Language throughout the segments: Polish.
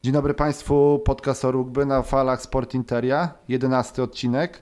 Dzień dobry Państwu, podcast o rugby na falach Sport Interia, 11 odcinek.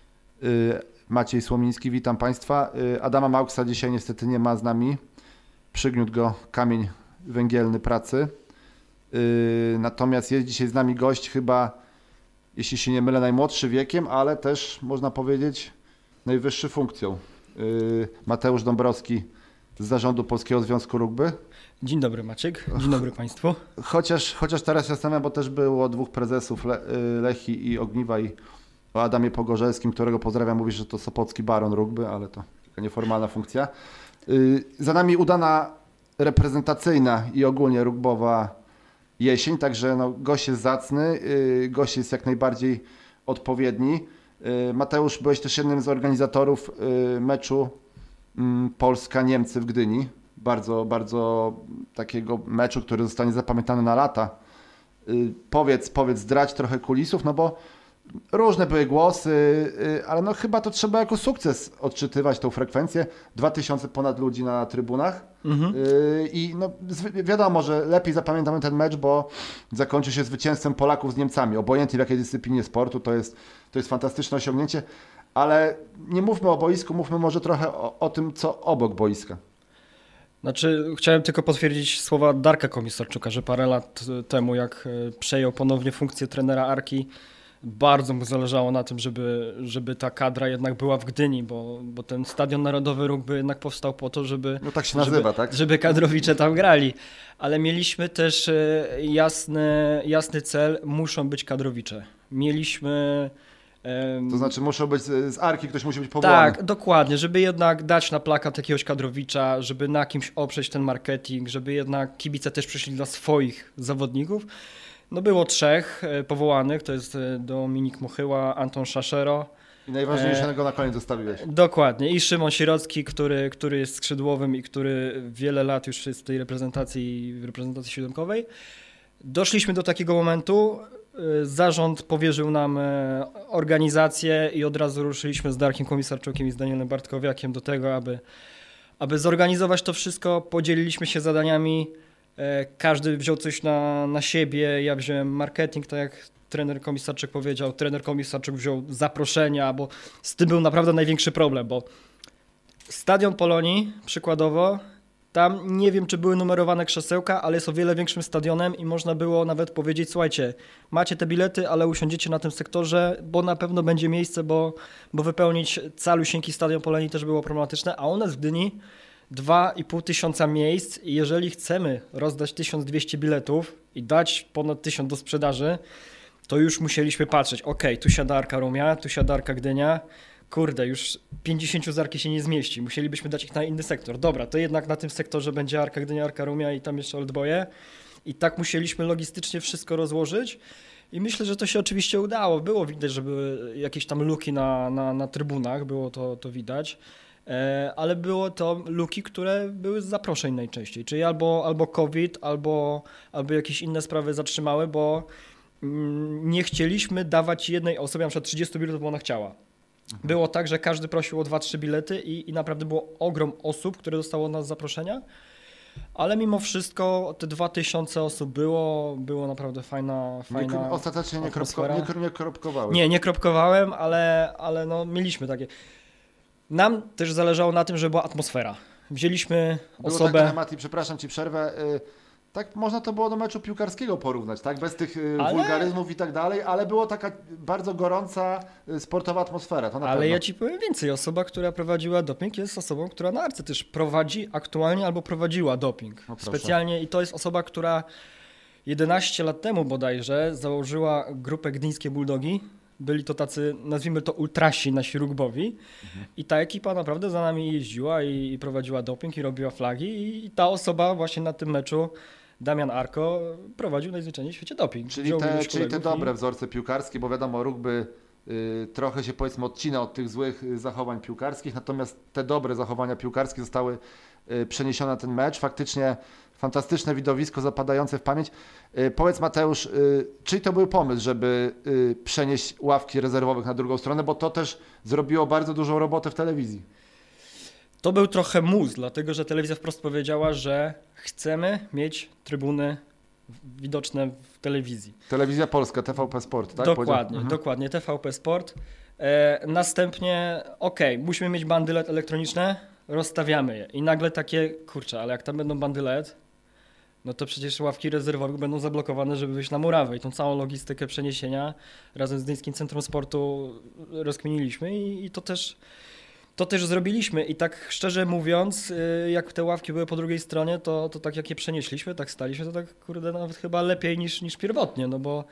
Maciej Słomiński, witam Państwa. Adama Małksa dzisiaj niestety nie ma z nami, przygniótł go kamień węgielny pracy. Natomiast jest dzisiaj z nami gość chyba, jeśli się nie mylę, najmłodszy wiekiem, ale też można powiedzieć najwyższy funkcją. Mateusz Dąbrowski z Zarządu Polskiego Związku Rugby. Dzień dobry Maciek, dzień dobry Państwu. Chociaż teraz się zastanawiam, bo też było dwóch prezesów Lechii i Ogniwa i o Adamie Pogorzelskim, którego pozdrawiam, mówi, że to sopocki baron rugby, ale to taka nieformalna funkcja. Za nami udana reprezentacyjna i ogólnie rugbowa jesień, także gość jest zacny, gość jest jak najbardziej odpowiedni. Mateusz, byłeś też jednym z organizatorów meczu Polska-Niemcy w Gdyni. Bardzo, bardzo takiego meczu, który zostanie zapamiętany na lata. Powiedz, zdradź trochę kulisów, no bo różne były głosy, ale no chyba to trzeba jako sukces odczytywać tą frekwencję. 2000 ponad ludzi na trybunach. I no wiadomo, że lepiej zapamiętamy ten mecz, bo zakończy się zwycięstwem Polaków z Niemcami. Obojętnie w jakiej dyscyplinie sportu, to jest fantastyczne osiągnięcie, ale nie mówmy o boisku, mówmy może trochę o tym, co obok boiska. Znaczy, chciałem tylko potwierdzić słowa Darka Komisarczuka, że parę lat temu, jak przejął ponownie funkcję trenera Arki, bardzo mu zależało na tym, żeby ta kadra jednak była w Gdyni, bo ten Stadion Narodowy Rugby jednak powstał po to, żeby, no tak się nazywa, tak? Żeby kadrowicze tam grali. Ale mieliśmy też jasny cel, muszą być kadrowicze. Mieliśmy... To znaczy muszą być z Arki, ktoś musi być powołany. Tak, dokładnie, żeby jednak dać na plakat jakiegoś kadrowicza, żeby na kimś oprzeć ten marketing, żeby jednak kibice też przyszli dla swoich zawodników. No było 3 powołanych, to jest Dominik Muchyła, Anton Szaszero. I najważniejszego na koniec zostawiłeś. Dokładnie. I Szymon Sirocki, który jest skrzydłowym i który wiele lat już jest w tej reprezentacji siódemkowej. Doszliśmy do takiego momentu, zarząd powierzył nam organizację i od razu ruszyliśmy z Darkiem Komisarczukiem i z Danielem Bartkowiakiem do tego, aby zorganizować to wszystko. Podzieliliśmy się zadaniami, każdy wziął coś na siebie, ja wziąłem marketing, tak jak trener Komisarczyk powiedział, trener Komisarczyk wziął zaproszenia, bo z tym był naprawdę największy problem, bo Stadion Polonii przykładowo, tam nie wiem, czy były numerowane krzesełka, ale jest o wiele większym stadionem i można było nawet powiedzieć, słuchajcie, macie te bilety, ale usiądziecie na tym sektorze, bo na pewno będzie miejsce, bo wypełnić calusieńki Stadion Polonii też było problematyczne, a u nas w Gdyni 2500 miejsc i jeżeli chcemy rozdać 1200 biletów i dać ponad 1000 do sprzedaży, to już musieliśmy patrzeć, tu siada Arka Rumia, tu siada Arka Gdynia, kurde, już 50 z Arki się nie zmieści, musielibyśmy dać ich na inny sektor. Dobra, to jednak na tym sektorze będzie Arka Gdynia, Arka Rumia i tam jeszcze Oldboye. I tak musieliśmy logistycznie wszystko rozłożyć i myślę, że to się oczywiście udało. Było widać, że były jakieś tam luki na trybunach, było to widać, ale było to luki, które były z zaproszeń najczęściej, czyli albo COVID, albo jakieś inne sprawy zatrzymały, bo nie chcieliśmy dawać jednej osobie, na przykład 30 biletów, bo ona chciała. Było tak, że każdy prosił o 2-3 bilety i naprawdę było ogrom osób, które dostało od nas zaproszenia, ale mimo wszystko te 2000 osób było naprawdę fajna Ostatecznie nie kropkowałeś. Nie kropkowałem, ale no mieliśmy takie. Nam też zależało na tym, żeby była atmosfera. Wzięliśmy osobę... Tak, Mati, przepraszam Ci, przerwę. Tak można to było do meczu piłkarskiego porównać, tak? Bez tych wulgaryzmów i tak dalej, ale była taka bardzo gorąca, sportowa atmosfera. To na pewno. Ja Ci powiem więcej. Osoba, która prowadziła doping, jest osobą, która na Arce też prowadzi aktualnie albo prowadziła doping. Specjalnie i to jest osoba, która 11 lat temu bodajże założyła grupę Gdyńskie Bulldogi. Byli to tacy, nazwijmy to ultrasi nasi rugbowi i ta ekipa naprawdę za nami jeździła i prowadziła doping i robiła flagi i ta osoba właśnie na tym meczu, Damian Arko, prowadził najzwyczajniej w świecie doping. Czyli te dobre wzorce piłkarskie, bo wiadomo, rugby trochę się powiedzmy odcina od tych złych zachowań piłkarskich, natomiast te dobre zachowania piłkarskie zostały przeniesione na ten mecz. Faktycznie fantastyczne widowisko zapadające w pamięć. Powiedz Mateusz, czyj to był pomysł, żeby przenieść ławki rezerwowych na drugą stronę, bo to też zrobiło bardzo dużą robotę w telewizji. To był trochę mus, dlatego że telewizja wprost powiedziała, że chcemy mieć trybuny widoczne w telewizji. Telewizja Polska, TVP Sport, tak? Dokładnie, TVP Sport. Następnie, musimy mieć bandy LED elektroniczne, rozstawiamy je i nagle takie, kurczę, ale jak tam będą bandy LED, no to przecież ławki rezerwowe będą zablokowane, żeby wyjść na murawę i tą całą logistykę przeniesienia razem z Gdyńskim Centrum Sportu rozkminiliśmy i to też zrobiliśmy i tak szczerze mówiąc, jak te ławki były po drugiej stronie, to tak jak je przenieśliśmy, tak staliśmy, to tak kurde nawet chyba lepiej niż pierwotnie, no bo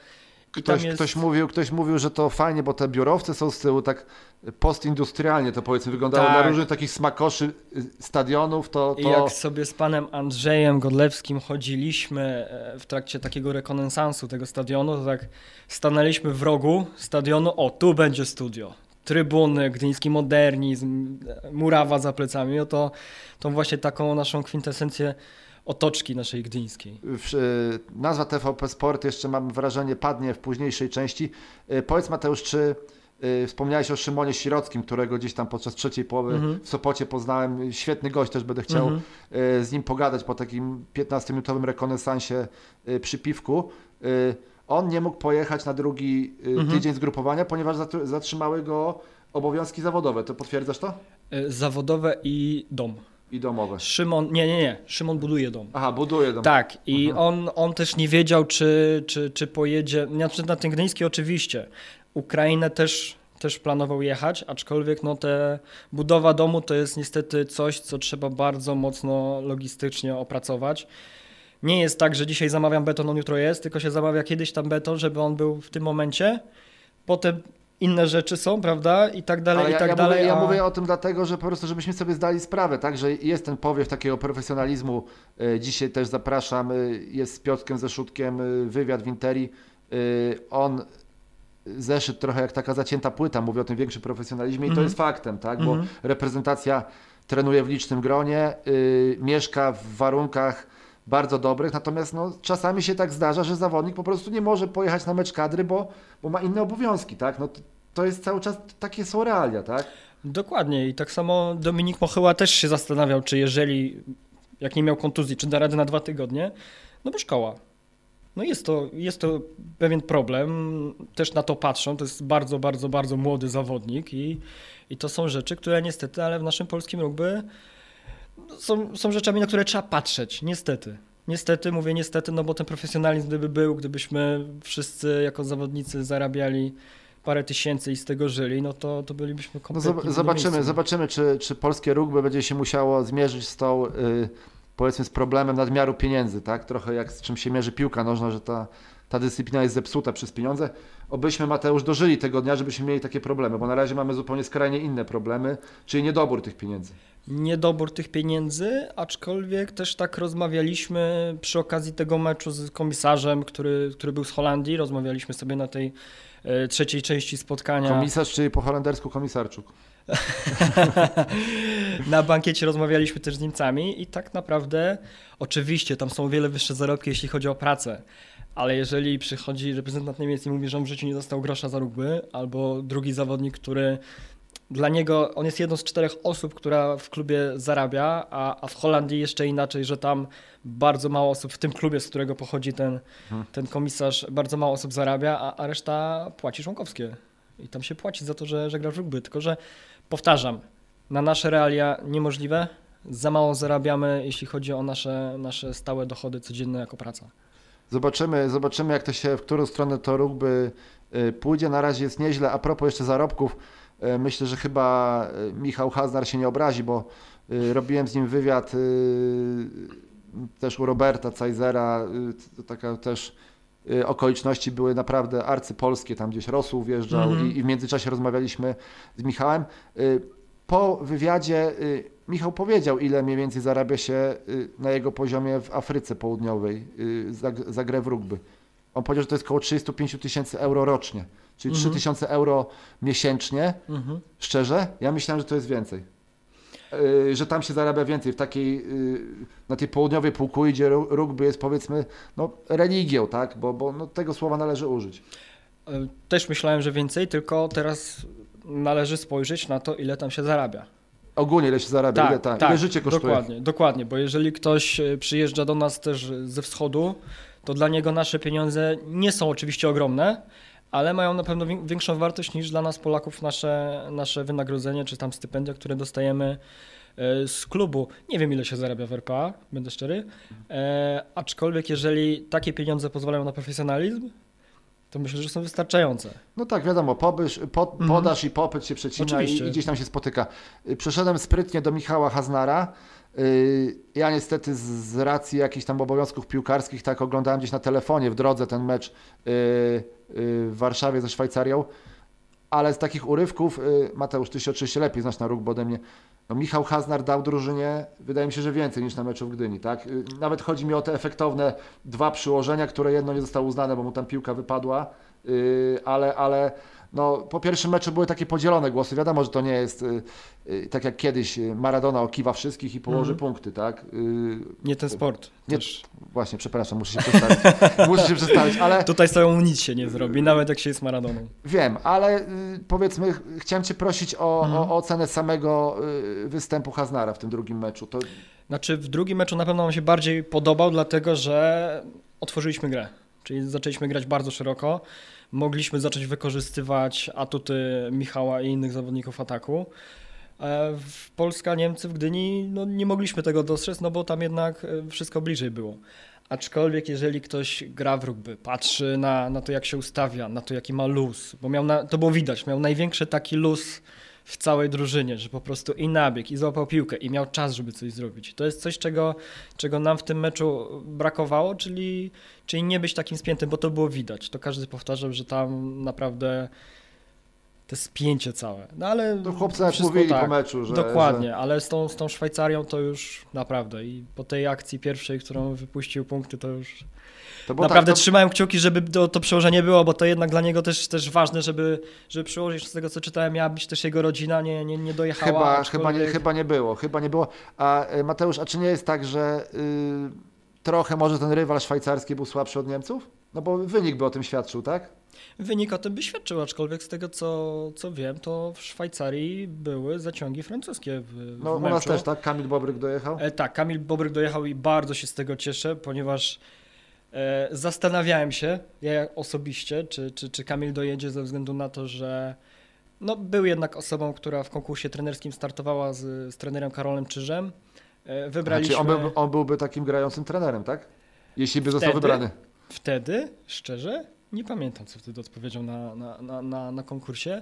Ktoś mówił, że to fajnie, bo te biurowce są z tyłu tak postindustrialnie to powiedzmy wyglądało tak. Na różnych takich smakoszy stadionów. I jak sobie z panem Andrzejem Godlewskim chodziliśmy w trakcie takiego rekonesansu tego stadionu, to tak stanęliśmy w rogu stadionu, tu będzie studio. Trybuny, gdyński modernizm, murawa za plecami, to właśnie taką naszą kwintesencję otoczki naszej gdyńskiej. Nazwa TVP Sport jeszcze mam wrażenie padnie w późniejszej części. Powiedz Mateusz, czy wspomniałeś o Szymonie Sirockim, którego gdzieś tam podczas trzeciej połowy w Sopocie poznałem. Świetny gość, też będę chciał z nim pogadać po takim 15-minutowym rekonesansie przy piwku. On nie mógł pojechać na drugi tydzień zgrupowania, ponieważ zatrzymały go obowiązki zawodowe. To potwierdzasz to? Zawodowe i dom. I domowe. Szymon, nie. Szymon buduje dom. Aha, buduje dom. Tak, i on też nie wiedział, czy pojedzie. Znaczy na ten gdyński oczywiście. Ukrainę też planował jechać, aczkolwiek budowa domu to jest niestety coś, co trzeba bardzo mocno logistycznie opracować. Nie jest tak, że dzisiaj zamawiam beton, on jutro jest, tylko się zamawia kiedyś tam beton, żeby on był w tym momencie. Potem inne rzeczy są, prawda? I tak dalej, dalej. Ja mówię o tym dlatego, że po prostu, żebyśmy sobie zdali sprawę, tak? Że jest ten powiew takiego profesjonalizmu. Dzisiaj też zapraszam, jest z Piotrkiem Zeszutkiem wywiad w Interi. On zeszyt trochę jak taka zacięta płyta, mówi o tym większym profesjonalizmie i to jest faktem, tak? Bo reprezentacja trenuje w licznym gronie, mieszka w warunkach bardzo dobrych, natomiast czasami się tak zdarza, że zawodnik po prostu nie może pojechać na mecz kadry, bo ma inne obowiązki, tak? To jest cały czas, takie są realia, tak? Dokładnie i tak samo Dominik Mochyła też się zastanawiał, czy jak nie miał kontuzji, czy da radę na 2 tygodnie, bo szkoła. Jest to pewien problem, też na to patrzą, to jest bardzo, bardzo, bardzo młody zawodnik i to są rzeczy, które niestety, ale w naszym polskim rugby są rzeczami, na które trzeba patrzeć, niestety. Niestety, mówię niestety, bo ten profesjonalizm gdybyśmy wszyscy jako zawodnicy zarabiali parę tysięcy i z tego żyli, to bylibyśmy kompletnie Zobaczymy, czy polskie rugby będzie się musiało zmierzyć z tą, powiedzmy, z problemem nadmiaru pieniędzy, tak? Trochę jak z czym się mierzy piłka nożna, że ta dyscyplina jest zepsuta przez pieniądze. Obyśmy, Mateusz, dożyli tego dnia, żebyśmy mieli takie problemy, bo na razie mamy zupełnie skrajnie inne problemy, czyli niedobór tych pieniędzy. Niedobór tych pieniędzy, aczkolwiek też tak rozmawialiśmy przy okazji tego meczu z komisarzem, który był z Holandii, rozmawialiśmy sobie na tej trzeciej części spotkania. Komisarz, czyli po holendersku komisarczuk. Na bankiecie rozmawialiśmy też z Niemcami i tak naprawdę oczywiście tam są o wiele wyższe zarobki, jeśli chodzi o pracę, ale jeżeli przychodzi reprezentant Niemiec i mówi, że on w życiu nie dostał grosza za rugby, albo drugi zawodnik, który dla niego, on jest jedną z 4 osób, która w klubie zarabia, a w Holandii jeszcze inaczej, że tam bardzo mało osób w tym klubie, z którego pochodzi ten komisarz, bardzo mało osób zarabia, a reszta płaci członkowskie. I tam się płaci za to, że gra w rugby. Tylko że powtarzam, na nasze realia niemożliwe, za mało zarabiamy, jeśli chodzi o nasze stałe dochody codzienne jako praca. Zobaczymy jak to się, w którą stronę to rugby pójdzie. Na razie jest nieźle. A propos jeszcze zarobków, myślę, że chyba Michał Haznar się nie obrazi, bo robiłem z nim wywiad też u Roberta Cajzera, taka też okoliczności były naprawdę arcypolskie, tam gdzieś Rosół wjeżdżał i w międzyczasie rozmawialiśmy z Michałem. Po wywiadzie Michał powiedział, ile mniej więcej zarabia się na jego poziomie w Afryce Południowej za grę w rugby. On powiedział, że to jest około 35 000 euro rocznie, czyli 3 000 euro miesięcznie. Szczerze, ja myślałem, że to jest więcej. Że tam się zarabia więcej, na tej południowej półkuli, gdzie rugby jest, powiedzmy, religią, tak? Bo tego słowa należy użyć. Też myślałem, że więcej, tylko teraz należy spojrzeć na to, ile tam się zarabia. Ogólnie ile się zarabia, ile życie kosztuje. Dokładnie, bo jeżeli ktoś przyjeżdża do nas też ze wschodu, to dla niego nasze pieniądze nie są oczywiście ogromne, ale mają na pewno większą wartość niż dla nas Polaków nasze wynagrodzenie czy tam stypendia, które dostajemy z klubu. Nie wiem, ile się zarabia w RPA, będę szczery, aczkolwiek jeżeli takie pieniądze pozwalają na profesjonalizm, to myślę, że są wystarczające. No tak, wiadomo, podaż i popyt się przecina i gdzieś tam się spotyka. Przeszedłem sprytnie do Michała Haznara. Ja niestety z racji jakichś tam obowiązków piłkarskich tak oglądałem gdzieś na telefonie w drodze ten mecz w Warszawie ze Szwajcarią, ale z takich urywków, Mateusz, ty się oczywiście lepiej znasz na rugby ode mnie, no Michał Haznar dał drużynie, wydaje mi się, że więcej niż na meczu w Gdyni, tak? Nawet chodzi mi o te efektowne 2 przyłożenia, które jedno nie zostało uznane, bo mu tam piłka wypadła, ale no, po pierwszym meczu były takie podzielone głosy. Wiadomo, że to nie jest tak jak kiedyś Maradona okiwa wszystkich i położy punkty, tak? Nie ten sport. Nie, właśnie, przepraszam, muszę się przestawić. Ale tutaj z tobą nic się nie zrobi, nawet jak się jest Maradoną. Wiem, ale powiedzmy, chciałem cię prosić o ocenę samego występu Haznara w tym drugim meczu. Znaczy w drugim meczu na pewno nam się bardziej podobał, dlatego że otworzyliśmy grę. Czyli zaczęliśmy grać bardzo szeroko. Mogliśmy zacząć wykorzystywać atuty Michała i innych zawodników ataku. Polska-Niemcy w Gdyni nie mogliśmy tego dostrzec, no bo tam jednak wszystko bliżej było. Aczkolwiek jeżeli ktoś gra w rugby, patrzy na to, jak się ustawia, na to, jaki ma luz, bo to było widać, miał największy taki luz w całej drużynie, że po prostu i nabiegł, i złapał piłkę, i miał czas, żeby coś zrobić. To jest coś, czego nam w tym meczu brakowało, czyli nie być takim spiętym, bo to było widać. To każdy powtarzał, że tam naprawdę to spięcie całe. No ale to chłopcy jak mówili po meczu, że... Dokładnie, ale z tą Szwajcarią to już naprawdę i po tej akcji pierwszej, którą wypuścił punkty, to już... Naprawdę trzymałem kciuki, żeby to przełożenie było, bo to jednak dla niego też ważne, żeby przełożyć, z tego co czytałem, miała być też jego rodzina, nie dojechała. Chyba nie było. A Mateusz, a czy nie jest tak, że trochę może ten rywal szwajcarski był słabszy od Niemców? No bo wynik by o tym świadczył, tak? Wynik o tym by świadczył, aczkolwiek z tego co wiem, to w Szwajcarii były zaciągi francuskie w meczu. U nas też, tak? Kamil Bobryk dojechał? Tak, Kamil Bobryk dojechał i bardzo się z tego cieszę, ponieważ zastanawiałem się, ja osobiście, czy Kamil dojedzie ze względu na to, że był jednak osobą, która w konkursie trenerskim startowała z trenerem Karolem Czyżem. Wybraliśmy... Czyli on byłby takim grającym trenerem, tak? Jeśli by został wybrany. Wtedy, szczerze, nie pamiętam, co wtedy odpowiedział na konkursie,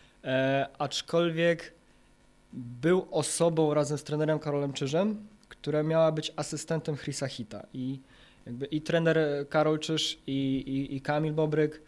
aczkolwiek był osobą razem z trenerem Karolem Czyżem, która miała być asystentem Chrisa Hita i trener Karol Czyż i Kamil Bobryk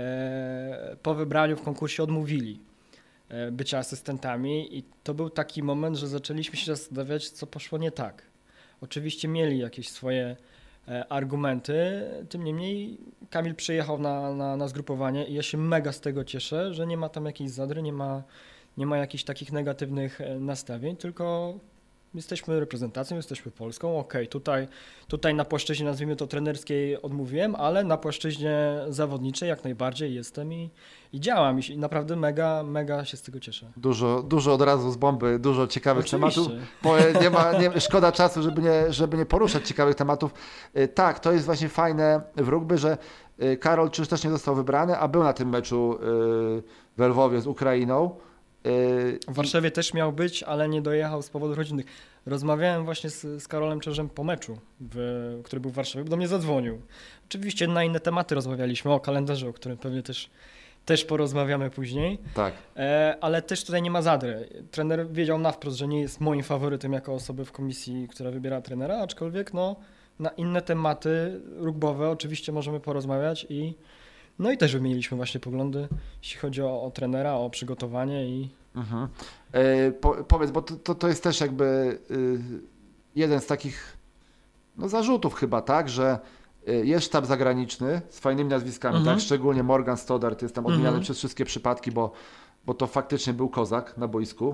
po wybraniu w konkursie odmówili bycia asystentami i to był taki moment, że zaczęliśmy się zastanawiać, co poszło nie tak. Oczywiście mieli jakieś swoje argumenty, tym niemniej Kamil przyjechał na zgrupowanie i ja się mega z tego cieszę, że nie ma tam jakiejś zadry, nie ma jakichś takich negatywnych nastawień, tylko jesteśmy reprezentacją, jesteśmy Polską, okej, tutaj na płaszczyźnie, nazwijmy to trenerskiej odmówiłem, ale na płaszczyźnie zawodniczej jak najbardziej jestem i działam i naprawdę mega się z tego cieszę. Dużo od razu z bomby, dużo ciekawych tematów. Bo szkoda czasu, żeby nie poruszać ciekawych tematów. Tak, to jest właśnie fajne w rugby, że Karol Czyż też nie został wybrany, a był na tym meczu w Lwowie z Ukrainą. W Warszawie też miał być, ale nie dojechał z powodów rodzinnych. Rozmawiałem właśnie z Karolem Czyżem po meczu, który był w Warszawie, bo do mnie zadzwonił. Oczywiście na inne tematy rozmawialiśmy, o kalendarzu, o którym pewnie też porozmawiamy później. Tak. Ale też tutaj nie ma zadry. Trener wiedział na wprost, że nie jest moim faworytem jako osoby w komisji, która wybiera trenera, aczkolwiek na inne tematy rugbowe oczywiście możemy porozmawiać i też wymieniliśmy właśnie poglądy, jeśli chodzi o trenera, o przygotowanie i... Mhm. Powiedz, bo to jest też jakby jeden z takich zarzutów chyba, tak, że jest sztab zagraniczny z fajnymi nazwiskami, tak, szczególnie Morgan Stoddart jest tam odmieniany przez wszystkie przypadki, bo to faktycznie był kozak na boisku.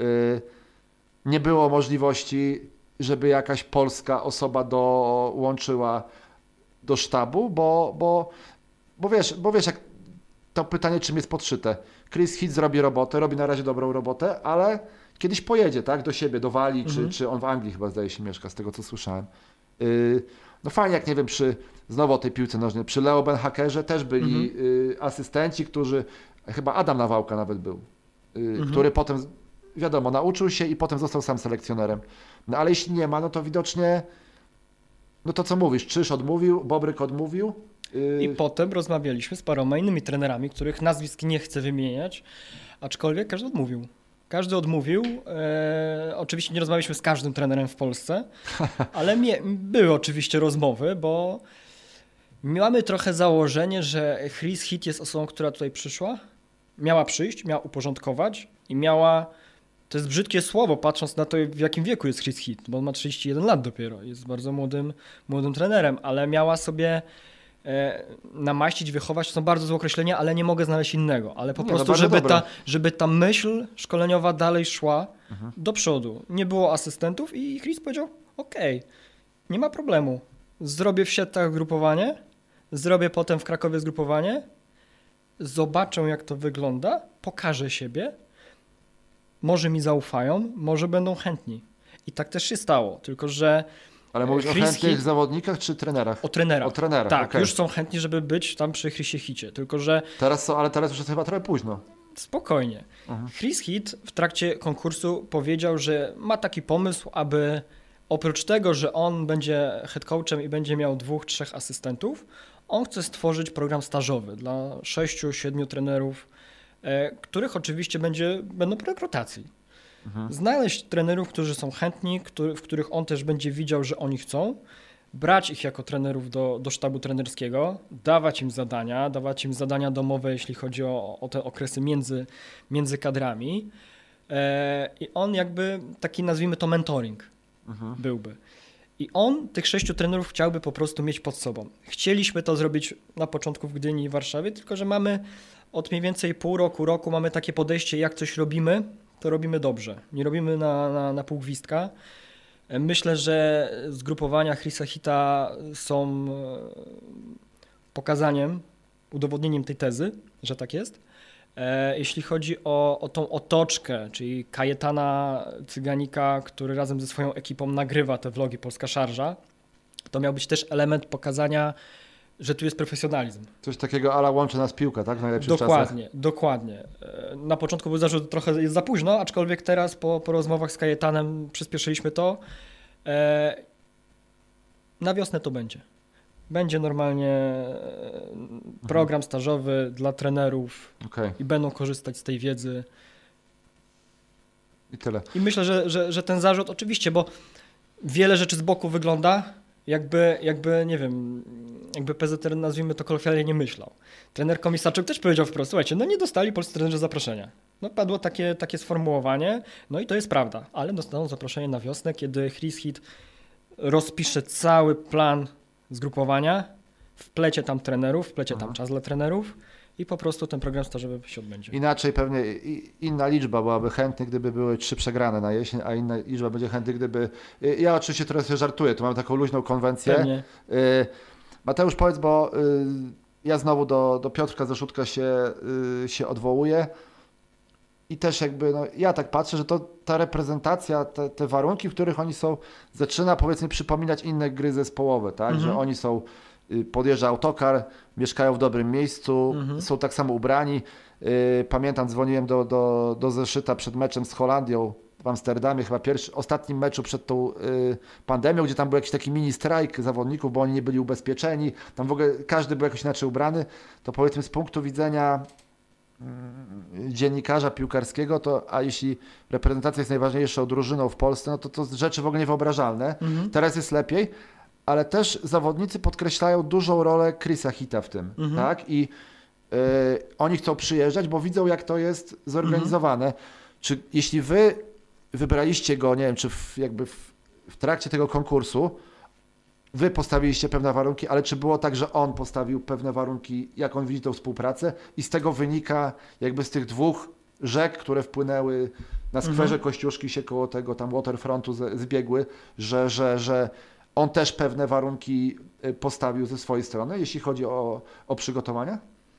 Nie było możliwości, żeby jakaś polska osoba dołączyła do sztabu, bo wiesz, jak to pytanie, czym jest podszyte. Chris Hit zrobi robotę, robi na razie dobrą robotę, ale kiedyś pojedzie, tak, do siebie, do Walii, czy on w Anglii chyba zdaje się mieszka, z tego co słyszałem. No fajnie, jak nie wiem, znowu o tej piłce nożnej, przy Leo Benhakerze też byli asystenci, którzy, chyba Adam Nawałka nawet był, który potem, wiadomo, nauczył się i potem został sam selekcjonerem. No ale jeśli nie ma, no to widocznie, no to co mówisz, Czyż odmówił, Bobryk odmówił. I potem rozmawialiśmy z paroma innymi trenerami, których nazwisk nie chcę wymieniać, aczkolwiek każdy odmówił. Każdy odmówił. Oczywiście nie rozmawialiśmy z każdym trenerem w Polsce, ale były oczywiście rozmowy, bo mamy trochę założenie, że Chris Heath jest osobą, która tutaj przyszła, miała przyjść, miała uporządkować i miała, to jest brzydkie słowo, patrząc na to, w jakim wieku jest Chris Heath, bo on ma 31 lat dopiero, jest bardzo młodym trenerem, ale miała sobie namaścić, wychować, to są bardzo złe określenia, ale nie mogę znaleźć innego, ale po prostu, żeby ta myśl szkoleniowa dalej szła do przodu. Nie było asystentów i Chris powiedział, okej, nie ma problemu, zrobię w Siedlcach zgrupowanie, zrobię potem w Krakowie zgrupowanie, zobaczę jak to wygląda, pokażę siebie, może mi zaufają, może będą chętni. I tak też się stało, tylko że ale mówisz o chętnych zawodnikach czy trenerach? O trenerach. O trenerach, tak, okay. Już są chętni, żeby być tam przy Chrisie Heathie, tylko że... Ale teraz już jest chyba trochę późno. Spokojnie. Chris Heath w trakcie konkursu powiedział, że ma taki pomysł, aby oprócz tego, że on będzie head coachem i będzie miał 2-3 asystentów, on chce stworzyć program stażowy dla 6-7 trenerów, których oczywiście będą po rekrutacji. Znaleźć trenerów, którzy są chętni, w których on też będzie widział, że oni chcą, brać ich jako trenerów do sztabu trenerskiego, dawać im zadania domowe, jeśli chodzi o te okresy między kadrami i on jakby taki, nazwijmy to, mentoring byłby. I on tych 6 trenerów chciałby po prostu mieć pod sobą. Chcieliśmy to zrobić na początku w Gdyni i Warszawie, tylko że mamy od mniej więcej pół roku mamy takie podejście, jak coś robimy, to robimy dobrze. Nie robimy na pół gwizdka. Myślę, że zgrupowania Chrisa Heatha są pokazaniem, udowodnieniem tej tezy, że tak jest. Jeśli chodzi o tą otoczkę, czyli Kajetana Cyganika, który razem ze swoją ekipą nagrywa te vlogi Polska Szarża, to miał być też element pokazania, że tu jest profesjonalizm. Coś takiego ala łączy nas piłka, tak? W najlepszych czasach. Dokładnie. Na początku był zarzut, trochę jest za późno, aczkolwiek teraz po rozmowach z Kajetanem przyspieszyliśmy to. Na wiosnę to będzie. Będzie normalnie program stażowy dla trenerów i będą korzystać z tej wiedzy. I tyle. I myślę, że ten zarzut oczywiście, bo wiele rzeczy z boku wygląda, jakby nie wiem, jakby PZR, nazwijmy to kolokwialnie, nie myślał. Trener Komisarczyk też powiedział wprost, słuchajcie, no nie dostali polscy trenerzy zaproszenia. No padło takie sformułowanie, no i to jest prawda, ale dostaną zaproszenie na wiosnę, kiedy Chris Heath rozpisze cały plan zgrupowania, wplecie tam trenerów, wplecie tam czas dla trenerów i po prostu ten program stażowy się odbędzie. Inaczej pewnie inna liczba byłaby chętnych, gdyby były 3 przegrane na jesień, a inna liczba będzie chętnych, gdyby... Ja oczywiście trochę sobie żartuję, tu mam taką luźną konwencję. Pewnie. Mateusz, powiedz, bo ja znowu do Piotrka Zaszutka się odwołuję i też jakby, no, ja tak patrzę, że to ta reprezentacja, te warunki, w których oni są, zaczyna powiedzmy przypominać inne gry zespołowe, tak, że oni są, podjeżdża autokar, mieszkają w dobrym miejscu, są tak samo ubrani. Pamiętam, dzwoniłem do Zeszyta przed meczem z Holandią w Amsterdamie, chyba ostatnim meczu przed tą pandemią, gdzie tam był jakiś taki mini strajk zawodników, bo oni nie byli ubezpieczeni, tam w ogóle każdy był jakoś inaczej ubrany, to powiedzmy z punktu widzenia dziennikarza piłkarskiego, a jeśli reprezentacja jest najważniejszą drużyną w Polsce, no to rzeczy w ogóle niewyobrażalne. Teraz jest lepiej, ale też zawodnicy podkreślają dużą rolę Chrisa Heatha w tym, tak? I oni chcą przyjeżdżać, bo widzą, jak to jest zorganizowane. Czy jeśli wy wybraliście go, nie wiem, czy w trakcie tego konkursu wy postawiliście pewne warunki, ale czy było tak, że on postawił pewne warunki, jak on widzi tą współpracę i z tego wynika jakby z tych 2 rzek, które wpłynęły na skwerze Kościuszki się koło tego tam waterfrontu zbiegły, że on też pewne warunki postawił ze swojej strony, jeśli chodzi o przygotowania?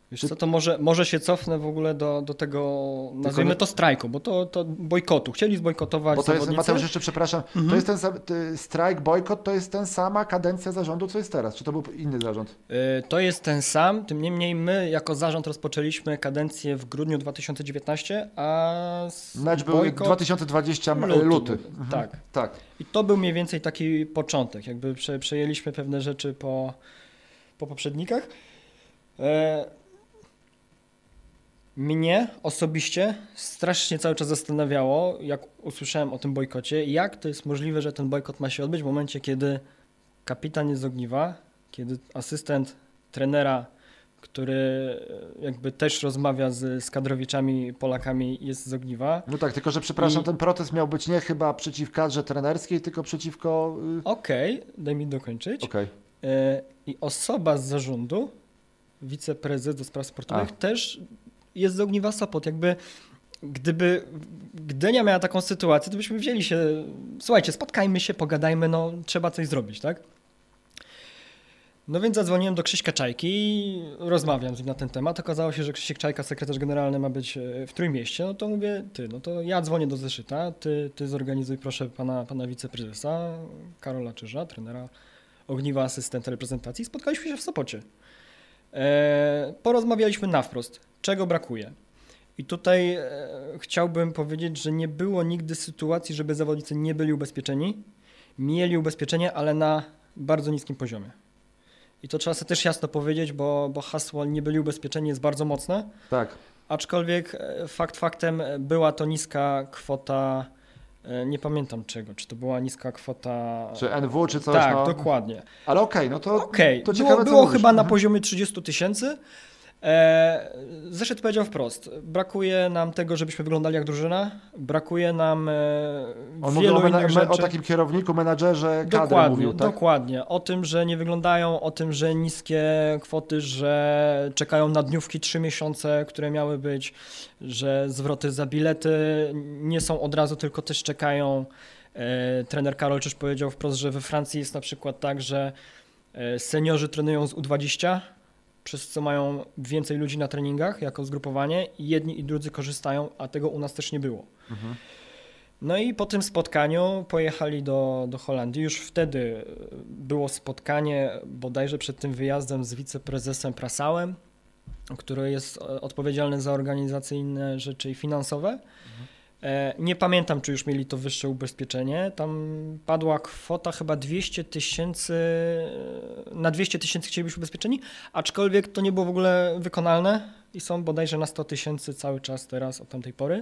Wiesz co, to może się cofnę w ogóle do tego, nazwijmy to strajku, bo to bojkotu. Chcieli zbojkotować bo to jest, zawodnicy. Mateusz, jeszcze przepraszam, to jest ten strajk, bojkot, to jest ten sama kadencja zarządu, co jest teraz, czy to był inny zarząd? To jest ten sam, tym niemniej my jako zarząd rozpoczęliśmy kadencję w grudniu 2019, a Mecz był 2020 luty. Tak. I to był mniej więcej taki początek, jakby przejęliśmy pewne rzeczy po poprzednikach. Mnie osobiście strasznie cały czas zastanawiało, jak usłyszałem o tym bojkocie, jak to jest możliwe, że ten bojkot ma się odbyć w momencie, kiedy kapitan jest z Ogniwa, kiedy asystent trenera, który jakby też rozmawia z kadrowiczami Polakami, jest z Ogniwa. No tak, tylko że przepraszam, ten protest miał być nie chyba przeciw kadrze trenerskiej, tylko przeciwko... Okej, daj mi dokończyć. Okej. I osoba z zarządu, wiceprezes do spraw sportowych, też jest z Ogniwa Sopot. Jakby gdyby Gdynia miała taką sytuację, to byśmy wzięli się, słuchajcie, spotkajmy się, pogadajmy, no trzeba coś zrobić, tak? No więc zadzwoniłem do Krzyśka Czajki i rozmawiam z nim na ten temat. Okazało się, że Krzysiek Czajka, sekretarz generalny, ma być w Trójmieście. No to mówię, no to ja dzwonię do Zeszyta, ty zorganizuj proszę pana wiceprezesa, Karola Czyża, trenera Ogniwa, asystenta reprezentacji. Spotkaliśmy się w Sopocie. Porozmawialiśmy na wprost, czego brakuje. I tutaj chciałbym powiedzieć, że nie było nigdy sytuacji, żeby zawodnicy nie byli ubezpieczeni. Mieli ubezpieczenie, ale na bardzo niskim poziomie. I to trzeba sobie też jasno powiedzieć, bo hasło nie byli ubezpieczeni jest bardzo mocne. Tak. Aczkolwiek faktem była to niska kwota, nie pamiętam czego, czy to była niska kwota... Czy NW, czy coś? Tak, dokładnie. Ale okej, no to, to ciekawe, było chyba na poziomie 30 000. Zeszyt powiedział wprost, brakuje nam tego, żebyśmy wyglądali jak drużyna, brakuje nam wielu innych rzeczy. O takim kierowniku, menadżerze kadry mówił, tak? Dokładnie, o tym, że nie wyglądają, o tym, że niskie kwoty, że czekają na dniówki 3 miesiące, które miały być, że zwroty za bilety nie są od razu, tylko też czekają. Trener Karol Czyż powiedział wprost, że we Francji jest na przykład tak, że seniorzy trenują z U20, przez co mają więcej ludzi na treningach jako zgrupowanie i jedni i drudzy korzystają, a tego u nas też nie było. Mhm. No i po tym spotkaniu pojechali do Holandii. Już wtedy było spotkanie bodajże przed tym wyjazdem z wiceprezesem Prasałem, który jest odpowiedzialny za organizacyjne rzeczy i finansowe. Mhm. Nie pamiętam, czy już mieli to wyższe ubezpieczenie. Tam padła kwota chyba 200 000, na 200 000 chcieli być ubezpieczeni, aczkolwiek to nie było w ogóle wykonalne i są bodajże na 100 000 cały czas teraz od tamtej pory.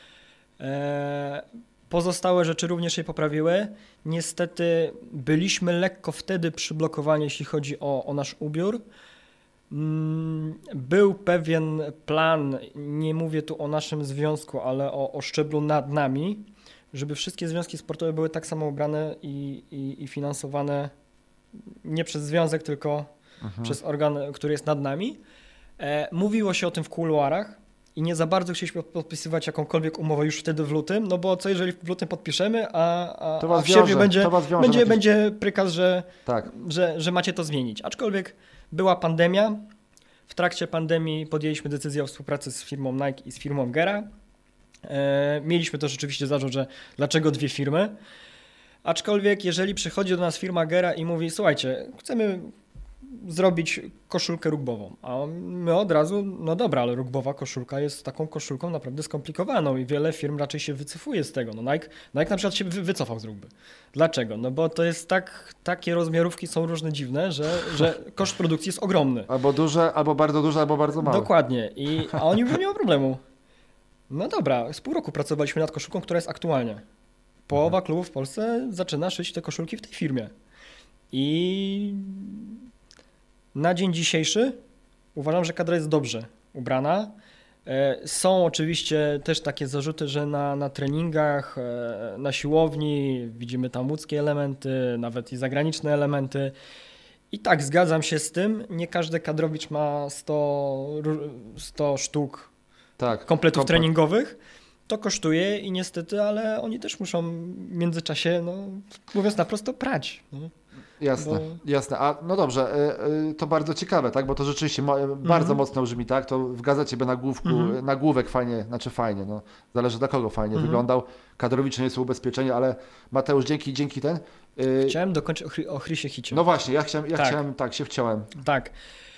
Pozostałe rzeczy również się poprawiły. Niestety byliśmy lekko wtedy przyblokowani, jeśli chodzi o nasz ubiór. Był pewien plan, nie mówię tu o naszym związku, ale o szczeblu nad nami, żeby wszystkie związki sportowe były tak samo ubrane i finansowane nie przez związek, tylko przez organ, który jest nad nami. Mówiło się o tym w kuluarach i nie za bardzo chcieliśmy podpisywać jakąkolwiek umowę już wtedy w lutym, no bo co jeżeli w lutym podpiszemy, a w sierpniu będzie prykaz, że macie to zmienić. Aczkolwiek była pandemia. W trakcie pandemii podjęliśmy decyzję o współpracy z firmą Nike i z firmą Gera. Mieliśmy też rzeczywiście zarzut, że dlaczego 2 firmy. Aczkolwiek jeżeli przychodzi do nas firma Gera i mówi, słuchajcie, chcemy zrobić koszulkę rugbową, a my od razu, no dobra, ale rugbowa koszulka jest taką koszulką naprawdę skomplikowaną i wiele firm raczej się wycofuje z tego. No Nike na przykład się wycofał z rugby. Dlaczego? No bo to jest takie rozmiarówki są różne dziwne, że koszt produkcji jest ogromny. Albo duże, albo bardzo duże, albo bardzo małe. Dokładnie. A oni mówią, nie ma problemu. No dobra, z pół roku pracowaliśmy nad koszulką, która jest aktualnie. Połowa klubów w Polsce zaczyna szyć te koszulki w tej firmie. I na dzień dzisiejszy uważam, że kadra jest dobrze ubrana. Są oczywiście też takie zarzuty, że na treningach, na siłowni widzimy tam łódzkie elementy, nawet i zagraniczne elementy. I tak, zgadzam się z tym. Nie każdy kadrowicz ma 100 sztuk kompletów treningowych. To kosztuje i niestety, ale oni też muszą w międzyczasie, no, mówiąc naprosto, prać. No. Jasne. A no dobrze, to bardzo ciekawe, tak? Bo to rzeczywiście bardzo mocno brzmi, tak? To w gazecie by nagłówek fajnie, no zależy dla kogo fajnie wyglądał. Kadrowicz nie jest ubezpieczenie, ale Mateusz, dzięki ten. Chciałem dokończyć o Chrisie Hicie. No właśnie, ja chciałem, się wciąłem. Tak.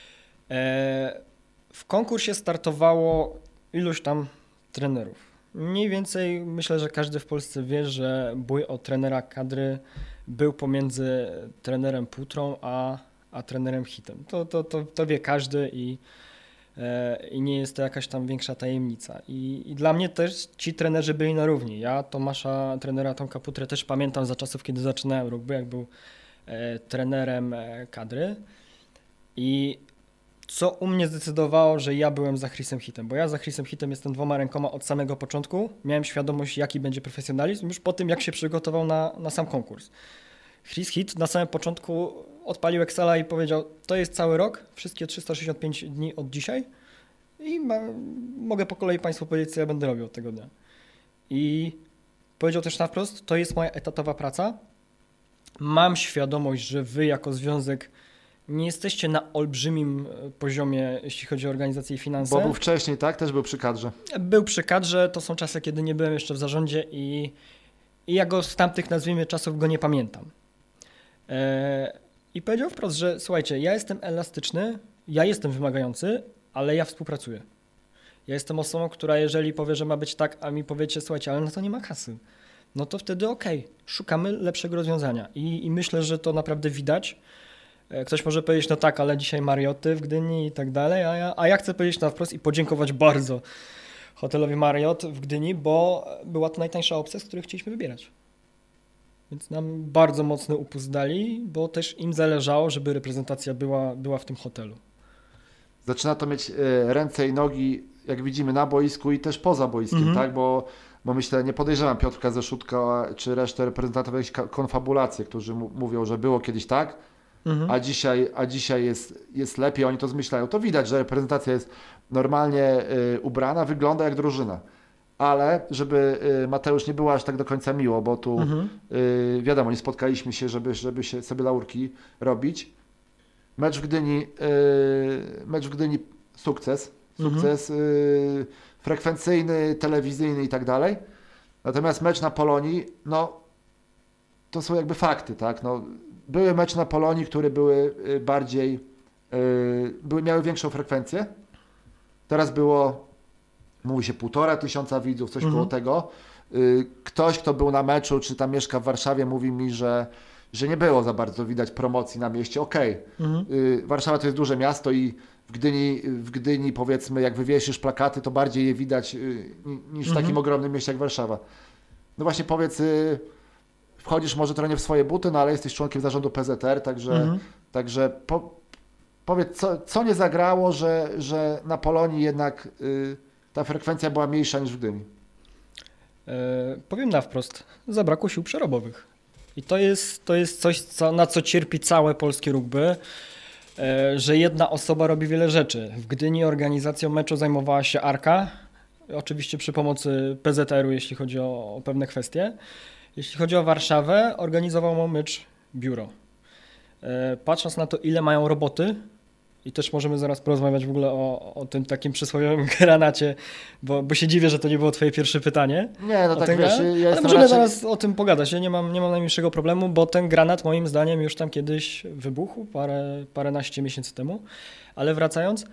W konkursie startowało iluś tam trenerów. Mniej więcej myślę, że każdy w Polsce wie, że bój o trenera kadry był pomiędzy trenerem Putrą a trenerem Hitem. To wie każdy i nie jest to jakaś tam większa tajemnica. I dla mnie też ci trenerzy byli na równi. Ja Tomasza, trenera Tomka Putrę też pamiętam za czasów, kiedy zaczynałem rugby, jak był trenerem kadry. I co u mnie zdecydowało, że ja byłem za Chrisem Hitem, bo ja za Chrisem Hitem jestem 2 rękoma od samego początku. Miałem świadomość, jaki będzie profesjonalizm już po tym, jak się przygotował na sam konkurs. Chris Hit na samym początku odpalił Excela i powiedział, to jest cały rok, wszystkie 365 dni od dzisiaj i mogę po kolei Państwu powiedzieć, co ja będę robił od tego dnia. I powiedział też na wprost, to jest moja etatowa praca. Mam świadomość, że Wy jako związek nie jesteście na olbrzymim poziomie, jeśli chodzi o organizację i finanse. Bo był wcześniej, tak? Też był przy kadrze. Był przy kadrze, to są czasy, kiedy nie byłem jeszcze w zarządzie i ja go z tamtych, nazwijmy, czasów go nie pamiętam. I powiedział wprost, że słuchajcie, ja jestem elastyczny, ja jestem wymagający, ale ja współpracuję. Ja jestem osobą, która jeżeli powie, że ma być tak, a mi powiecie, słuchajcie, ale na to nie ma kasy, no to wtedy okej, szukamy lepszego rozwiązania. I myślę, że to naprawdę widać. Ktoś może powiedzieć, no tak, ale dzisiaj Marrioty w Gdyni i tak dalej, a ja chcę powiedzieć na wprost i podziękować bardzo hotelowi Marriott w Gdyni, bo była to najtańsza opcja, z której chcieliśmy wybierać. Więc nam bardzo mocny upust dali, bo też im zależało, żeby reprezentacja była w tym hotelu. Zaczyna to mieć ręce i nogi, jak widzimy, na boisku i też poza boiskiem, tak? Bo myślę, nie podejrzewam Piotrka Zeszutka czy resztę reprezentantów jakieś konfabulacje, którzy mówią, że było kiedyś tak, a dzisiaj jest lepiej, oni to zmyślają. To widać, że reprezentacja jest normalnie ubrana, wygląda jak drużyna. Ale żeby Mateusz nie było aż tak do końca miło, bo tu wiadomo, nie spotkaliśmy się, żeby się sobie laurki robić. Mecz w Gdyni sukces, frekwencyjny, telewizyjny i tak dalej. Natomiast mecz na Polonii, no to są jakby fakty, tak? No, były mecze na Polonii, które były bardziej, miały większą frekwencję. Teraz było, mówi się 1500 widzów, coś koło tego. Ktoś, kto był na meczu, czy tam mieszka w Warszawie, mówi mi, że nie było za bardzo widać promocji na mieście. Warszawa to jest duże miasto i w Gdyni powiedzmy, jak wywiesisz plakaty, to bardziej je widać niż w takim ogromnym mieście jak Warszawa. No właśnie powiedz, wchodzisz może trochę nie w swoje buty, no ale jesteś członkiem zarządu PZR, także powiedz, co nie zagrało, że na Polonii jednak ta frekwencja była mniejsza niż w Gdyni? Powiem na wprost, zabrakło sił przerobowych. I to jest coś, na co cierpi całe polskie rugby, że jedna osoba robi wiele rzeczy. W Gdyni organizacją meczu zajmowała się Arka, oczywiście przy pomocy PZR-u, jeśli chodzi o pewne kwestie. Jeśli chodzi o Warszawę, organizował mecz biuro. Patrząc na to, ile mają roboty, i też możemy zaraz porozmawiać w ogóle o tym takim przysłowiowym granacie, bo się dziwię, że to nie było twoje pierwsze pytanie. Nie, no tak wiesz, ale możemy zaraz o tym pogadać, ja nie mam najmniejszego problemu, bo ten granat moim zdaniem już tam kiedyś wybuchł, paręnaście miesięcy temu. Ale wracając,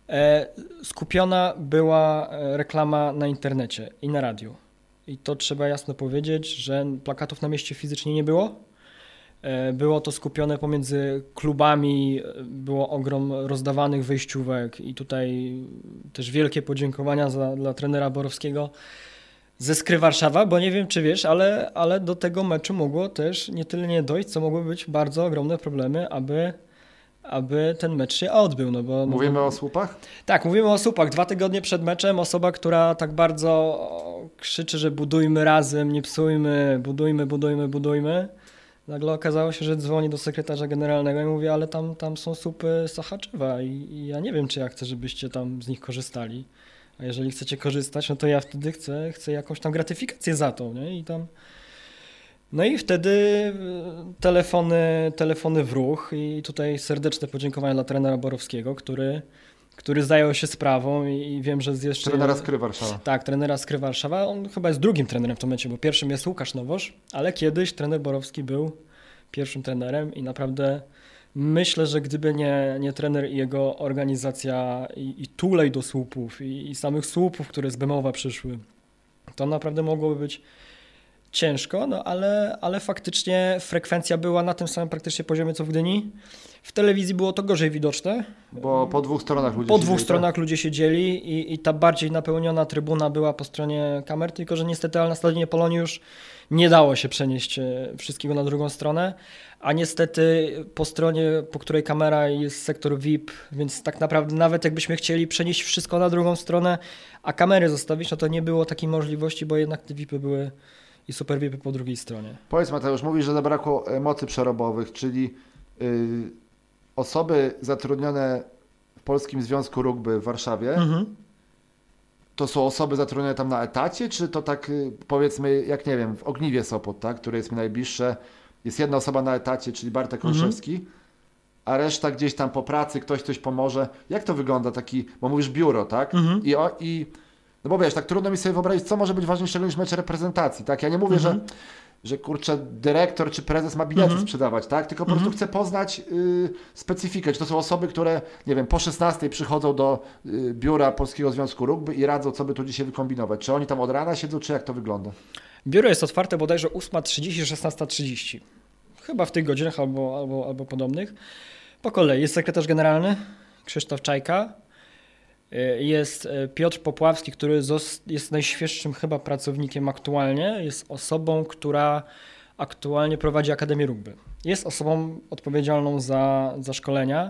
skupiona była reklama na internecie i na radiu. I to trzeba jasno powiedzieć, że plakatów na mieście fizycznie nie było. Było to skupione pomiędzy klubami, było ogrom rozdawanych wejściówek i tutaj też wielkie podziękowania dla trenera Borowskiego ze Skry Warszawa, bo nie wiem, czy wiesz, ale do tego meczu mogło też nie tyle nie dojść, co mogły być bardzo ogromne problemy, aby ten mecz się odbył. Mówimy o słupach? Tak, mówimy o słupach. 2 tygodnie przed meczem osoba, która tak bardzo krzyczy, że budujmy razem, nie psujmy, budujmy. Nagle okazało się, że dzwoni do sekretarza generalnego i mówi, ale tam są słupy Sochaczewa i ja nie wiem, czy ja chcę, żebyście tam z nich korzystali. A jeżeli chcecie korzystać, no to ja wtedy chcę jakąś tam gratyfikację za to, nie? No i wtedy telefony w ruch i tutaj serdeczne podziękowania dla trenera Borowskiego, który zajął się sprawą i wiem, że jest jeszcze... Trenera Skry Warszawa. Tak, trenera Skry Warszawa. On chyba jest drugim trenerem w tym momencie, bo pierwszym jest Łukasz Nowosz, ale kiedyś trener Borowski był pierwszym trenerem i naprawdę myślę, że gdyby nie trener i jego organizacja i tulej do słupów i samych słupów, które z Bemowa przyszły, to naprawdę mogłoby być ciężko, no ale faktycznie frekwencja była na tym samym praktycznie poziomie co w Gdyni. W telewizji było to gorzej widoczne. Bo po dwóch stronach ludzie Po siedzieli, dwóch stronach ludzie siedzieli i ta bardziej napełniona trybuna była po stronie kamer, tylko że niestety ale na stadionie Polonii już nie dało się przenieść wszystkiego na drugą stronę, a niestety po stronie, po której kamera jest sektor VIP, więc tak naprawdę nawet jakbyśmy chcieli przenieść wszystko na drugą stronę, a kamery zostawić, no to nie było takiej możliwości, bo jednak te VIPy były i super VIPy po drugiej stronie. Powiedz Mateusz, mówisz, że zabrakło mocy przerobowych, czyli osoby zatrudnione w Polskim Związku Rugby w Warszawie, to są osoby zatrudnione tam na etacie, czy to tak powiedzmy, jak nie wiem, w Ogniwie Sopot, tak, które jest mi najbliższe, jest jedna osoba na etacie, czyli Bartek Olszewski, a reszta gdzieś tam po pracy, ktoś coś pomoże. Jak to wygląda taki, bo mówisz biuro, tak? No bo wiesz, tak trudno mi sobie wyobrazić, co może być ważniejszego niż mecz reprezentacji, tak? Ja nie mówię, że kurczę, dyrektor czy prezes ma bilety sprzedawać, tak? Tylko po prostu chcę poznać specyfikę. Czy to są osoby, które, nie wiem, po 16 przychodzą do biura Polskiego Związku Rugby i radzą, co by tu dzisiaj wykombinować. Czy oni tam od rana siedzą, czy jak to wygląda? Biuro jest otwarte bodajże 8:30, 16:30. Chyba w tych godzinach albo podobnych. Po kolei jest sekretarz generalny Krzysztof Czajka. Jest Piotr Popławski, który jest najświeższym chyba pracownikiem aktualnie. Jest osobą, która aktualnie prowadzi Akademię Rugby. Jest osobą odpowiedzialną za szkolenia.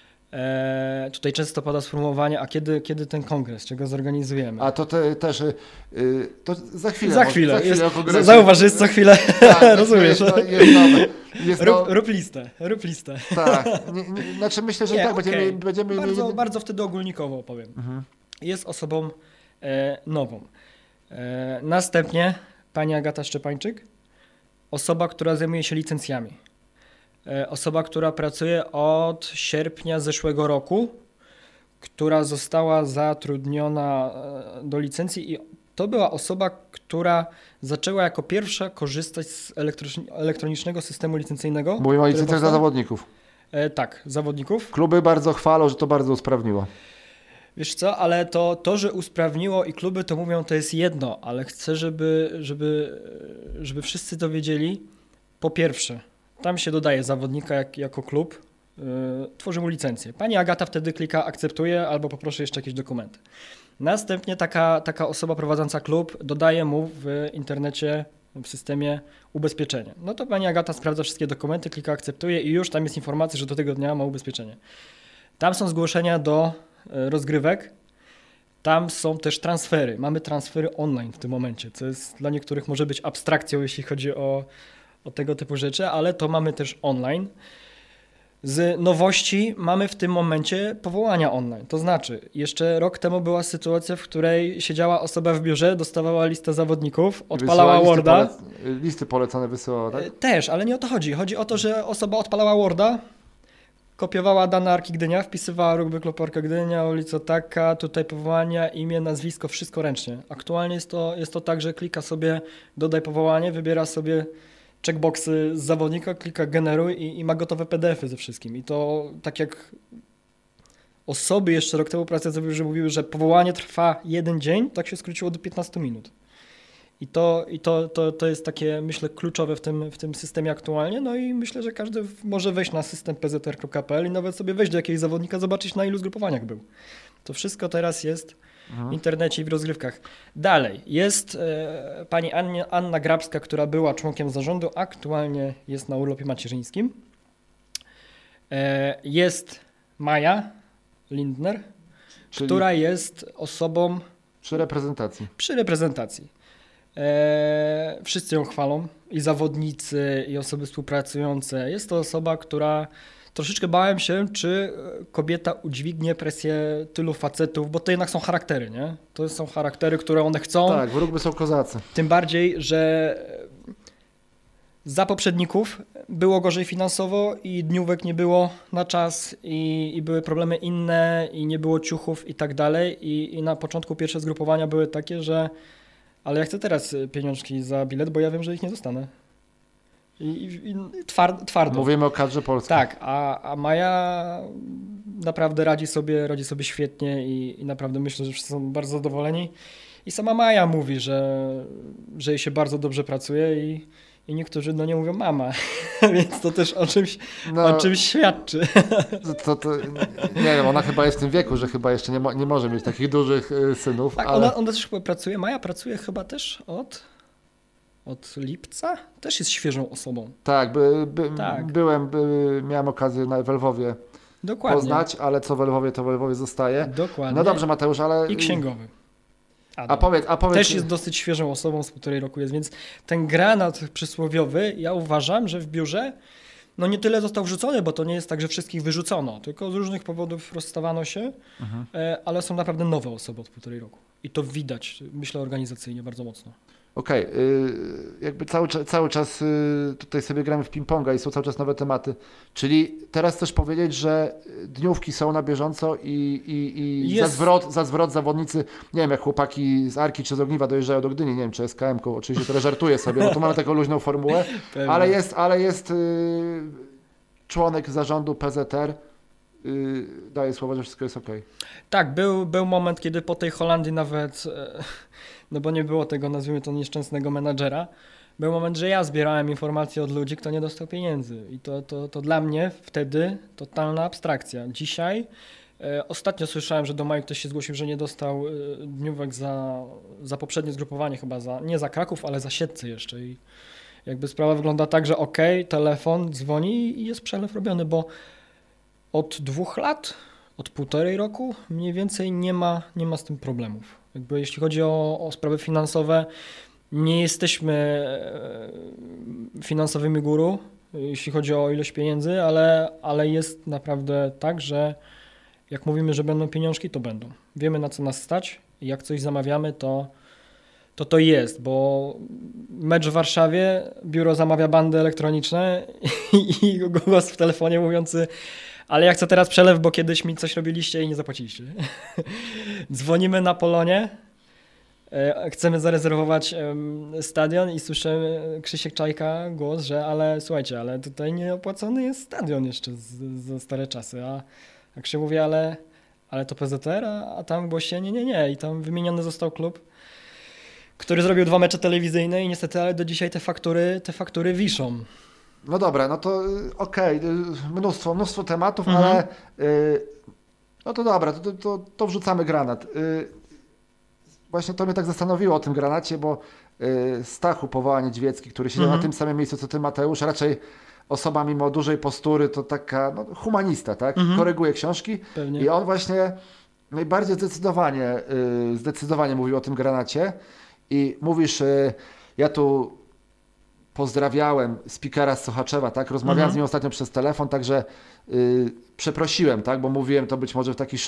Tutaj często pada sformułowanie, a kiedy ten kongres, czego zorganizujemy? A to też, to za chwilę. Za chwilę. Zauważ, jest co chwilę, tak, rozumiesz? Rób listę. Tak, znaczy myślę, że tak, okay. będziemy bardzo wtedy ogólnikowo opowiem. Jest osobą nową. Następnie pani Agata Szczepańczyk, osoba, która zajmuje się licencjami. Osoba, która pracuje od sierpnia zeszłego roku, która została zatrudniona do licencji i to była osoba, która zaczęła jako pierwsza korzystać z elektronicznego systemu licencyjnego. Mówimy o licencjach dla zawodników. Tak, zawodników. Kluby bardzo chwalą, że to bardzo usprawniło. Wiesz co, ale to, że usprawniło i kluby to mówią, to jest jedno, ale chcę, żeby wszyscy to wiedzieli. Po pierwsze, tam się dodaje zawodnika jako klub, tworzy mu licencję. Pani Agata wtedy klika akceptuje albo poproszę jeszcze jakieś dokumenty. Następnie taka osoba prowadząca klub dodaje mu w internecie, w systemie ubezpieczenie. No to pani Agata sprawdza wszystkie dokumenty, klika akceptuje i już tam jest informacja, że do tego dnia ma ubezpieczenie. Tam są zgłoszenia do rozgrywek, tam są też transfery. Mamy transfery online w tym momencie, co jest dla niektórych może być abstrakcją, jeśli chodzi o tego typu rzeczy, ale to mamy też online. Z nowości mamy w tym momencie powołania online. To znaczy, jeszcze rok temu była sytuacja, w której siedziała osoba w biurze, dostawała listę zawodników, odpalała Worda. Listy polecane wysyłała, tak? Też, ale nie o to chodzi. Chodzi o to, że osoba odpalała Worda, kopiowała dane Arki Gdynia, wpisywała Rugby Klub Arka Gdynia, ulica taka, tutaj powołania, imię, nazwisko, wszystko ręcznie. Aktualnie jest to tak, że klika sobie dodaj powołanie, wybiera sobie checkboxy z zawodnika, klika generuj i ma gotowe PDF-y ze wszystkim. I to tak jak osoby jeszcze rok temu pracy mówiły, że powołanie trwa 1 dzień, tak się skróciło do 15 minut. I to jest takie, myślę, kluczowe w tym systemie aktualnie. No i myślę, że każdy może wejść na system pzr.pl i nawet sobie wejść do jakiegoś zawodnika, zobaczyć na ilu zgrupowaniach był. To wszystko teraz jest w internecie i w rozgrywkach. Dalej, jest pani Anna Grabska, która była członkiem zarządu, aktualnie jest na urlopie macierzyńskim. Jest Maja Lindner, która jest osobą przy reprezentacji. Wszyscy ją chwalą, i zawodnicy, i osoby współpracujące. Jest to osoba, która troszeczkę bałem się, czy kobieta udźwignie presję tylu facetów, bo to jednak są charaktery, nie? To są charaktery, które one chcą. Tak, w rugby są kozacy. Tym bardziej, że za poprzedników było gorzej finansowo i dniówek nie było na czas i były problemy inne i nie było ciuchów i tak dalej i na początku pierwsze zgrupowania były takie, że ale ja chcę teraz pieniążki za bilet, bo ja wiem, że ich nie dostanę. I twardo. Mówimy o kadrze polskiej. Tak, a Maja naprawdę radzi sobie świetnie i naprawdę myślę, że wszyscy są bardzo zadowoleni. I sama Maja mówi, że jej się bardzo dobrze pracuje i niektórzy do niej mówią mama, więc to też o czymś świadczy. Nie wiem, ona chyba jest w tym wieku, że chyba jeszcze nie może mieć takich dużych synów. Tak, ale... ona też pracuje, Maja pracuje chyba też od lipca? Też jest świeżą osobą. Tak, miałem okazję w Lwowie poznać, ale co w Lwowie, to w Lwowie zostaje. Dokładnie. No dobrze, Mateusz, ale... I księgowy. A powiedz... Też jest dosyć świeżą osobą, z 1,5 roku jest, więc ten granat przysłowiowy, ja uważam, że w biurze nie tyle został wrzucony, bo to nie jest tak, że wszystkich wyrzucono, tylko z różnych powodów rozstawano się, ale są naprawdę nowe osoby od 1,5 roku. I to widać, myślę, organizacyjnie bardzo mocno. Okej, jakby cały czas tutaj sobie gramy w ping-ponga i są cały czas nowe tematy, czyli teraz chcesz powiedzieć, że dniówki są na bieżąco i za zwrot zawodnicy, nie wiem, jak chłopaki z Arki czy z Ogniwa dojeżdżają do Gdyni, nie wiem, czy SKM-ką, oczywiście teraz żartuję sobie, bo tu mamy taką luźną formułę, ale jest członek zarządu PZR, daje słowo, że wszystko jest okej. Tak, był moment, kiedy po tej Holandii nawet... bo nie było tego, nazwijmy to, nieszczęsnego menadżera. Był moment, że ja zbierałem informacje od ludzi, kto nie dostał pieniędzy. I to dla mnie wtedy totalna abstrakcja. Dzisiaj ostatnio słyszałem, że do Maju ktoś się zgłosił, że nie dostał dniówek za poprzednie zgrupowanie, chyba nie za Kraków, ale za Siedlce jeszcze. I jakby sprawa wygląda tak, że telefon dzwoni i jest przelew robiony, bo od 2 lat, od 1,5 roku mniej więcej nie ma z tym problemów. Jakby jeśli chodzi o sprawy finansowe, nie jesteśmy finansowymi guru, jeśli chodzi o ilość pieniędzy, ale jest naprawdę tak, że jak mówimy, że będą pieniążki, to będą. Wiemy, na co nas stać i jak coś zamawiamy, to jest, bo mecz w Warszawie, biuro zamawia bandy elektroniczne i głos w telefonie mówiący: ale ja chcę teraz przelew, bo kiedyś mi coś robiliście i nie zapłaciliście. Dzwonimy na Polonie, chcemy zarezerwować stadion i słyszymy Krzysiek Czajka głos, że ale słuchajcie, ale tutaj nieopłacony jest stadion jeszcze za stare czasy. A Krzysiek mówi, ale to PZR, a tam głosie nie. I tam wymieniony został klub, który zrobił 2 mecze telewizyjne i niestety, ale do dzisiaj te faktury wiszą. No dobra, no to okej, mnóstwo tematów, ale no to dobra, to wrzucamy granat. Właśnie to mnie tak zastanowiło o tym granacie, bo Stachu Powoła-Niedźwiecki, który siedział na tym samym miejscu co ty, Mateusz, raczej osoba mimo dużej postury, to taka humanista, tak? Koryguje książki. Pewnie. I on właśnie najbardziej zdecydowanie mówił o tym granacie i mówisz, ja tu pozdrawiałem speakera z Sochaczewa, tak? Rozmawiałem z nim ostatnio przez telefon, także przeprosiłem, tak? Bo mówiłem to być może w taki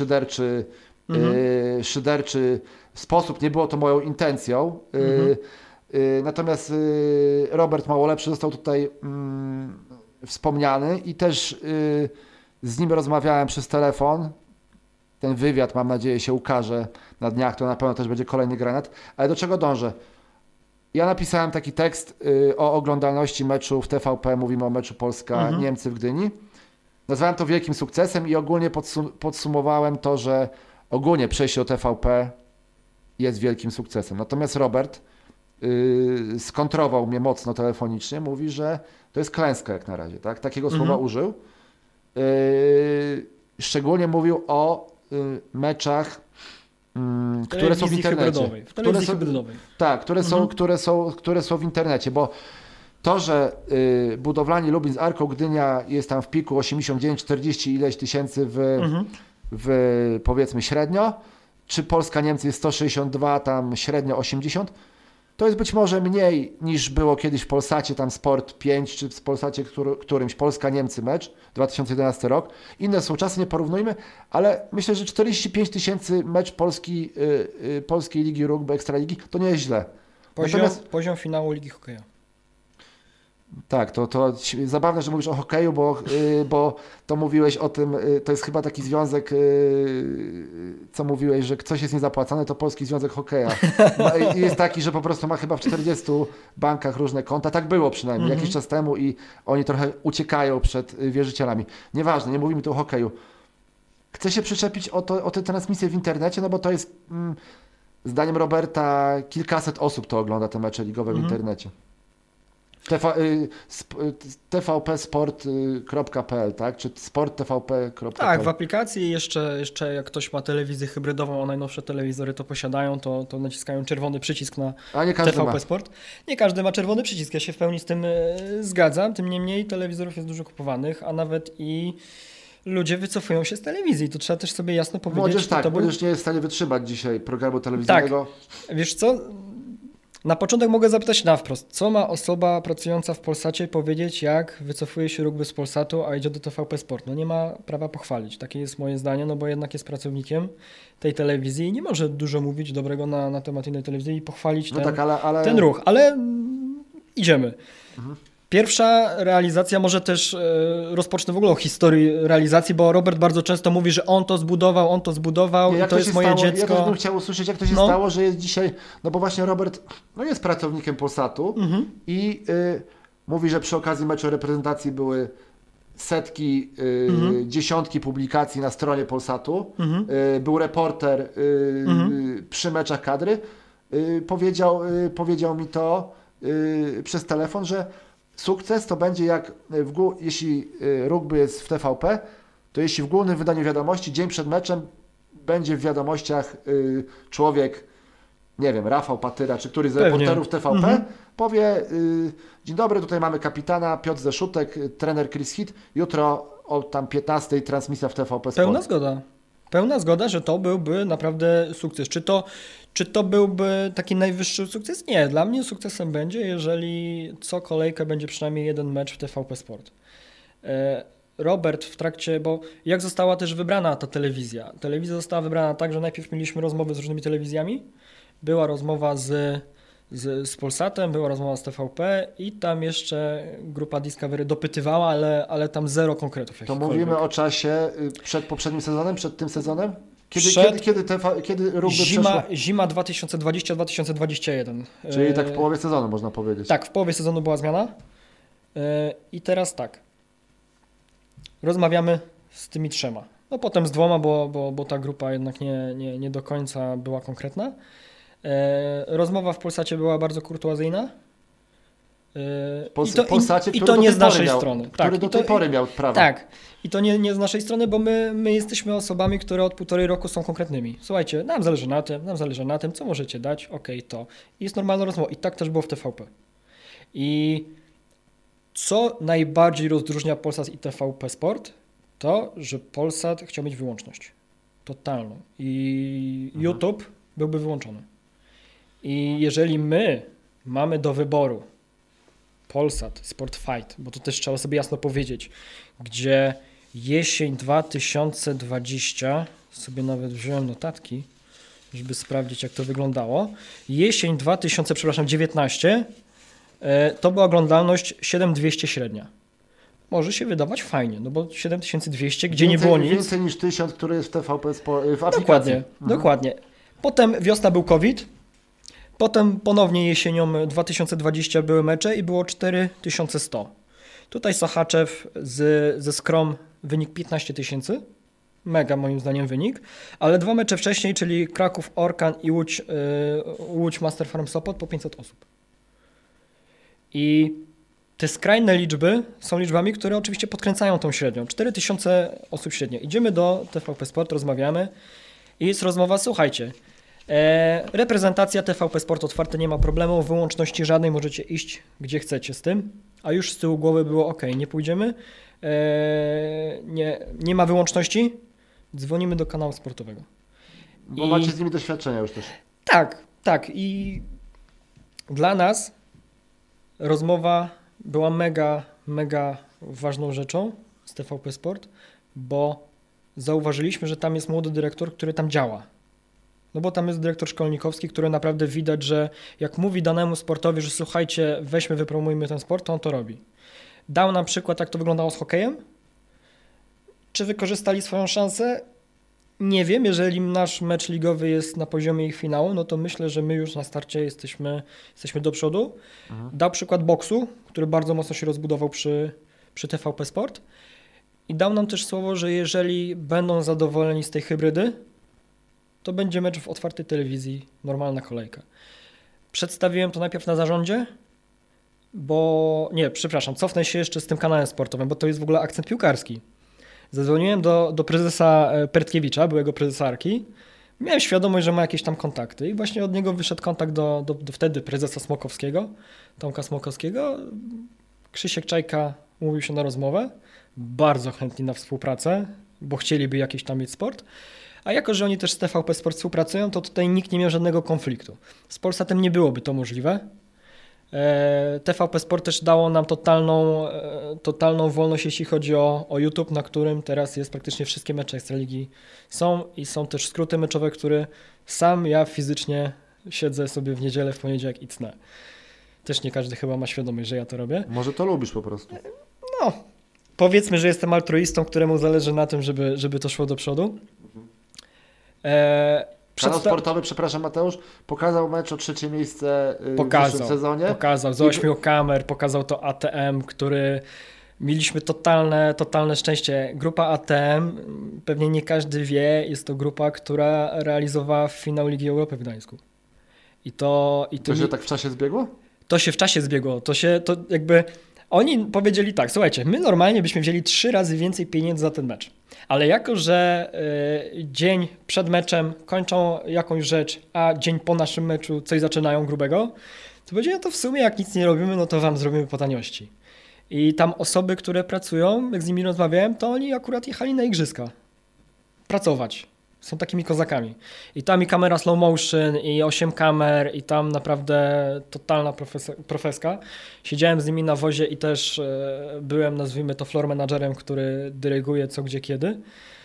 szyderczy sposób, nie było to moją intencją. Natomiast Robert Małolepszy został tutaj wspomniany i też z nim rozmawiałem przez telefon. Ten wywiad, mam nadzieję, się ukaże na dniach, to na pewno też będzie kolejny granat. Ale do czego dążę? Ja napisałem taki tekst o oglądalności meczu w TVP, mówimy o meczu Polska-Niemcy w Gdyni. Nazwałem to wielkim sukcesem i ogólnie podsumowałem to, że ogólnie przejście do TVP jest wielkim sukcesem. Natomiast Robert skontrował mnie mocno telefonicznie, mówi, że to jest klęska jak na razie, tak? Takiego słowa użył. Szczególnie mówił o meczach, które są w internecie. W telewizji hybrydowej. Tak, które są w internecie, bo to, że budowlani Lubin z Arką Gdynia jest tam w piku 89-40 ileś tysięcy w powiedzmy średnio, czy Polska-Niemcy jest 162, tam średnio 80, to jest być może mniej niż było kiedyś w Polsacie, tam Sport 5, czy w Polsacie którymś Polska-Niemcy mecz, 2011 rok. Inne są czasy, nie porównujmy, ale myślę, że 45 tysięcy mecz Polskiej Ligi Rugby, Ekstraligi, to nie jest źle. Poziom finału Ligi Hokeja. Tak, to zabawne, że mówisz o hokeju, bo to mówiłeś o tym, to jest chyba taki związek, co mówiłeś, że coś jest niezapłacane, to Polski Związek Hokeja. No i jest taki, że po prostu ma chyba w 40 bankach różne konta, tak było przynajmniej jakiś czas temu i oni trochę uciekają przed wierzycielami. Nieważne, nie mówimy tu o hokeju. Chcę się przyczepić o te transmisje w internecie, no bo to jest, zdaniem Roberta, kilkaset osób to ogląda te mecze ligowe w internecie. tvpsport.pl, tak? Czy sporttvp.pl? Tak, w aplikacji jeszcze jak ktoś ma telewizję hybrydową, a najnowsze telewizory to posiadają, to naciskają czerwony przycisk na TVP Sport. Nie każdy ma czerwony przycisk, ja się w pełni z tym zgadzam, tym niemniej telewizorów jest dużo kupowanych, a nawet i ludzie wycofują się z telewizji, to trzeba też sobie jasno powiedzieć. Młodzież tak, młodzież nie jest w stanie wytrzymać dzisiaj programu telewizyjnego. Tak, wiesz co? Na początek mogę zapytać na wprost, co ma osoba pracująca w Polsacie powiedzieć, jak wycofuje się rugby z Polsatu, a idzie do TVP Sport? No nie ma prawa pochwalić, takie jest moje zdanie, no bo jednak jest pracownikiem tej telewizji i nie może dużo mówić dobrego na temat innej telewizji i pochwalić ten ruch, ale idziemy. Pierwsza realizacja, może też rozpocznę w ogóle o historii realizacji, bo Robert bardzo często mówi, że on to zbudował i to jest moje dziecko. Ja też bym chciał usłyszeć, jak to się stało, że jest dzisiaj, no bo właśnie Robert jest pracownikiem Polsatu i mówi, że przy okazji meczu reprezentacji były setki, dziesiątki publikacji na stronie Polsatu. Był reporter przy meczach kadry. Powiedział mi to przez telefon, że sukces to będzie jak, jeśli rugby jest w TVP, to jeśli w głównym wydaniu wiadomości dzień przed meczem będzie w wiadomościach człowiek, nie wiem, Rafał Patyra, czy któryś z reporterów TVP, powie: dzień dobry, tutaj mamy kapitana Piotr Zeszutek, trener Chris Hit, jutro o tam 15:00 transmisja w TVP Sport. Pełna zgoda, że to byłby naprawdę sukces. Czy to byłby taki najwyższy sukces? Nie. Dla mnie sukcesem będzie, jeżeli co kolejkę będzie przynajmniej jeden mecz w TVP Sport. Robert w trakcie, bo jak została też wybrana ta telewizja? Telewizja została wybrana tak, że najpierw mieliśmy rozmowy z różnymi telewizjami, była rozmowa z Polsatem, była rozmowa z TVP i tam jeszcze grupa Discovery dopytywała, ale tam zero konkretów. To mówimy o czasie przed poprzednim sezonem, przed tym sezonem? Kiedy rugby Zima 2020-2021. Czyli tak w połowie sezonu można powiedzieć. Tak, w połowie sezonu była zmiana. I teraz tak. Rozmawiamy z tymi trzema. No potem z dwoma, bo ta grupa jednak nie do końca była konkretna. Rozmowa w Polsacie była bardzo kurtuazyjna. I to nie z naszej strony. Który do tej pory miał prawo. Tak. I to nie z naszej strony, bo my jesteśmy osobami, które od 1,5 roku są konkretnymi. Słuchajcie, nam zależy na tym, co możecie dać, to. I jest normalna rozmowa. I tak też było w TVP. I co najbardziej rozróżnia Polsat i TVP Sport, to, że Polsat chciał mieć wyłączność. Totalną. I YouTube byłby wyłączony. I jeżeli my mamy do wyboru Polsat, Sport Fight, bo to też trzeba sobie jasno powiedzieć, gdzie jesień 2020, sobie nawet wziąłem notatki, żeby sprawdzić, jak to wyglądało. Jesień 2019 to była oglądalność 7200 średnia. Może się wydawać fajnie, no bo 7200, gdzie nie było nic. Więcej niż 1000, który jest w TVP w aplikacji. Dokładnie. Potem wiosna był COVID. Potem ponownie jesienią 2020 były mecze i było 4100. Tutaj Sochaczew ze Skrom wynik 15 000. Mega moim zdaniem wynik. Ale 2 mecze wcześniej, czyli Kraków Orkan i Łódź Master Farm Sopot po 500 osób. I te skrajne liczby są liczbami, które oczywiście podkręcają tą średnią. 4000 osób średnio. Idziemy do TVP Sport, rozmawiamy i jest rozmowa, słuchajcie, reprezentacja TVP Sport otwarte, nie ma problemu, wyłączności żadnej, możecie iść gdzie chcecie z tym, a już z tyłu głowy było ok, nie pójdziemy, nie ma wyłączności, dzwonimy do kanału sportowego. Bo macie z nimi doświadczenia już też. Tak i dla nas rozmowa była mega ważną rzeczą z TVP Sport, bo zauważyliśmy, że tam jest młody dyrektor, który tam działa. No bo tam jest dyrektor Szkolnikowski, który naprawdę widać, że jak mówi danemu sportowi, że słuchajcie, weźmy, wypromujmy ten sport, to on to robi. Dał nam przykład, jak to wyglądało z hokejem. Czy wykorzystali swoją szansę? Nie wiem, jeżeli nasz mecz ligowy jest na poziomie ich finału, no to myślę, że my już na starcie jesteśmy do przodu. Dał przykład boksu, który bardzo mocno się rozbudował przy TVP Sport i dał nam też słowo, że jeżeli będą zadowoleni z tej hybrydy, to będzie mecz w otwartej telewizji, normalna kolejka. Przedstawiłem to najpierw na zarządzie, cofnę się jeszcze z tym kanałem sportowym, bo to jest w ogóle akcent piłkarski. Zadzwoniłem do prezesa Pertkiewicza, byłego prezesa Arki. Miałem świadomość, że ma jakieś tam kontakty i właśnie od niego wyszedł kontakt do wtedy prezesa Smokowskiego, Tomka Smokowskiego. Krzysiek Czajka umówił się na rozmowę, bardzo chętni na współpracę, bo chcieliby jakiś tam mieć sport. A jako, że oni też z TVP Sport współpracują, to tutaj nikt nie miał żadnego konfliktu. Z Polsatem nie byłoby to możliwe. TVP Sport też dało nam totalną wolność, jeśli chodzi o YouTube, na którym teraz jest praktycznie wszystkie mecze Ekstraligi są i są też skróty meczowe, które sam ja fizycznie siedzę sobie w niedzielę, w poniedziałek i cnę. Też nie każdy chyba ma świadomość, że ja to robię. Może to lubisz po prostu. No, powiedzmy, że jestem altruistą, któremu zależy na tym, żeby to szło do przodu. Kanał sportowy, przepraszam Mateusz, pokazał mecz o 3. miejsce w zeszłym sezonie. Pokazał, z 8 kamer, pokazał to ATM, który mieliśmy totalne szczęście. Grupa ATM, pewnie nie każdy wie, jest to grupa, która realizowała finał Ligi Europy w Gdańsku. To się tak w czasie zbiegło? To się w czasie zbiegło. Oni powiedzieli tak, słuchajcie, my normalnie byśmy wzięli 3 razy więcej pieniędzy za ten mecz. Ale jako, że dzień przed meczem kończą jakąś rzecz, a dzień po naszym meczu coś zaczynają grubego, to powiedzieli, no to w sumie jak nic nie robimy, no to wam zrobimy po taniości. I tam osoby, które pracują, jak z nimi rozmawiałem, to oni akurat jechali na igrzyska. Pracować. Są takimi kozakami. I tam i kamera slow motion, i 8 kamer, i tam naprawdę totalna profeska. Siedziałem z nimi na wozie i też byłem, nazwijmy to, floor managerem, który dyryguje co, gdzie, kiedy.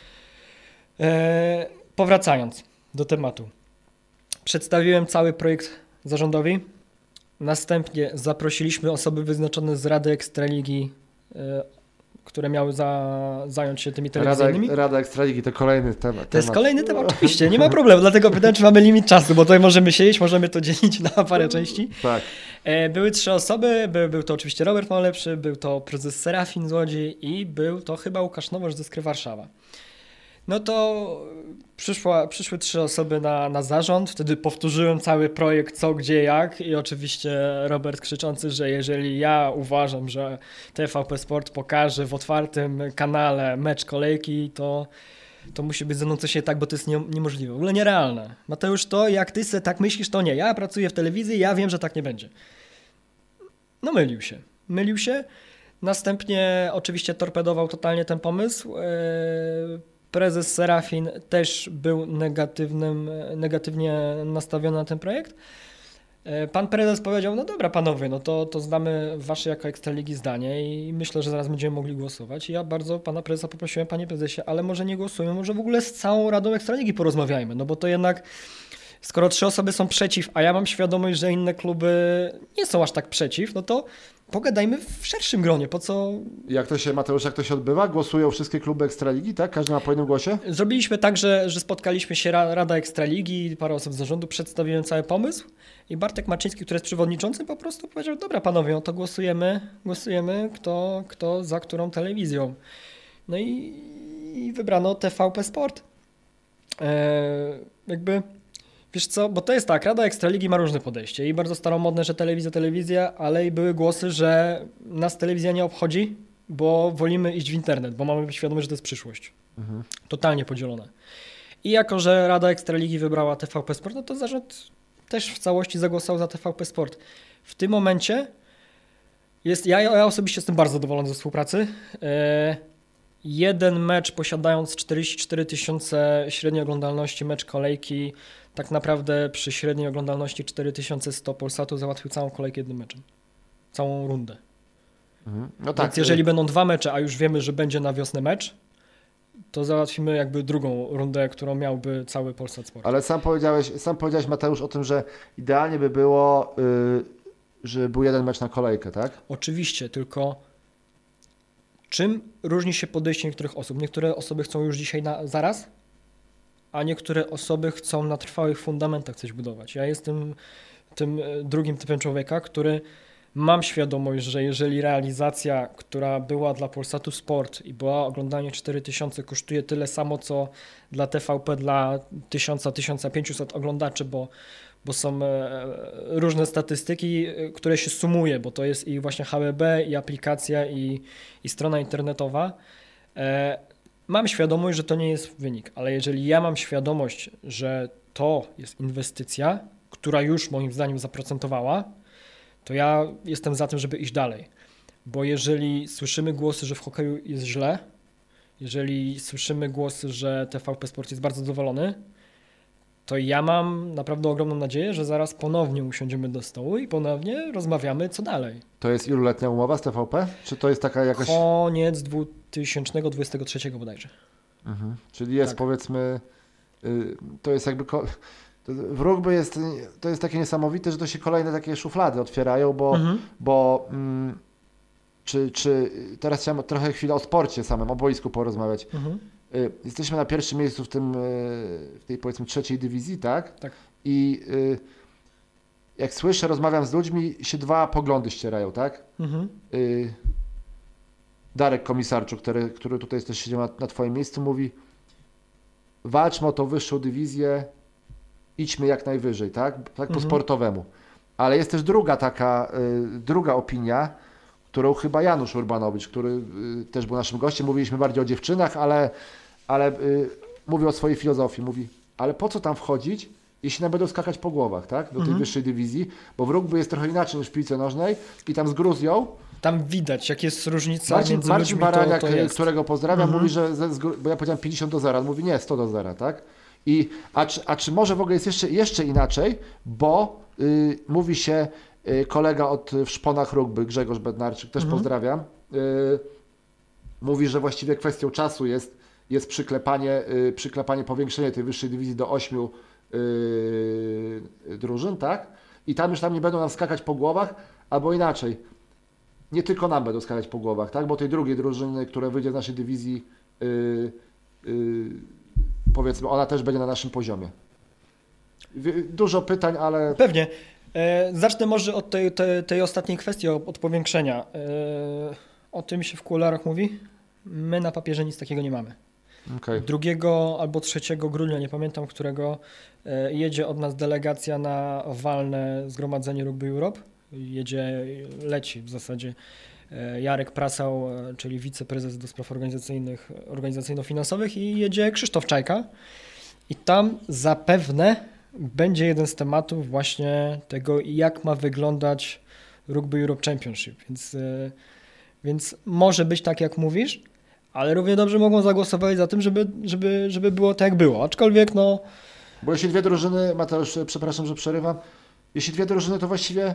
Powracając do tematu. Przedstawiłem cały projekt zarządowi. Następnie zaprosiliśmy osoby wyznaczone z Rady Ekstraligi, które miały zająć się tymi telewizyjnymi. Rada Ekstraligi to kolejny temat. To jest kolejny temat, oczywiście, nie ma problemu, dlatego pytam, czy mamy limit czasu, bo tutaj możemy siedzieć, możemy to dzielić na parę części. Tak. Były 3 osoby, był to oczywiście Robert Małlepszy, był to prezes Serafin z Łodzi i był to chyba Łukasz Nowosz ze Skry Warszawa. No to przyszły 3 osoby na zarząd, wtedy powtórzyłem cały projekt co, gdzie, jak i oczywiście Robert krzyczący, że jeżeli ja uważam, że TVP Sport pokaże w otwartym kanale mecz kolejki, to musi być ze mną coś nie tak, bo to jest niemożliwe, w ogóle nierealne. Mateusz, to jak ty sobie tak myślisz, to nie. Ja pracuję w telewizji, ja wiem, że tak nie będzie. No mylił się. Następnie oczywiście torpedował totalnie ten pomysł. Prezes Serafin też był negatywnie nastawiony na ten projekt. Pan prezes powiedział, no dobra panowie, no to znamy wasze jako Ekstraligi zdanie i myślę, że zaraz będziemy mogli głosować. I ja bardzo pana prezesa poprosiłem, panie prezesie, ale może nie głosujmy, może w ogóle z całą Radą Ekstraligi porozmawiajmy, no bo to jednak skoro 3 osoby są przeciw, a ja mam świadomość, że inne kluby nie są aż tak przeciw, no to pogadajmy w szerszym gronie, po co... Mateusz, jak to się odbywa? Głosują wszystkie kluby Ekstraligi, tak? Każdy ma po jednym głosie? Zrobiliśmy tak, że spotkaliśmy się Rada Ekstraligi, parę osób z zarządu, przedstawiłem cały pomysł i Bartek Maczyński, który jest przewodniczącym, po prostu powiedział, dobra panowie, no to głosujemy kto za którą telewizją. No i wybrano TVP Sport. Wiesz co, bo to jest tak, Rada Ekstraligi ma różne podejście i bardzo staromodne, że telewizja, ale i były głosy, że nas telewizja nie obchodzi, bo wolimy iść w internet, bo mamy świadomość, że to jest przyszłość. Totalnie podzielone. I jako, że Rada Ekstraligi wybrała TVP Sport, no to zarząd też w całości zagłosował za TVP Sport. W tym momencie ja osobiście jestem bardzo zadowolony ze współpracy. Jeden mecz posiadając 44 000 średniej oglądalności, mecz kolejki, tak naprawdę przy średniej oglądalności 4100 Polsatu załatwił całą kolejkę jednym meczem. Całą rundę. No tak. Więc jeżeli będą 2 mecze, a już wiemy, że będzie na wiosnę mecz, to załatwimy jakby drugą rundę, którą miałby cały Polsat Sport. Ale sam powiedziałeś Mateusz o tym, że idealnie by było, że był jeden mecz na kolejkę, tak? Oczywiście, tylko czym różni się podejście niektórych osób? Niektóre osoby chcą już dzisiaj zaraz, a niektóre osoby chcą na trwałych fundamentach coś budować. Ja jestem tym drugim typem człowieka, który mam świadomość, że jeżeli realizacja, która była dla Polsatu Sport i była oglądanie 4000 kosztuje tyle samo, co dla TVP dla 1000-1500 oglądaczy, bo są różne statystyki, które się sumuje, bo to jest i właśnie HBB, i aplikacja, i strona internetowa. Mam świadomość, że to nie jest wynik, ale jeżeli ja mam świadomość, że to jest inwestycja, która już moim zdaniem zaprocentowała, to ja jestem za tym, żeby iść dalej. Bo jeżeli słyszymy głosy, że w hokeju jest źle, jeżeli słyszymy głosy, że TVP Sport jest bardzo zadowolony, to ja mam naprawdę ogromną nadzieję, że zaraz ponownie usiądziemy do stołu i ponownie rozmawiamy, co dalej. To jest iluletnia umowa z TVP? Czy to jest taka jakaś... Koniec 2023 bodajże. Mhm. Czyli jest powiedzmy, to jest jakby... W rugby to jest takie niesamowite, że to się kolejne takie szuflady otwierają, bo czy teraz chciałem trochę chwilę o sporcie samym, o boisku porozmawiać. Jesteśmy na pierwszym miejscu w tej powiedzmy trzeciej dywizji, tak? Tak. I jak słyszę, rozmawiam z ludźmi, się dwa poglądy ścierają, tak? Darek Komisarczuk, który tutaj też siedział na twoim miejscu, mówi: walczmy o tą wyższą dywizję, idźmy jak najwyżej, tak po sportowemu. Ale jest też druga opinia, którą chyba Janusz Urbanowicz, który też był naszym gościem, mówiliśmy bardziej o dziewczynach, ale mówi o swojej filozofii, mówi, ale po co tam wchodzić, jeśli nam będą skakać po głowach, tak, do tej wyższej dywizji, bo w rugby jest trochę inaczej niż w piłce nożnej i tam z Gruzją. Tam widać, jak jest różnica między Marcin ludźmi, Baraniak, to jest. którego pozdrawiam, mówi, że bo ja powiedziałem 50-0, on mówi nie, 100-0, tak? A czy może w ogóle jest jeszcze inaczej, bo mówi się, kolega w Szponach Rugby, Grzegorz Bednarczyk, też pozdrawiam, mówi, że właściwie kwestią czasu jest przyklepanie powiększenia tej wyższej dywizji do 8 drużyn, tak? I tam już nie będą nam skakać po głowach, albo inaczej, nie tylko nam będą skakać po głowach, tak? Bo tej drugiej drużyny, która wyjdzie z naszej dywizji, powiedzmy, ona też będzie na naszym poziomie. Dużo pytań, ale... Pewnie. Zacznę może od tej ostatniej kwestii, od powiększenia. O tym się w kuluarach mówi. My na papierze nic takiego nie mamy. Okay. 2 albo 3 grudnia, nie pamiętam którego, jedzie od nas delegacja na walne zgromadzenie Rugby Europe. Leci w zasadzie Jarek Prasał, czyli wiceprezes do spraw organizacyjno-finansowych, i jedzie Krzysztof Czajka. I tam zapewne będzie jeden z tematów właśnie tego, jak ma wyglądać Rugby Europe Championship. Więc może być tak, jak mówisz, ale równie dobrze mogą zagłosować za tym, żeby było tak, jak było. Aczkolwiek no... Bo jeśli 2 drużyny, Mateusz, przepraszam, że przerywam, jeśli 2 drużyny, to właściwie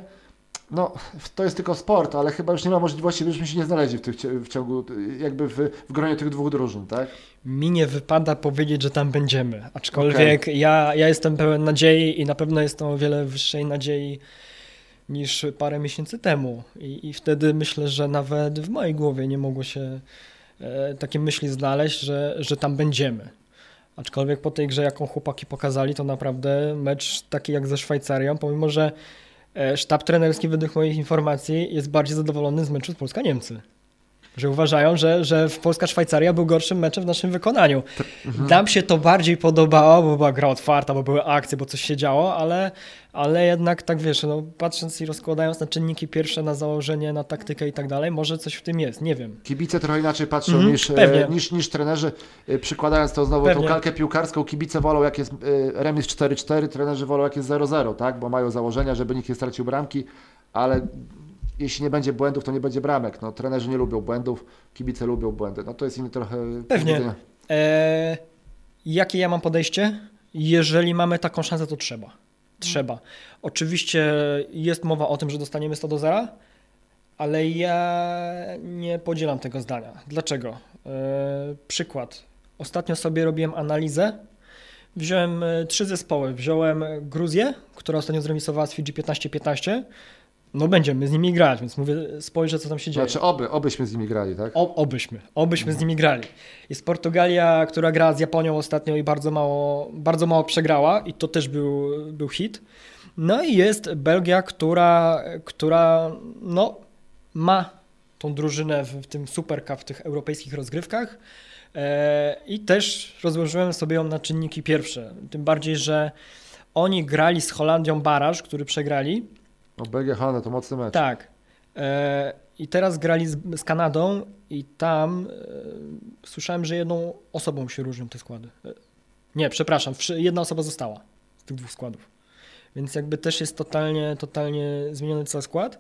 to jest tylko sport, ale chyba już nie ma możliwości, byśmy się nie znaleźli w ciągu, jakby w gronie tych 2 drużyn, tak? Mi nie wypada powiedzieć, że tam będziemy, aczkolwiek ja jestem pełen nadziei i na pewno jestem o wiele wyższej nadziei niż parę miesięcy temu i wtedy myślę, że nawet w mojej głowie nie mogło się takie myśli znaleźć, że tam będziemy. Aczkolwiek po tej grze, jaką chłopaki pokazali, to naprawdę mecz taki jak ze Szwajcarią, pomimo że sztab trenerski według moich informacji jest bardziej zadowolony z meczu z Polska-Niemcy. Że uważają, że Polska-Szwajcaria był gorszym meczem w naszym wykonaniu. Nam się to bardziej podobało, bo była gra otwarta, bo były akcje, bo coś się działo, ale jednak tak wiesz, patrząc i rozkładając na czynniki pierwsze, na założenie, na taktykę i tak dalej, może coś w tym jest, nie wiem. Kibice trochę inaczej patrzą niż trenerzy, przykładając to znowu tą kalkę piłkarską, kibice wolą jak jest remis 4-4, trenerzy wolą jak jest 0-0, tak? Bo mają założenia, żeby nikt nie stracił bramki, ale jeśli nie będzie błędów, to nie będzie bramek. Trenerzy nie lubią błędów, kibice lubią błędy. To jest inny trochę... Pewnie. Jakie ja mam podejście? Jeżeli mamy taką szansę, to trzeba. Oczywiście jest mowa o tym, że dostaniemy 100-0, ale ja nie podzielam tego zdania. Dlaczego? Przykład. Ostatnio sobie robiłem analizę. Wziąłem 3 zespoły. Wziąłem Gruzję, która ostatnio zremisowała z Fidżi 15-15. No będziemy z nimi grać, więc mówię, spojrzę, co tam się dzieje. Znaczy obyśmy z nimi grali, tak? Obyśmy z nimi grali. Jest Portugalia, która gra z Japonią ostatnio i bardzo mało przegrała i to też był hit. No i jest Belgia, która no, ma tą drużynę w tym Super Cup, w tych europejskich rozgrywkach i też rozłożyłem sobie ją na czynniki pierwsze. Tym bardziej, że oni grali z Holandią baraż, który przegrali. No Belgia, Holandia to mocny mecz. Tak. I teraz grali z Kanadą i tam słyszałem, że jedną osobą się różnią te składy. Nie, przepraszam, jedna osoba została z tych 2 składów. Więc jakby też jest totalnie zmieniony cały skład.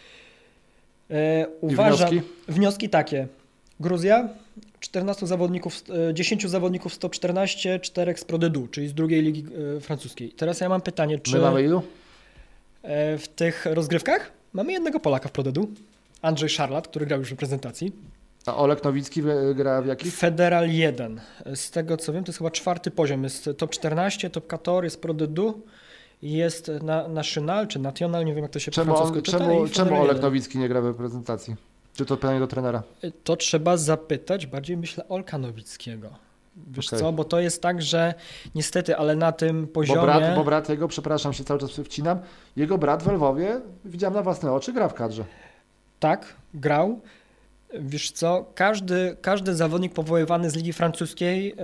Uważam, wnioski takie. Gruzja, 14 zawodników, 10 zawodników 114, 4 z Pro D2, czyli z drugiej ligi francuskiej. Teraz ja mam pytanie, czy... My mamy ilu? W tych rozgrywkach mamy jednego Polaka w Pro D2, Andrzej Szarlat, który grał już w reprezentacji. A Olek Nowicki gra w jakich? Federal 1. Z tego co wiem, to jest chyba 4. poziom. Jest top 14, top 14, jest Pro D2. Jest National czy National, nie wiem jak to się po francusku czyta. Czemu Olek Nowicki nie gra w reprezentacji? Czy to pytanie do trenera? To trzeba zapytać, bardziej myślę Olka Nowickiego. Wiesz co, bo to jest tak, że niestety, ale na tym poziomie... Bo brat jego, przepraszam się cały czas wcinam, jego brat w Lwowie, widziałem na własne oczy, gra w kadrze. Tak, grał. Wiesz co, każdy zawodnik powoływany z Ligi Francuskiej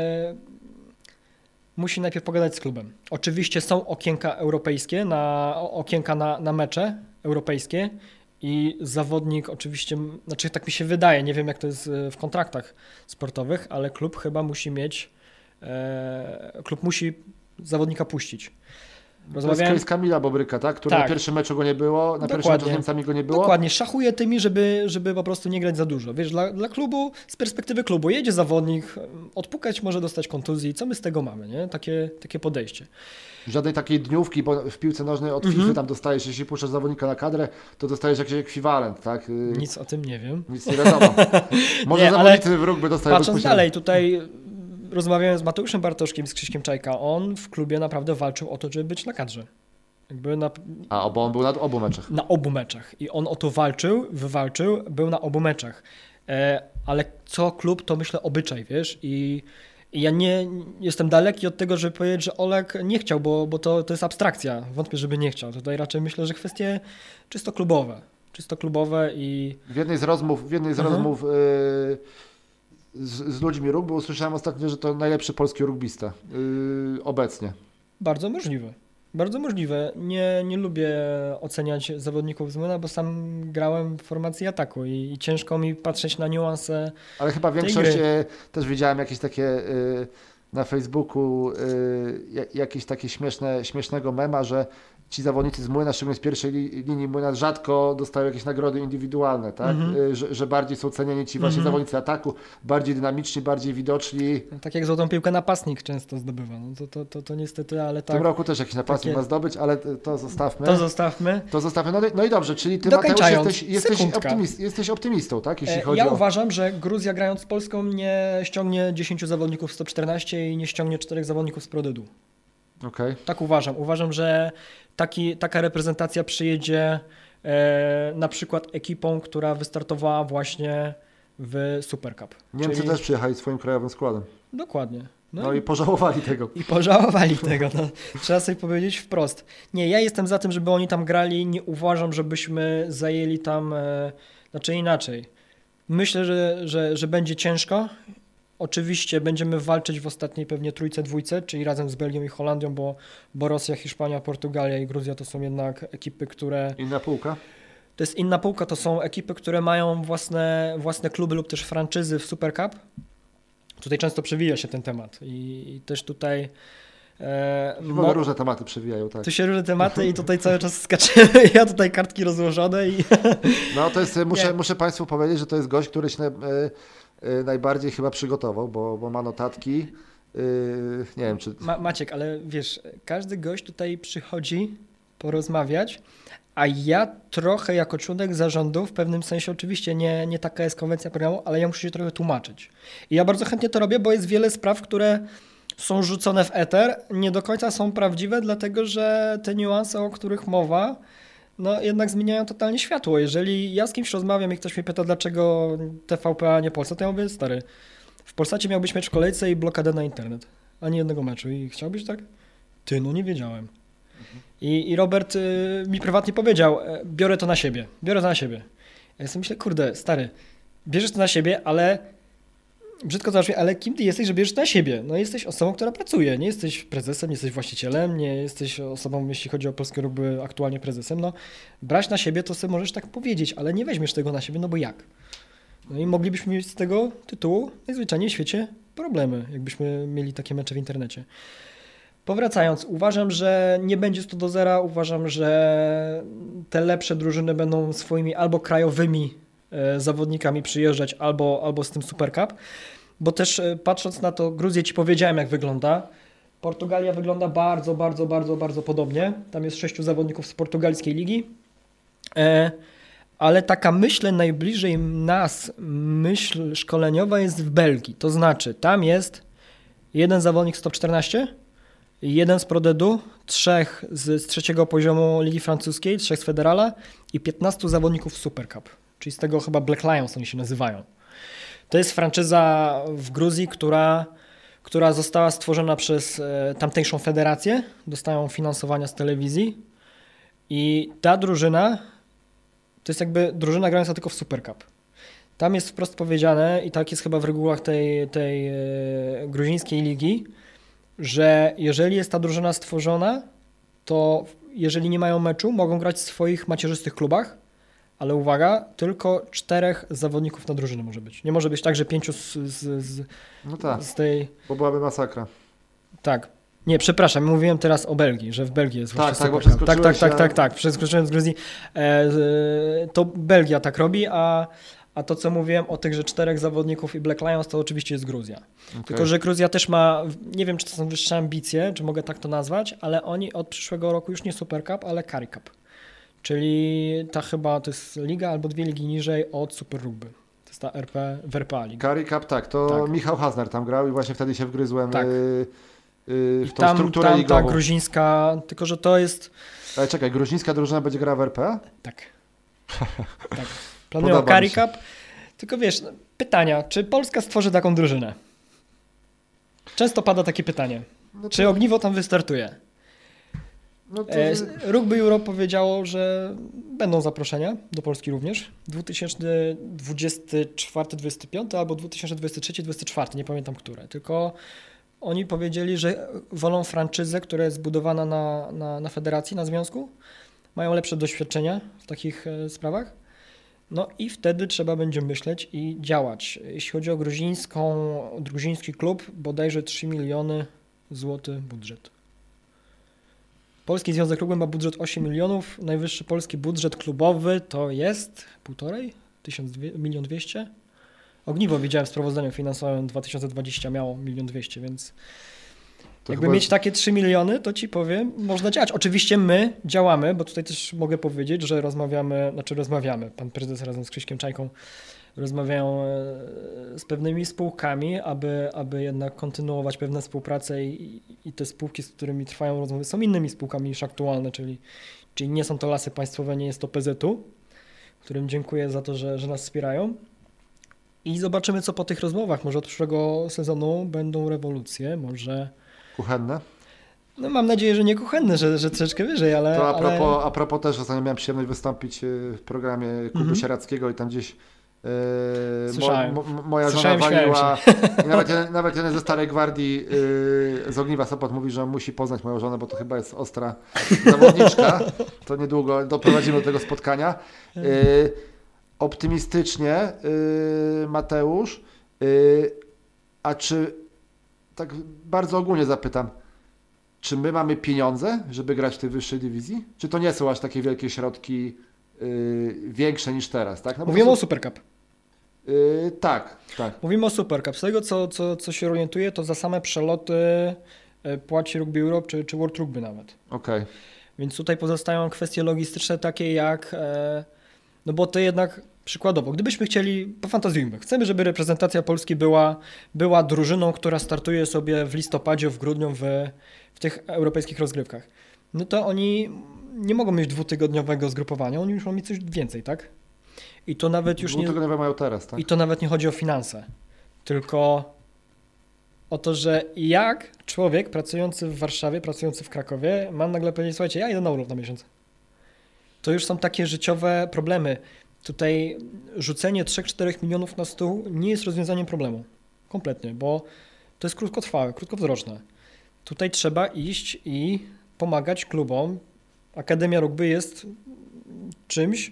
musi najpierw pogadać z klubem. Oczywiście są okienka europejskie, okienka na mecze europejskie i zawodnik oczywiście, znaczy tak mi się wydaje, nie wiem jak to jest w kontraktach sportowych, ale klub chyba musi mieć, klub musi zawodnika puścić. To jest case Kamila Bobryka, tak? Który na pierwszym meczu go nie było, na pierwszym meczu z Niemcami go nie było. Dokładnie, szachuje tymi, żeby po prostu nie grać za dużo. Wiesz, dla klubu, z perspektywy klubu, jedzie zawodnik, odpukać może dostać kontuzji, co my z tego mamy, nie? Takie podejście. Żadnej takiej dniówki, bo w piłce nożnej od FIFA tam dostajesz, jeśli puszczasz zawodnika na kadrę, to dostajesz jakiś ekwiwalent, tak? Nic o tym nie wiem. Nic nie wiadomo. Może zawodnicy w rugby dostają patrząc dalej, tutaj rozmawiałem z Mateuszem Bartoszkiem, z Krzyśkiem Czajka. On w klubie naprawdę walczył o to, żeby być na kadrze. Bo on był na obu meczach. Na obu meczach. I on o to wywalczył, był na obu meczach. Ale co klub, to myślę obyczaj, wiesz? I ja nie jestem daleki od tego, żeby powiedzieć, że Olek nie chciał, bo to jest abstrakcja. Wątpię, żeby nie chciał. Tutaj raczej myślę, że kwestie czysto klubowe i... W jednej z rozmów z ludźmi rugby usłyszałem ostatnio, że to najlepszy polski rugbista obecnie. Bardzo możliwe. Bardzo możliwe. Nie lubię oceniać zawodników z Młyna, bo sam grałem w formacji ataku i ciężko mi patrzeć na niuanse. Ale chyba większość, też widziałem jakieś takie na Facebooku, jakieś takie śmiesznego mema, że ci zawodnicy z Młyna, szczególnie z pierwszej linii Młyna, rzadko dostają jakieś nagrody indywidualne, tak? Że bardziej są cenieni ci właśnie zawodnicy ataku, bardziej dynamiczni, bardziej widoczni. Tak jak złotą piłkę napastnik często zdobywa. No to niestety, ale tak. W tym roku też jakiś napastnik ma zdobyć, ale to zostawmy. To zostawmy. No i dobrze, czyli ty, Mateusz, jesteś optymistą, tak? Jeśli chodzi uważam, że Gruzja grając z Polską nie ściągnie 10 zawodników z top 14 i nie ściągnie 4 zawodników z Pro D2. Okay. Tak uważam. Uważam, że taka reprezentacja przyjedzie na przykład ekipą, która wystartowała właśnie w Super Cup. Niemcy też przyjechali swoim krajowym składem. Dokładnie. No i pożałowali tego. No. Trzeba sobie powiedzieć wprost. Nie, ja jestem za tym, żeby oni tam grali. Nie uważam, żebyśmy zajęli tam, znaczy inaczej. Myślę, że będzie ciężko. Oczywiście będziemy walczyć w ostatniej pewnie trójce, dwójce, czyli razem z Belgią i Holandią, bo Rosja, Hiszpania, Portugalia i Gruzja to są jednak ekipy, które... Inna półka? To jest inna półka, to są ekipy, które mają własne kluby lub też franczyzy w Super Cup. Tutaj często przewija się ten temat i też tutaj... różne tematy przewijają, tak. Tu się różne tematy i tutaj cały czas skaczemy. Ja tutaj kartki rozłożone i... No to jest, muszę Państwu powiedzieć, że to jest gość, który się najbardziej chyba przygotował, bo ma notatki. Nie wiem, czy... Maciek, ale wiesz, każdy gość tutaj przychodzi porozmawiać, A ja trochę jako członek zarządu, w pewnym sensie oczywiście nie taka jest konwencja programu, ale ja muszę się trochę tłumaczyć. I ja bardzo chętnie to robię, bo jest wiele spraw, które są rzucone w eter, nie do końca są prawdziwe, dlatego że te niuanse, o których mowa, no jednak zmieniają totalnie światło. Jeżeli ja z kimś rozmawiam i ktoś mnie pyta, dlaczego TVP, a nie Polsat, to ja mówię, stary, w Polsacie miałbyś mecz w kolejce i blokadę na internet. Ani jednego meczu. I chciałbyś tak? Ty, no nie wiedziałem. I Robert mi prywatnie powiedział, biorę to na siebie. Ja sobie myślę, kurde, stary, bierzesz to na siebie, ale brzydko to brzmi, ale kim ty jesteś, że bierzesz to na siebie? No jesteś osobą, która pracuje, nie jesteś prezesem, nie jesteś właścicielem, nie jesteś osobą, jeśli chodzi o polskie rugby, aktualnie prezesem. No brać na siebie to sobie możesz tak powiedzieć, ale nie weźmiesz tego na siebie, no bo jak? No i moglibyśmy mieć z tego tytułu najzwyczajniej w świecie problemy, jakbyśmy mieli takie mecze w internecie. Powracając, uważam, że nie będzie 100-0, uważam, że te lepsze drużyny będą swoimi albo krajowymi zawodnikami przyjeżdżać, albo z tym Super Cup, bo też patrząc na to, Gruzję ci powiedziałem jak wygląda, Portugalia wygląda bardzo podobnie, tam jest 6 zawodników z portugalskiej ligi, ale taka myślę najbliżej nas, myśl szkoleniowa jest w Belgii, to znaczy tam jest jeden zawodnik z top 14, jeden z Prodedu, 3 z trzeciego poziomu Ligi Francuskiej, 3 z Federala i 15 zawodników w Super Cup, czyli z tego chyba Black Lions oni się nazywają. To jest franczyza w Gruzji, która została stworzona przez tamtejszą federację, dostają finansowania z telewizji i ta drużyna to jest jakby drużyna grająca tylko w Super Cup. Tam jest wprost powiedziane i tak jest chyba w regułach tej gruzińskiej ligi, że jeżeli jest ta drużyna stworzona, to jeżeli nie mają meczu, mogą grać w swoich macierzystych klubach, ale uwaga, tylko 4 zawodników na drużynę może być. Nie może być tak, że 5 no tak, z tej... bo byłaby masakra. Tak. Nie, przepraszam, mówiłem teraz o Belgii, że w Belgii jest właśnie tak, tak, przeskoczyłem z Gruzji. To Belgia tak robi, a to, co mówiłem o tych, że 4 zawodników i Black Lions, to oczywiście jest Gruzja. Okay. Tylko, że Gruzja też ma, nie wiem, czy to są wyższe ambicje, czy mogę tak to nazwać, ale oni od przyszłego roku już nie Super Cup, ale Currie Cup. Czyli ta chyba, to jest liga albo 2 ligi niżej od Super Rugby. To jest ta w RPA liga. Currie Cup, tak, to tak. Michał Hasner tam grał i właśnie wtedy się wgryzłem tak. W tą strukturę ligową. Ta gruzińska, tylko że to jest... Ale czekaj, gruzińska drużyna będzie grała w RPA? Tak. Tak. Planują Currie Cup. Tylko wiesz, pytania, czy Polska stworzy taką drużynę? Często pada takie pytanie. No to... Czy Ogniwo tam wystartuje? No to... Rugby Europe powiedziało, że będą zaproszenia do Polski również. 2024-2025 albo 2023-2024, nie pamiętam które. Tylko oni powiedzieli, że wolą franczyzę, która jest zbudowana na federacji, na związku. Mają lepsze doświadczenia w takich sprawach. No i wtedy trzeba będzie myśleć i działać. Jeśli chodzi o gruziński klub, bodajże 3 miliony złotych budżet. Polski Związek Rugby ma budżet 8 milionów, najwyższy polski budżet klubowy to jest 1,5? 1 200 000? Ogniwo widziałem w sprawozdaniu finansowym 2020 miało 1 200 000, więc to jakby mieć takie 3 miliony, to ci powiem, można działać. Oczywiście my działamy, bo tutaj też mogę powiedzieć, że rozmawiamy, pan prezes razem z Krzyśkiem Czajką rozmawiają z pewnymi spółkami, aby jednak kontynuować pewne współprace i te spółki, z którymi trwają rozmowy, są innymi spółkami niż aktualne, czyli nie są to Lasy Państwowe, nie jest to PZU, którym dziękuję za to, że nas wspierają. I zobaczymy, co po tych rozmowach. Może od przyszłego sezonu będą rewolucje, może... Kuchenne? No mam nadzieję, że nie kuchenne, że troszeczkę wyżej, ale... To a propos też, ostatnio miałem przyjemność wystąpić w programie Klubu Sieradzkiego i tam gdzieś moja żona waliła i nawet jeden ze Starej Gwardii z Ogniwa Sopot mówi, że musi poznać moją żonę, bo to chyba jest ostra zawodniczka. To niedługo doprowadzimy do tego spotkania. Optymistycznie, Mateusz, a czy, tak bardzo ogólnie zapytam, czy my mamy pieniądze, żeby grać w tej wyższej dywizji? Czy to nie są aż takie wielkie środki większe niż teraz? Tak? No mówimy o Super Cup. Tak. Mówimy o Super Cup. Z tego, co się orientuję, to za same przeloty płaci Rugby Europe czy World Rugby nawet. Okej. Więc tutaj pozostają kwestie logistyczne takie jak, no bo to jednak przykładowo, gdybyśmy chcieli, pofantazjujmy, chcemy, żeby reprezentacja Polski była drużyną, która startuje sobie w listopadzie, w grudniu w tych europejskich rozgrywkach. No to oni nie mogą mieć 2-tygodniowego zgrupowania, oni muszą mieć coś więcej, tak? I to nawet już nie... 2-tygodniowe mają teraz, tak? I to nawet nie chodzi o finanse, tylko o to, że jak człowiek pracujący w Warszawie, pracujący w Krakowie ma nagle powiedzieć, słuchajcie, ja idę na urlop na miesiąc. To już są takie życiowe problemy. Tutaj rzucenie 3-4 milionów na stół nie jest rozwiązaniem problemu. Kompletnie, bo to jest krótkotrwałe, krótkowzroczne. Tutaj trzeba iść i pomagać klubom. Akademia Rugby jest czymś,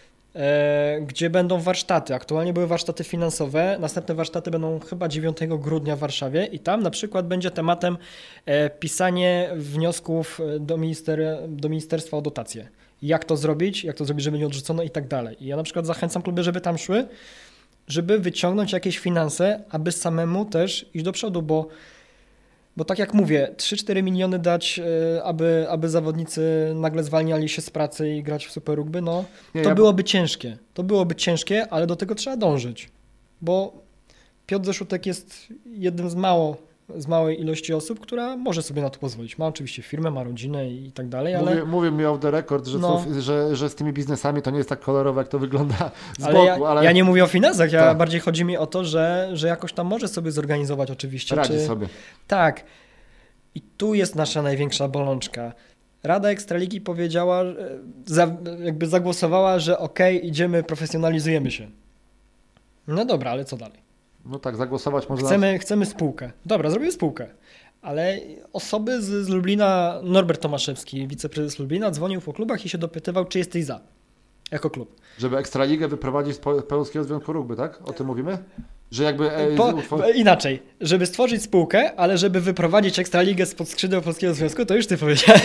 gdzie będą warsztaty. Aktualnie były warsztaty finansowe, następne warsztaty będą chyba 9 grudnia w Warszawie i tam na przykład będzie tematem pisanie wniosków do ministerstwa o dotacje. Jak to zrobić, żeby nie odrzucono i tak dalej. I ja na przykład zachęcam kluby, żeby tam szły, żeby wyciągnąć jakieś finanse, aby samemu też iść do przodu, bo tak jak mówię, 3-4 miliony dać, aby zawodnicy nagle zwalniali się z pracy i grać w Super Rugby, no to byłoby ciężkie. To byłoby ciężkie, ale do tego trzeba dążyć, bo Piotr Zeszutek jest jednym z małej ilości osób, która może sobie na to pozwolić. Ma oczywiście firmę, ma rodzinę i tak dalej, ale... Mówię mi off the record, że z tymi biznesami to nie jest tak kolorowe, jak to wygląda z ale boku. Ja nie mówię o finansach, bardziej chodzi mi o to, że jakoś tam może sobie zorganizować oczywiście. Radzi sobie. Tak. I tu jest nasza największa bolączka. Rada Ekstraligi powiedziała, jakby zagłosowała, że okej, idziemy, profesjonalizujemy się. No dobra, ale co dalej? No tak, zagłosować można. Chcemy spółkę. Dobra, zrobimy spółkę. Ale osoby z Lublina, Norbert Tomaszewski, wiceprezes Lublina, dzwonił po klubach i się dopytywał, czy jesteś za, jako klub. Żeby Ekstraligę wyprowadzić z Polskiego Związku Rugby, tak? O tym mówimy? Że jakby... Inaczej, żeby stworzyć spółkę, ale żeby wyprowadzić Ekstraligę spod skrzydeł Polskiego Związku, to już ty powiedziałeś.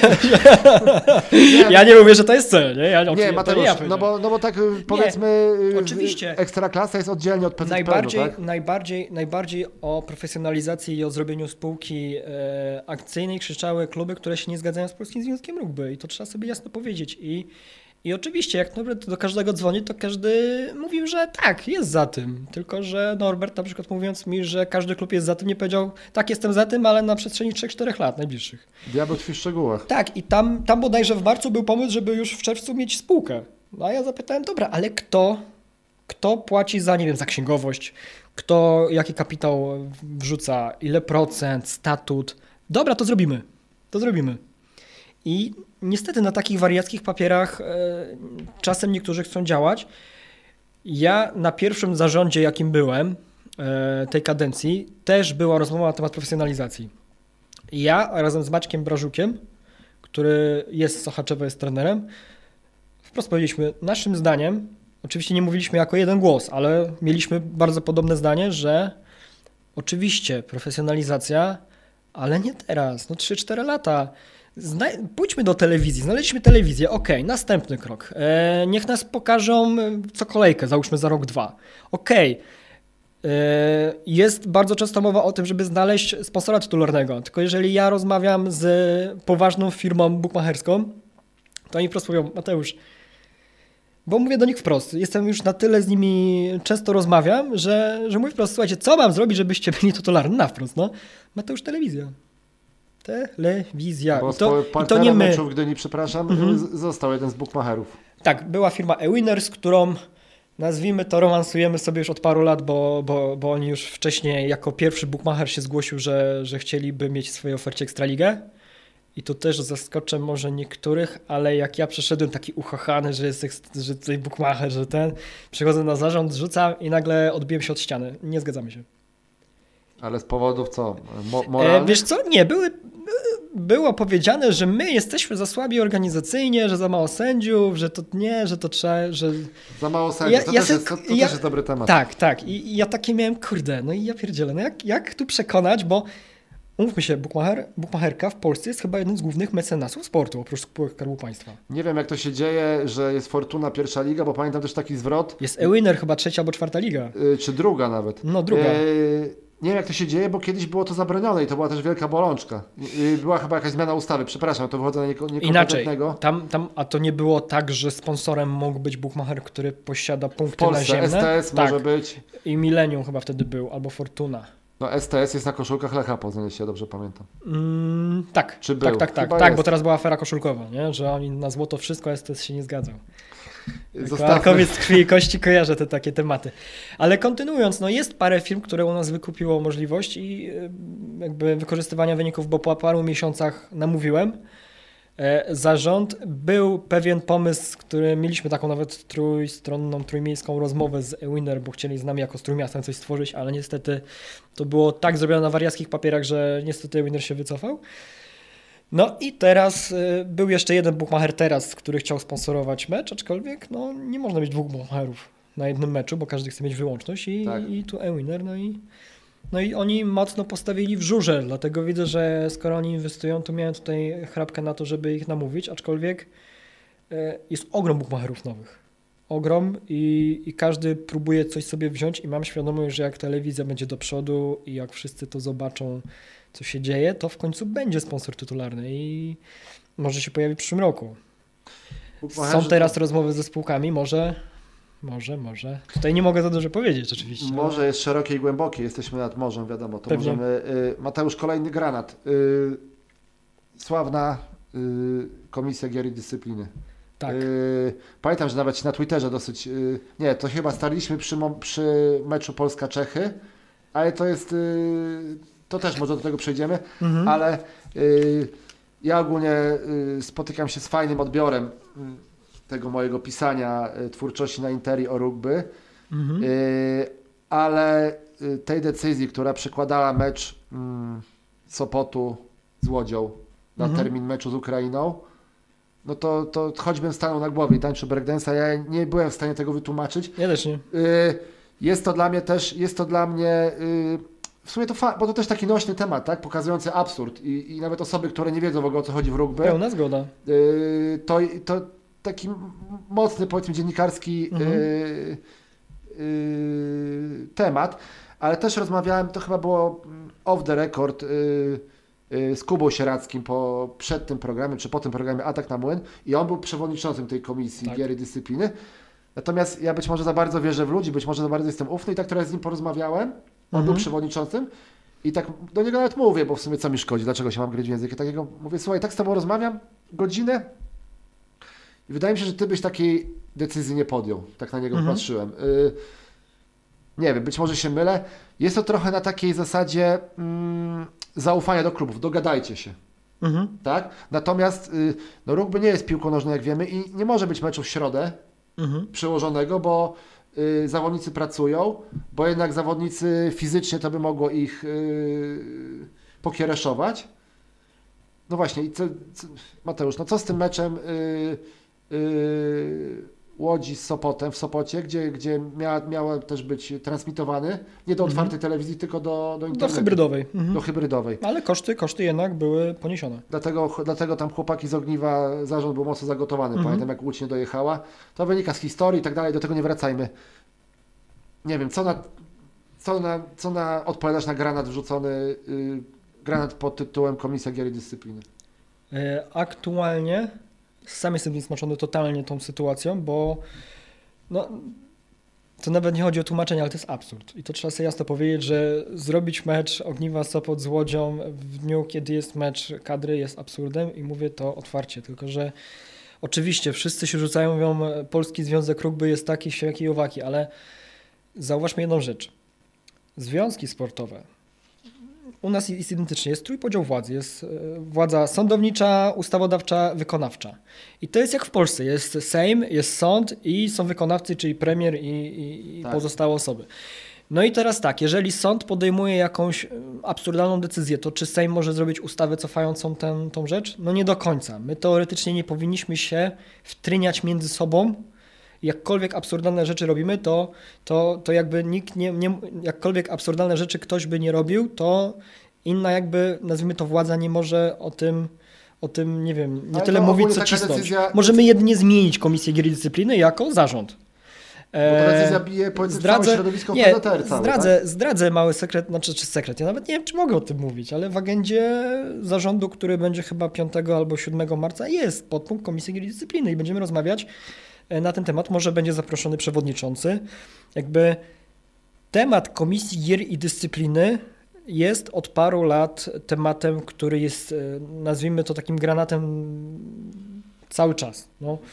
Ja nie mówię, że to jest cel, nie? Nie, Mateusz, no bo tak powiedzmy, oczywiście. Ekstraklasa jest oddzielnie od PZPR-u, tak? Najbardziej o profesjonalizacji i o zrobieniu spółki akcyjnej krzyczały kluby, które się nie zgadzają z Polskim Związkiem Rugby i to trzeba sobie jasno powiedzieć. I oczywiście, jak Norbert do każdego dzwoni, to każdy mówił, że tak, jest za tym. Tylko że Norbert na przykład mówiąc mi, że każdy klub jest za tym, nie powiedział, tak, jestem za tym, ale na przestrzeni 3-4 lat najbliższych. Diabeł tkwi w szczegółach. Tak, i tam bodajże w marcu był pomysł, żeby już w czerwcu mieć spółkę. No a ja zapytałem, dobra, ale kto płaci za, nie wiem, za księgowość, jaki kapitał wrzuca, ile procent, statut. Dobra, to zrobimy. I niestety na takich wariackich papierach czasem niektórzy chcą działać. Ja na pierwszym zarządzie, jakim byłem tej kadencji, też była rozmowa na temat profesjonalizacji. Ja razem z Maćkiem Brażukiem, który jest z Sochaczewa, jest trenerem, wprost powiedzieliśmy, naszym zdaniem, oczywiście nie mówiliśmy jako jeden głos, ale mieliśmy bardzo podobne zdanie, że oczywiście profesjonalizacja, ale nie teraz, 3-4 lata. Pójdźmy do telewizji, znaleźliśmy telewizję, następny krok. Niech nas pokażą co kolejkę, załóżmy za rok, 2. Jest bardzo często mowa o tym, żeby znaleźć sponsora tytularnego, tylko jeżeli ja rozmawiam z poważną firmą bukmacherską, to oni wprost mówią, Mateusz, bo mówię do nich wprost, jestem już na tyle z nimi, często rozmawiam, że mówię wprost, słuchajcie, co mam zrobić, żebyście byli tytularni? Na wprost, Mateusz, telewizja. Bo I to nie my. Meczu w Gdyni, przepraszam, został jeden z bukmacherów. Tak, była firma eWinners, którą nazwijmy to romansujemy sobie już od paru lat, bo oni już wcześniej jako pierwszy bukmacher się zgłosił, że chcieliby mieć w swojej ofercie Ekstraligę. I tu też zaskoczę może niektórych, ale jak ja przeszedłem taki uchachany, że tutaj bukmacher, że przychodzę na zarząd, rzucam i nagle odbiłem się od ściany. Nie zgadzamy się. Ale z powodów co? Moralnych? Wiesz co? Nie, było powiedziane, że my jesteśmy za słabi organizacyjnie, że za mało sędziów, że to nie, że to trzeba, że... Za mało sędziów, to też jest dobry temat. Tak. I ja takie miałem, kurde, no i ja pierdzielę, no jak tu przekonać, bo umówmy się, bukmacherka w Polsce jest chyba jednym z głównych mecenasów sportu, oprócz spółek Skarbu Państwa. Nie wiem, jak to się dzieje, że jest Fortuna pierwsza liga, bo pamiętam też taki zwrot. Jest eWinner chyba 3. albo 4. liga. Czy druga nawet. No, druga. nie wiem jak to się dzieje, bo kiedyś było to zabronione i to była też wielka bolączka. Była chyba jakaś zmiana ustawy, przepraszam, to wychodzę na niekompetentnego. Inaczej, a to nie było tak, że sponsorem mógł być bookmacher, który posiada punkty w Polsce naziemne? STS może być. I Millennium chyba wtedy był, albo Fortuna. No STS jest na koszulkach Lecha Poznań, jeśli ja dobrze pamiętam. Tak, Czy był? tak, bo teraz była afera koszulkowa, nie? Że oni na złoto wszystko, STS się nie zgadzał. Zostawmy. Z krwi i kości kojarzę te takie tematy. Ale kontynuując, no jest parę firm, które u nas wykupiło możliwość i jakby wykorzystywania wyników, bo po paru miesiącach namówiłem zarząd. Był pewien pomysł, który mieliśmy taką nawet trójmiejską rozmowę z Winner, bo chcieli z nami jako z Trójmiastem coś stworzyć, ale niestety to było tak zrobione na wariackich papierach, że niestety Winner się wycofał. No i teraz był jeszcze jeden bookmacher teraz, który chciał sponsorować mecz, aczkolwiek no, nie można mieć dwóch bookmacherów na jednym meczu, bo każdy chce mieć wyłączność i tu Winner, no i oni mocno postawili w żurze, dlatego widzę, że skoro oni inwestują, to miałem tutaj chrapkę na to, żeby ich namówić, aczkolwiek jest ogrom bookmacherów nowych. Ogrom i każdy próbuje coś sobie wziąć i mam świadomość, że jak telewizja będzie do przodu i jak wszyscy to zobaczą, co się dzieje, to w końcu będzie sponsor tytularny i może się pojawi w przyszłym roku. Są teraz rozmowy ze spółkami, może. Tutaj nie mogę za dużo powiedzieć oczywiście. Morze jest szerokie i głębokie, jesteśmy nad morzem, wiadomo. To pewnie. możemy. Mateusz, kolejny granat. Sławna Komisja Gier i Dyscypliny. Tak. Pamiętam, że nawet na Twitterze dosyć. Nie, to chyba starliśmy przy meczu Polska-Czechy, ale to jest. To też może do tego przejdziemy, ale ja ogólnie spotykam się z fajnym odbiorem tego mojego pisania twórczości na Interi o rugby, ale tej decyzji, która przekładała mecz Sopotu z Łodzią na termin meczu z Ukrainą, no to choćbym stanął na głowie i tańczył breakdance'a, ja nie byłem w stanie tego wytłumaczyć. Ja też nie. Jest to dla mnie w sumie bo to też taki nośny temat, tak? Pokazujący absurd i nawet osoby, które nie wiedzą w ogóle o co chodzi w rugby. Pełna zgoda. To taki mocny, powiedzmy, dziennikarski temat, ale też rozmawiałem, to chyba było off the record z Kubą Sieradzkim przed tym programem, czy po tym programie Atak na Młyn i on był przewodniczącym tej komisji Gier i Dyscypliny. Natomiast ja być może za bardzo wierzę w ludzi, być może za bardzo jestem ufny i tak trochę z nim porozmawiałem. On był przewodniczącym i tak do niego nawet mówię, bo w sumie co mi szkodzi, dlaczego się mam gryźć w język. Takiego mówię, słuchaj, tak z tobą rozmawiam godzinę i wydaje mi się, że ty byś takiej decyzji nie podjął. Tak na niego patrzyłem. Nie wiem, być może się mylę. Jest to trochę na takiej zasadzie zaufania do klubów, dogadajcie się. Tak? Natomiast no, rugby nie jest piłką nożną, jak wiemy, i nie może być meczu w środę przełożonego, bo zawodnicy pracują, bo jednak zawodnicy fizycznie to by mogło ich pokiereszować. No właśnie, Mateusz, no co z tym meczem Łodzi z Sopotem w Sopocie, gdzie miała też być transmitowany, nie do otwartej telewizji, tylko do internetu. Do hybrydowej. Do hybrydowej. Ale koszty jednak były poniesione. Dlatego tam chłopaki z Ogniwa, zarząd był mocno zagotowany. Pamiętam, jak Łódź nie dojechała. To wynika z historii i tak dalej, do tego nie wracajmy. Nie wiem, co odpowiadasz na granat wrzucony, granat pod tytułem Komisja Gier i Dyscypliny? Aktualnie sam jestem zniesmaczony totalnie tą sytuacją, bo no, to nawet nie chodzi o tłumaczenie, ale to jest absurd. I to trzeba sobie jasno powiedzieć, że zrobić mecz Ogniwa Sopot z Łodzią w dniu, kiedy jest mecz kadry, jest absurdem i mówię to otwarcie, tylko że oczywiście wszyscy się rzucają, mówią, Polski Związek Rugby jest taki, świaki i owaki, ale zauważmy jedną rzecz. Związki sportowe u nas jest identycznie, jest trójpodział władzy, jest władza sądownicza, ustawodawcza, wykonawcza. I to jest jak w Polsce, jest Sejm, jest sąd i są wykonawcy, czyli premier i tak, pozostałe osoby. No i teraz tak, jeżeli sąd podejmuje jakąś absurdalną decyzję, to czy Sejm może zrobić ustawę cofającą tą rzecz? No nie do końca. My teoretycznie nie powinniśmy się wtryniać między sobą. Jakkolwiek absurdalne rzeczy robimy, to jakby nikt jakkolwiek absurdalne rzeczy ktoś by nie robił, to inna jakby, nazwijmy to, władza nie może o tym nie wiem, nie tyle mówić, co cisnąć. Możemy jedynie zmienić Komisję Gier i Dyscypliny jako zarząd. Bo ta decyzja bije całe środowisko PZR całe, zdradzę mały sekret, czy sekret, ja nawet nie wiem, czy mogę o tym mówić, ale w agendzie zarządu, który będzie chyba 5 albo 7 marca, jest podpunkt Komisji Gier i Dyscypliny i będziemy rozmawiać na ten temat. Może będzie zaproszony przewodniczący. Jakby temat Komisji Gier i Dyscypliny jest od paru lat tematem, który jest, nazwijmy to takim granatem cały czas.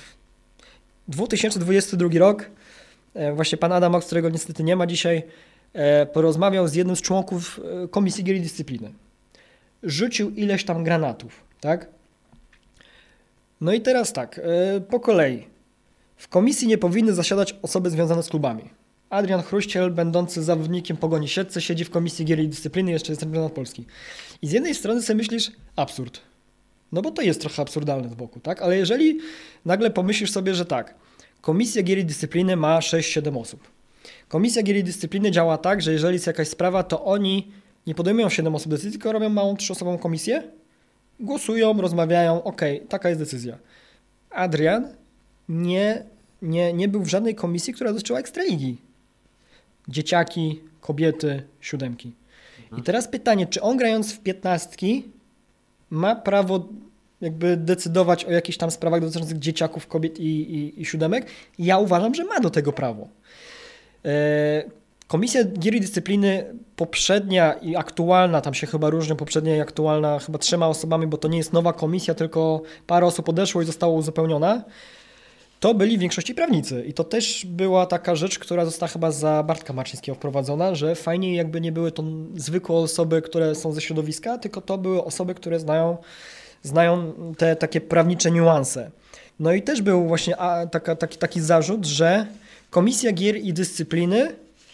2022 rok, właśnie pan Adam, którego niestety nie ma dzisiaj, porozmawiał z jednym z członków Komisji Gier i Dyscypliny. Rzucił ileś tam granatów, tak? No i teraz tak, po kolei. W komisji nie powinny zasiadać osoby związane z klubami. Adrian Chruściel, będący zawodnikiem Pogoni Siedlce, siedzi w Komisji Gier i Dyscypliny, jeszcze jest reprezentant Polski. I z jednej strony sobie myślisz, absurd. No bo to jest trochę absurdalne z boku, tak? Ale jeżeli nagle pomyślisz sobie, że tak, Komisja Gier i Dyscypliny ma 6-7 osób. Komisja Gier i Dyscypliny działa tak, że jeżeli jest jakaś sprawa, to oni nie podejmują 7 osób decyzji, tylko robią małą 3-osobową komisję, głosują, rozmawiają, taka jest decyzja. Adrian nie był w żadnej komisji, która dotyczyła Ekstraligi. Dzieciaki, kobiety, 7. I teraz pytanie, czy on grając w 15 ma prawo jakby decydować o jakichś tam sprawach dotyczących dzieciaków, kobiet i 7? Ja uważam, że ma do tego prawo. Komisja Gier i Dyscypliny poprzednia i aktualna, tam się chyba różnią, poprzednia i aktualna chyba 3 osobami, bo to nie jest nowa komisja, tylko parę osób odeszło i zostało uzupełniona. To byli w większości prawnicy i to też była taka rzecz, która została chyba za Bartka Marcińskiego wprowadzona, że fajniej jakby nie były to zwykłe osoby, które są ze środowiska, tylko to były osoby, które znają te takie prawnicze niuanse. No i też był właśnie taki zarzut, że Komisja Gier i Dyscypliny,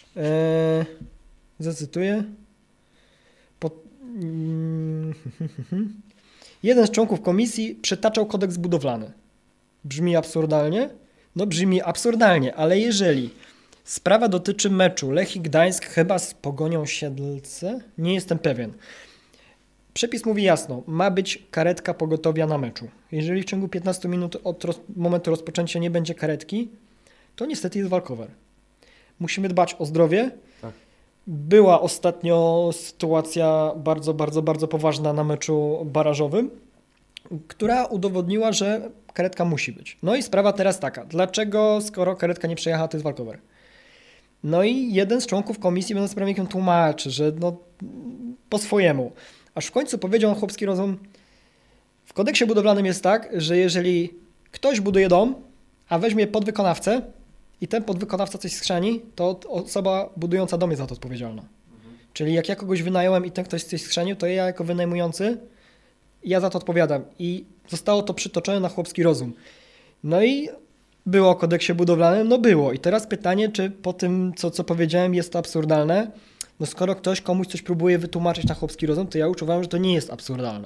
zacytuję, jeden z członków komisji przytaczał kodeks budowlany. Brzmi absurdalnie? No brzmi absurdalnie, ale jeżeli sprawa dotyczy meczu Lechii Gdańsk chyba z Pogonią Siedlce, nie jestem pewien. Przepis mówi jasno, ma być karetka pogotowia na meczu. Jeżeli w ciągu 15 minut od momentu rozpoczęcia nie będzie karetki, to niestety jest walkover. Musimy dbać o zdrowie. Tak. Była ostatnio sytuacja bardzo, bardzo, bardzo poważna na meczu barażowym, która udowodniła, że karetka musi być. No i sprawa teraz taka, dlaczego skoro karetka nie przejechała, to jest walkover? No i jeden z członków komisji, będąc prawnikiem, tłumaczy, że po swojemu. Aż w końcu powiedział chłopski rozum, w kodeksie budowlanym jest tak, że jeżeli ktoś buduje dom, a weźmie podwykonawcę i ten podwykonawca coś skrzani, to osoba budująca dom jest za to odpowiedzialna. Czyli jak ja kogoś wynająłem i ten ktoś coś skrzanił, to ja jako wynajmujący, ja za to odpowiadam. I zostało to przytoczone na chłopski rozum. No i było o kodeksie budowlanym? No było. I teraz pytanie, czy po tym, co powiedziałem, jest to absurdalne? No skoro ktoś komuś coś próbuje wytłumaczyć na chłopski rozum, to ja już uważam, że to nie jest absurdalne.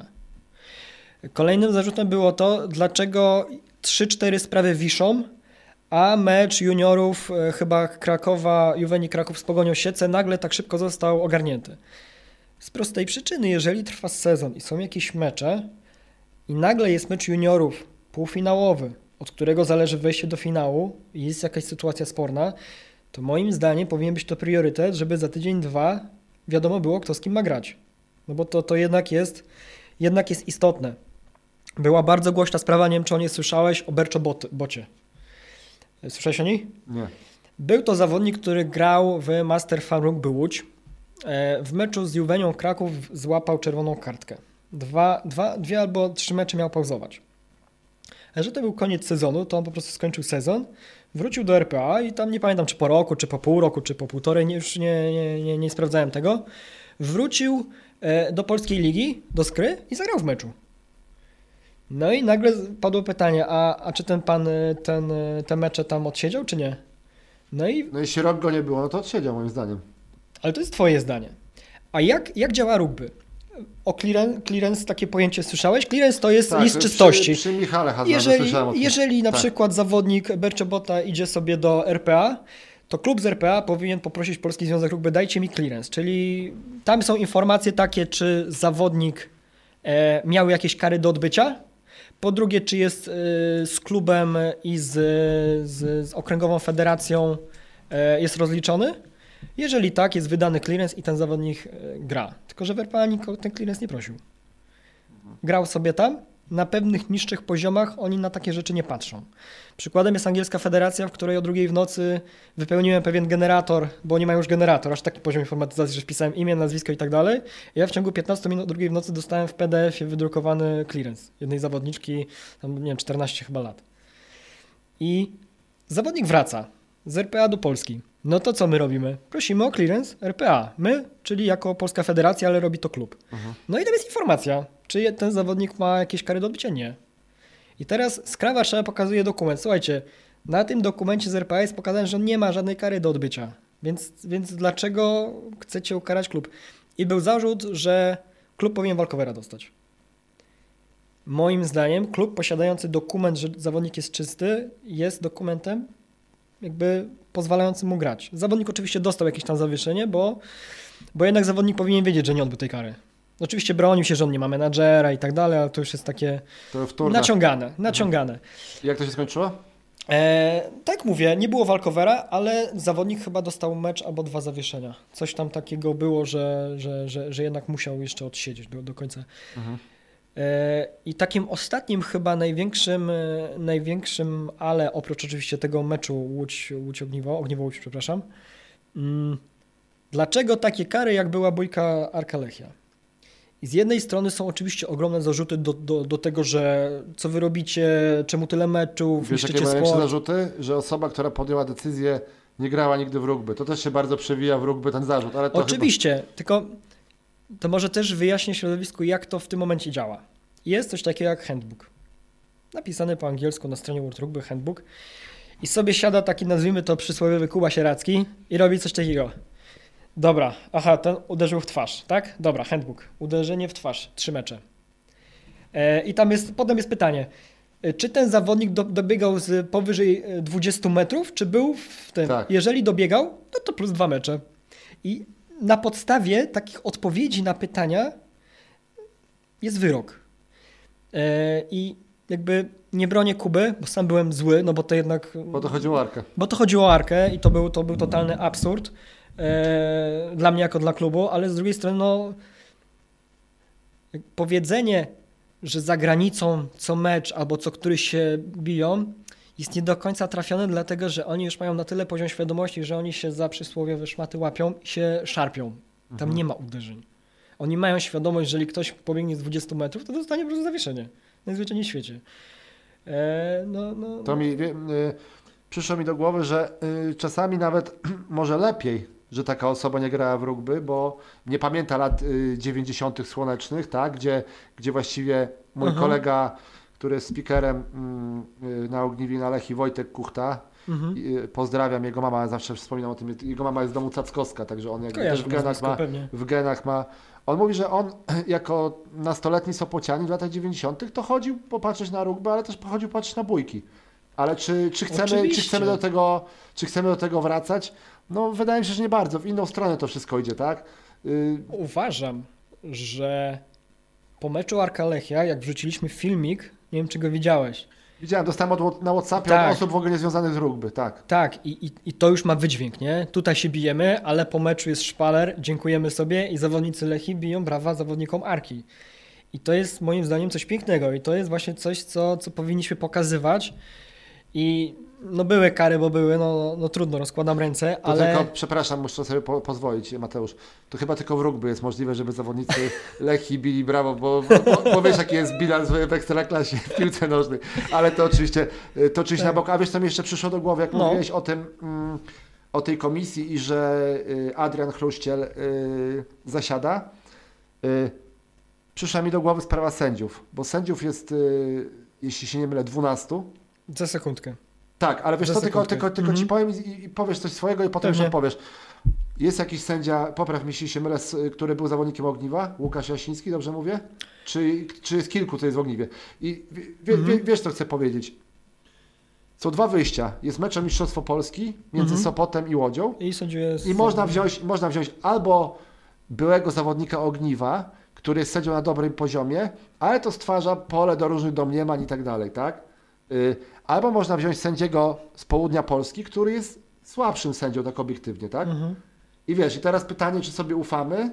Kolejnym zarzutem było to, dlaczego 3-4 sprawy wiszą, a mecz juniorów chyba Krakowa, Juwenii Kraków z Pogonią Siedlce nagle tak szybko został ogarnięty. Z prostej przyczyny, jeżeli trwa sezon i są jakieś mecze i nagle jest mecz juniorów półfinałowy, od którego zależy wejście do finału i jest jakaś sytuacja sporna, to moim zdaniem powinien być to priorytet, żeby za tydzień, 2 wiadomo było, kto z kim ma grać. No bo to jednak jest istotne. Była bardzo głośna sprawa, nie wiem, czy o niej słyszałeś, o Berczo Bocie. Słyszałeś o niej? Nie. Był to zawodnik, który grał w Master Farm Rugby Łódź. W meczu z Juwenią Kraków złapał czerwoną kartkę. 2 albo 3 mecze miał pauzować. A że to był koniec sezonu, to on po prostu skończył sezon, wrócił do RPA i tam nie pamiętam, czy po roku, czy po pół roku, czy po półtorej, już nie sprawdzałem tego. Wrócił do polskiej ligi, do Skry i zagrał w meczu. No i nagle padło pytanie, a czy ten pan te mecze tam odsiedział, czy nie? No i jeśli rok go nie było, no to odsiedział moim zdaniem. Ale to jest twoje zdanie. A jak działa rugby? O clearance takie pojęcie słyszałeś? Clearance to jest list czystości. Przy Michale Hazardzie słyszałem o tym. Jeżeli na przykład zawodnik Berczo Bota idzie sobie do RPA, to klub z RPA powinien poprosić Polski Związek Rugby, dajcie mi clearance, czyli tam są informacje takie, czy zawodnik miał jakieś kary do odbycia, Po drugie, czy jest z klubem i z okręgową federacją jest rozliczony? Jeżeli tak, jest wydany clearance i ten zawodnik gra. Tylko że w RPA nikt ten clearance nie prosił. Grał sobie tam. Na pewnych niższych poziomach oni na takie rzeczy nie patrzą. Przykładem jest angielska federacja, w której o 2:00 w nocy wypełniłem pewien generator, bo oni mają już generator, aż taki poziom informatyzacji, że wpisałem imię, nazwisko i tak dalej. Ja w ciągu 15 minut o 2:00 w nocy dostałem w PDF-ie wydrukowany clearance jednej zawodniczki, tam nie wiem, 14 chyba lat. I zawodnik wraca z RPA do Polski. No to co my robimy? Prosimy o clearance RPA. My, czyli jako Polska Federacja, ale robi to klub. No i tam jest informacja, czy ten zawodnik ma jakieś kary do odbycia? Nie. I teraz Skra Warszawa pokazuje dokument. Słuchajcie, na tym dokumencie z RPA jest pokazane, że on nie ma żadnej kary do odbycia. Więc dlaczego chcecie ukarać klub? I był zarzut, że klub powinien walkowera dostać. Moim zdaniem klub posiadający dokument, że zawodnik jest czysty, jest dokumentem jakby pozwalającym mu grać. Zawodnik oczywiście dostał jakieś tam zawieszenie, bo jednak zawodnik powinien wiedzieć, że nie odbył tej kary. Oczywiście bronił się, że on nie ma menadżera i tak dalej, ale to już jest takie naciągane. Jak to się skończyło? Tak mówię, nie było walkowera, ale zawodnik chyba dostał mecz albo 2 zawieszenia. Coś tam takiego było, że jednak musiał jeszcze odsiedzieć do końca. I takim ostatnim chyba największym, ale oprócz oczywiście tego meczu Ogniwo-Łódź, przepraszam. Dlaczego takie kary, jak była bójka Arka Lechia? I z jednej strony są oczywiście ogromne zarzuty do tego, że co wy robicie, czemu tyle meczów, wiesz, jakie największe zarzuty? Że osoba, która podjęła decyzję, nie grała nigdy w rugby. To też się bardzo przewija w rugby ten zarzut. Ale to oczywiście, tylko to może też wyjaśnię środowisku, jak to w tym momencie działa. Jest coś takiego jak handbook. Napisany po angielsku na stronie World Rugby handbook i sobie siada taki, nazwijmy to przysłowiowy Kuba Sieracki i robi coś takiego. Dobra, aha, ten uderzył w twarz, tak? Dobra, handbook. Uderzenie w twarz, 3 mecze. I potem jest pytanie, czy ten zawodnik dobiegał z powyżej 20 metrów, czy był w tym? Tak. Jeżeli dobiegał, no to plus 2 mecze. I na podstawie takich odpowiedzi na pytania jest wyrok. I jakby nie bronię Kuby, bo sam byłem zły, no bo to jednak... Bo to chodziło o Arkę. Bo to chodziło o Arkę i to był totalny absurd dla mnie jako dla klubu, ale z drugiej strony no powiedzenie, że za granicą co mecz albo co któryś się biją, jest nie do końca trafione, dlatego że oni już mają na tyle poziom świadomości, że oni się za przysłowiowe szmaty łapią i się szarpią. Tam nie ma uderzeń. Oni mają świadomość, że jeżeli ktoś pobiegnie z 20 metrów, to dostanie po prostu zawieszenie. Najzwyczajniej w świecie. To przyszło mi do głowy, że czasami nawet może lepiej, że taka osoba nie grała w rugby, bo nie pamięta lat 90. słonecznych, tak? Gdzie właściwie mój kolega, który jest speakerem na Ogniwie na Lechii, Wojtek Kuchta, pozdrawiam, jego mama, zawsze wspominam o tym, jego mama jest z domu Cackowska, także on jakby też w genach ma. On mówi, że on jako nastoletni Sopocianin w latach 90. to chodził popatrzeć na rugby, ale też chodził patrzeć na bójki. Ale czy chcemy do tego wracać? No wydaje mi się, że nie bardzo. W inną stronę to wszystko idzie, tak? Uważam, że po meczu Arka Lechia, jak wrzuciliśmy filmik, nie wiem czy go widziałeś. Widziałem, dostałem na WhatsAppie od osób w ogóle niezwiązanych z rugby, tak. Tak, i to już ma wydźwięk, nie? Tutaj się bijemy, ale po meczu jest szpaler, dziękujemy sobie i zawodnicy Lechii biją brawa zawodnikom Arki. I to jest moim zdaniem coś pięknego i to jest właśnie coś, co powinniśmy pokazywać. I no były kary, bo były, no trudno, rozkładam ręce, to ale... Tylko, przepraszam, muszę sobie pozwolić, Mateusz, to chyba tylko w rugby jest możliwe, żeby zawodnicy Lechii bili brawo, bo wiesz jaki jest bilans w Ekstraklasie w piłce nożnej, ale to oczywiście tak. Na bok. A wiesz co mi jeszcze przyszło do głowy, jak mówiłeś o tej komisji i że Adrian Chruściel zasiada, przyszła mi do głowy sprawa sędziów, bo sędziów jest, jeśli się nie mylę, 12. Za sekundkę. Tak, ale wiesz co, tylko ci powiem i powiesz coś swojego i potem już odpowiesz. Jest jakiś sędzia, popraw mi się mylę, który był zawodnikiem Ogniwa, Łukasz Jasiński, dobrze mówię? Czy jest kilku, co jest w Ogniwie? I wiesz, co chcę powiedzieć. Są 2 wyjścia. Jest mecz o Mistrzostwo Polski między Sopotem i Łodzią. I można wziąć albo byłego zawodnika Ogniwa, który jest sędzią na dobrym poziomie, ale to stwarza pole do różnych domniemań i tak dalej, tak? Albo można wziąć sędziego z południa Polski, który jest słabszym sędzią tak obiektywnie, tak? I wiesz, i teraz pytanie, czy sobie ufamy?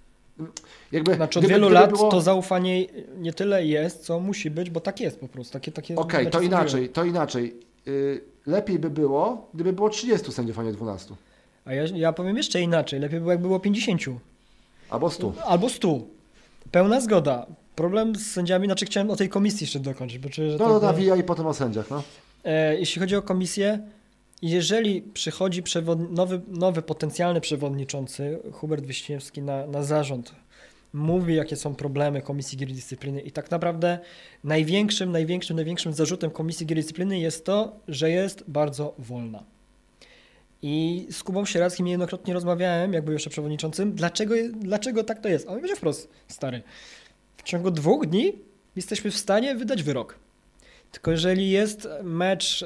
Znaczy od wielu lat to zaufanie nie tyle jest, co musi być, bo tak jest po prostu. Okej, to inaczej. Lepiej by było, gdyby było 30 sędziów, a nie 12. A ja powiem jeszcze inaczej. Lepiej było, jak było 50. Albo 100. Albo 100. Pełna zgoda. Problem z sędziami, znaczy chciałem o tej komisji jeszcze dokończyć. Bo czuję, że nawijaj i potem o sędziach. No. Jeśli chodzi o komisję, jeżeli przychodzi nowy potencjalny przewodniczący, Hubert Wiśniewski na zarząd, mówi, jakie są problemy Komisji Gier Dyscypliny i tak naprawdę największym zarzutem Komisji Gier Dyscypliny jest to, że jest bardzo wolna. I z Kubą Sieradzkim niejednokrotnie rozmawiałem, jak był jeszcze przewodniczącym, dlaczego tak to jest. A on będzie wprost, stary, w ciągu 2 dni jesteśmy w stanie wydać wyrok. Tylko jeżeli jest mecz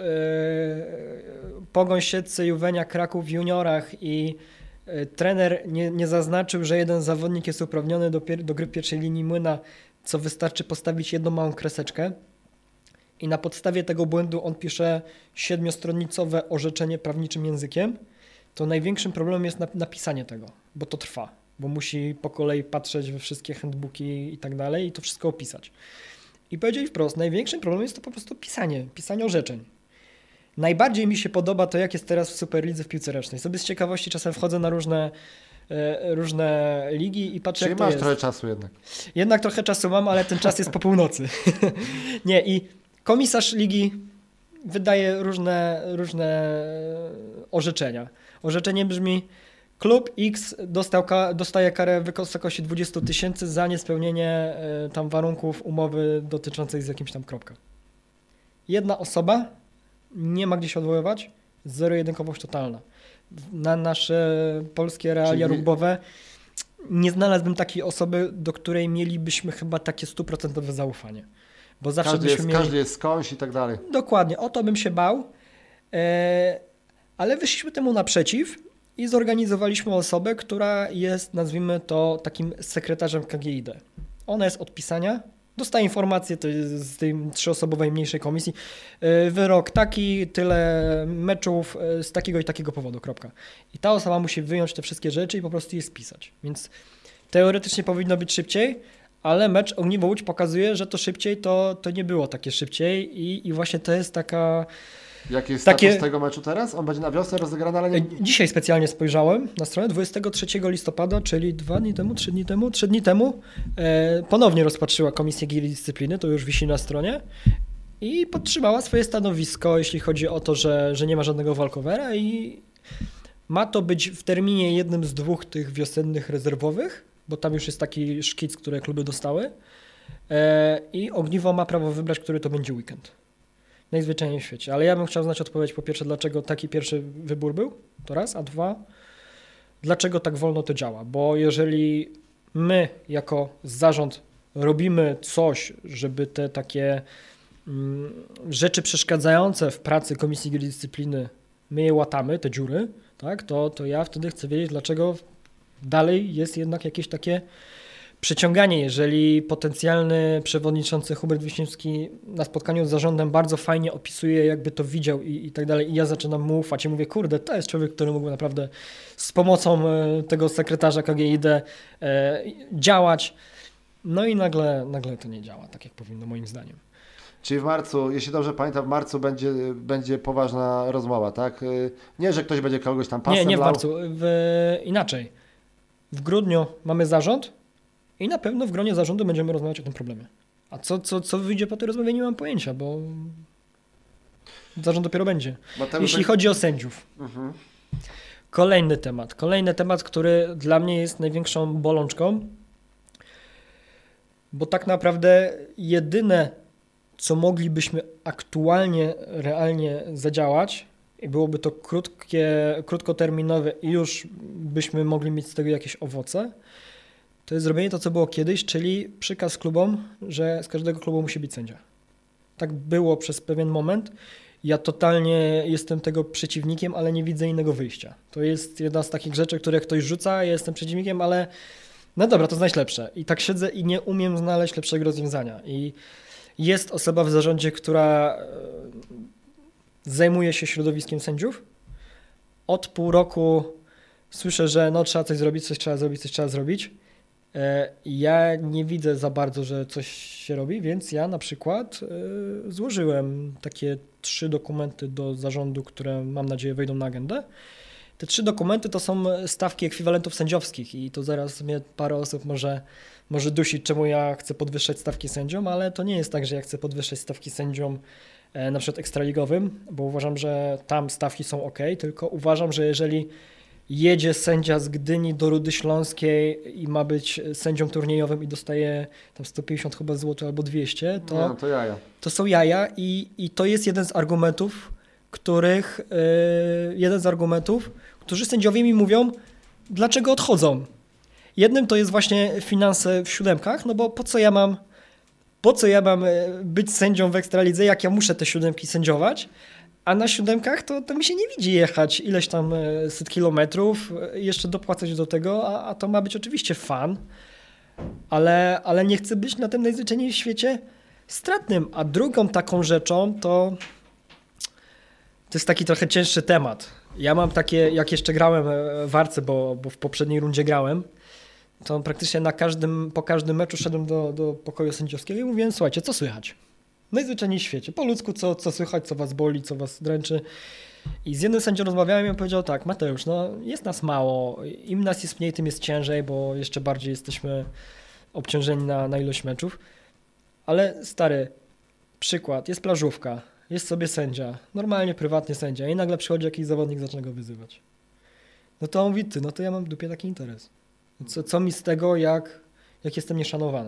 Pogoń Siedlce, Juwenia Kraków w juniorach i trener nie zaznaczył, że jeden zawodnik jest uprawniony do gry pierwszej linii młyna, co wystarczy postawić jedną małą kreseczkę i na podstawie tego błędu on pisze 7-stronicowe orzeczenie prawniczym językiem, to największym problemem jest napisanie tego, bo to trwa, bo musi po kolei patrzeć we wszystkie handbooki i tak dalej i to wszystko opisać. I powiedzieli wprost, największym problemem jest to po prostu pisanie orzeczeń. Najbardziej mi się podoba to, jak jest teraz w Superlidze w piłce ręcznej. Sobie z ciekawości czasem wchodzę na różne ligi i patrzę, jak to jest. Czyli masz trochę czasu jednak. Jednak trochę czasu mam, ale ten czas jest po północy. Nie, i komisarz ligi wydaje różne orzeczenia. Orzeczenie brzmi: klub X dostaje karę w wysokości 20 000 za niespełnienie tam warunków umowy dotyczącej z jakimś tam kropka. Jedna osoba nie ma gdzie się odwoływać, zero-jedynkowość totalna. Na nasze polskie realia rugbowe nie znalazłbym takiej osoby, do której mielibyśmy chyba takie 100% zaufanie. Bo zawsze każdy jest skądś i tak dalej. Dokładnie, o to bym się bał, ale wyszliśmy temu naprzeciw i zorganizowaliśmy osobę, która jest, nazwijmy to, takim sekretarzem KGID. Ona jest od pisania, dostaje informacje z tej 3-osobowej mniejszej komisji, wyrok taki, tyle meczów z takiego i takiego powodu, kropka. I ta osoba musi wyjąć te wszystkie rzeczy i po prostu je spisać. Więc teoretycznie powinno być szybciej, ale mecz Ogniwo Łódź pokazuje, że to szybciej to nie było takie szybciej i właśnie to jest taka... Jaki jest status tego meczu teraz? On będzie na wiosnę rozegrany, ale nie... Dzisiaj specjalnie spojrzałem na stronę 23 listopada, czyli 3 dni temu ponownie rozpatrzyła Komisję Gier Dyscypliny, to już wisi na stronie i podtrzymała swoje stanowisko, jeśli chodzi o to, że nie ma żadnego walkowera i ma to być w terminie jednym z 2 tych wiosennych rezerwowych, bo tam już jest taki szkic, które kluby dostały i Ogniwo ma prawo wybrać, który to będzie weekend. Najzwyczajniej w świecie. Ale ja bym chciał znać odpowiedź, po pierwsze, dlaczego taki pierwszy wybór był, to raz, a 2, dlaczego tak wolno to działa. Bo jeżeli my jako zarząd robimy coś, żeby te takie rzeczy przeszkadzające w pracy Komisji Gier Dyscypliny, my je łatamy, te dziury, tak, to ja wtedy chcę wiedzieć, dlaczego dalej jest jednak jakieś takie przeciąganie. Jeżeli potencjalny przewodniczący Hubert Wiśniewski na spotkaniu z zarządem bardzo fajnie opisuje, jakby to widział i tak dalej, i ja zaczynam mu ufać i mówię, kurde, to jest człowiek, który mógłby naprawdę z pomocą tego sekretarza KGID działać. No i nagle to nie działa, tak jak powinno, moim zdaniem. Czyli w marcu, jeśli dobrze pamiętam, w marcu będzie poważna rozmowa, tak? Nie, że ktoś będzie kogoś tam pasem Nie w marcu, inaczej. W grudniu mamy zarząd, i na pewno w gronie zarządu będziemy rozmawiać o tym problemie. A co wyjdzie po tej rozmowie, nie mam pojęcia, bo zarząd dopiero będzie. Jeśli chodzi o sędziów. Kolejny temat, który dla mnie jest największą bolączką, bo tak naprawdę jedyne, co moglibyśmy aktualnie, realnie zadziałać, i byłoby to krótkoterminowe i już byśmy mogli mieć z tego jakieś owoce, to jest zrobienie to, co było kiedyś, czyli przykaz klubom, że z każdego klubu musi być sędzia. Tak było przez pewien moment. Ja totalnie jestem tego przeciwnikiem, ale nie widzę innego wyjścia. To jest jedna z takich rzeczy, które ktoś rzuca, ja jestem przeciwnikiem, ale No dobra, to znajdź lepsze. I tak siedzę i nie umiem znaleźć lepszego rozwiązania. I jest osoba w zarządzie, która zajmuje się środowiskiem sędziów. Od pół roku słyszę, że no trzeba coś zrobić, coś trzeba zrobić. Ja nie widzę za bardzo, że coś się robi, więc ja na przykład złożyłem takie 3 dokumenty do zarządu, które mam nadzieję wejdą na agendę. Te 3 dokumenty to są stawki ekwiwalentów sędziowskich i to zaraz mnie parę osób może dusić, czemu ja chcę podwyższać stawki sędziom, ale to nie jest tak, że ja chcę podwyższać stawki sędziom na przykład ekstraligowym, bo uważam, że tam stawki są ok, tylko uważam, że jeżeli jedzie sędzia z Gdyni do Rudy Śląskiej i ma być sędzią turniejowym i dostaje tam 150 chyba złotych albo 200, to jaja. To są jaja i to jest jeden z argumentów, którzy sędziowie mi mówią, dlaczego odchodzą. Jednym to jest właśnie finanse w siódemkach, no bo po co ja mam być sędzią w Ekstralidze, jak ja muszę te siódemki sędziować, a na siódemkach to mi się nie widzi jechać ileś tam set kilometrów, jeszcze dopłacać do tego, a to ma być oczywiście fan, ale nie chcę być na tym najzwyczajniej w świecie stratnym. A drugą taką rzeczą to jest taki trochę cięższy temat. Ja mam takie, jak jeszcze grałem w Arce, bo w poprzedniej rundzie grałem, to praktycznie po każdym meczu szedłem do pokoju sędziowskiego i mówiłem, słuchajcie, co słychać? Najzwyczajniej w świecie. Po ludzku, co słychać, co was boli, co was dręczy. I z jednym sędzią rozmawiałem i on powiedział tak, Mateusz, no jest nas mało, im nas jest mniej, tym jest ciężej, bo jeszcze bardziej jesteśmy obciążeni na ilość meczów. Ale stary, przykład, jest plażówka, jest sobie sędzia, normalnie prywatny sędzia i nagle przychodzi jakiś zawodnik, zaczyna go wyzywać. No to on mówi, no to ja mam w dupie taki interes. Co mi z tego, jak jestem nieszanowany?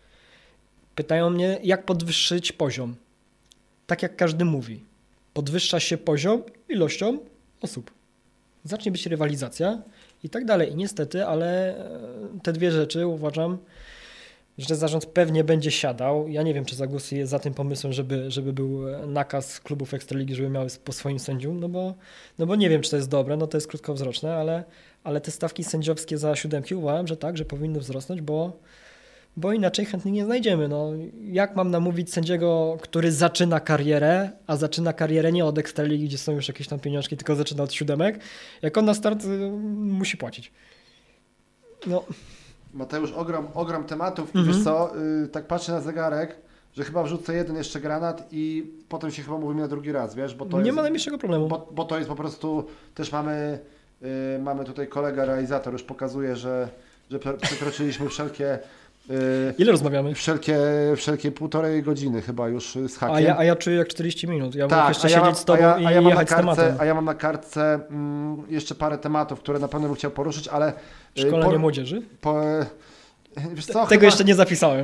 Pytają mnie, jak podwyższyć poziom. Tak jak każdy mówi. Podwyższa się poziom ilością osób. Zacznie być rywalizacja i tak dalej. I niestety, ale te dwie rzeczy uważam, że zarząd pewnie będzie siadał. Ja nie wiem, czy zagłosuję za tym pomysłem, żeby był nakaz klubów Ekstraligi, żeby miały po swoim sędzium, no bo nie wiem, czy to jest dobre, no to jest krótkowzroczne, ale te stawki sędziowskie za siódemki uważam, że tak, że powinny wzrosnąć, bo inaczej chętnie nie znajdziemy. No, jak mam namówić sędziego, który zaczyna karierę, a zaczyna karierę nie od Ekstraligi, gdzie są już jakieś tam pieniążki, tylko zaczyna od siódemek, jak on na start musi płacić. No. Mateusz, ogrom tematów i wiesz co, tak patrzę na zegarek, że chyba wrzucę jeden jeszcze granat i potem się chyba mówimy na drugi raz, wiesz, bo to nie ma najmniejszego problemu. Bo to jest po prostu, też mamy tutaj kolega realizator, już pokazuje, że przekroczyliśmy wszelkie... Ile rozmawiamy? Wszelkie 1,5 godziny chyba już z hakiem. A ja czuję jak 40 minut. Ja mogę jeszcze siedzieć z tobą i jechać z tematem. A ja mam na kartce jeszcze parę tematów, które na pewno bym chciał poruszyć, ale... Szkolenie młodzieży? Wiesz co, tego jeszcze nie zapisałem.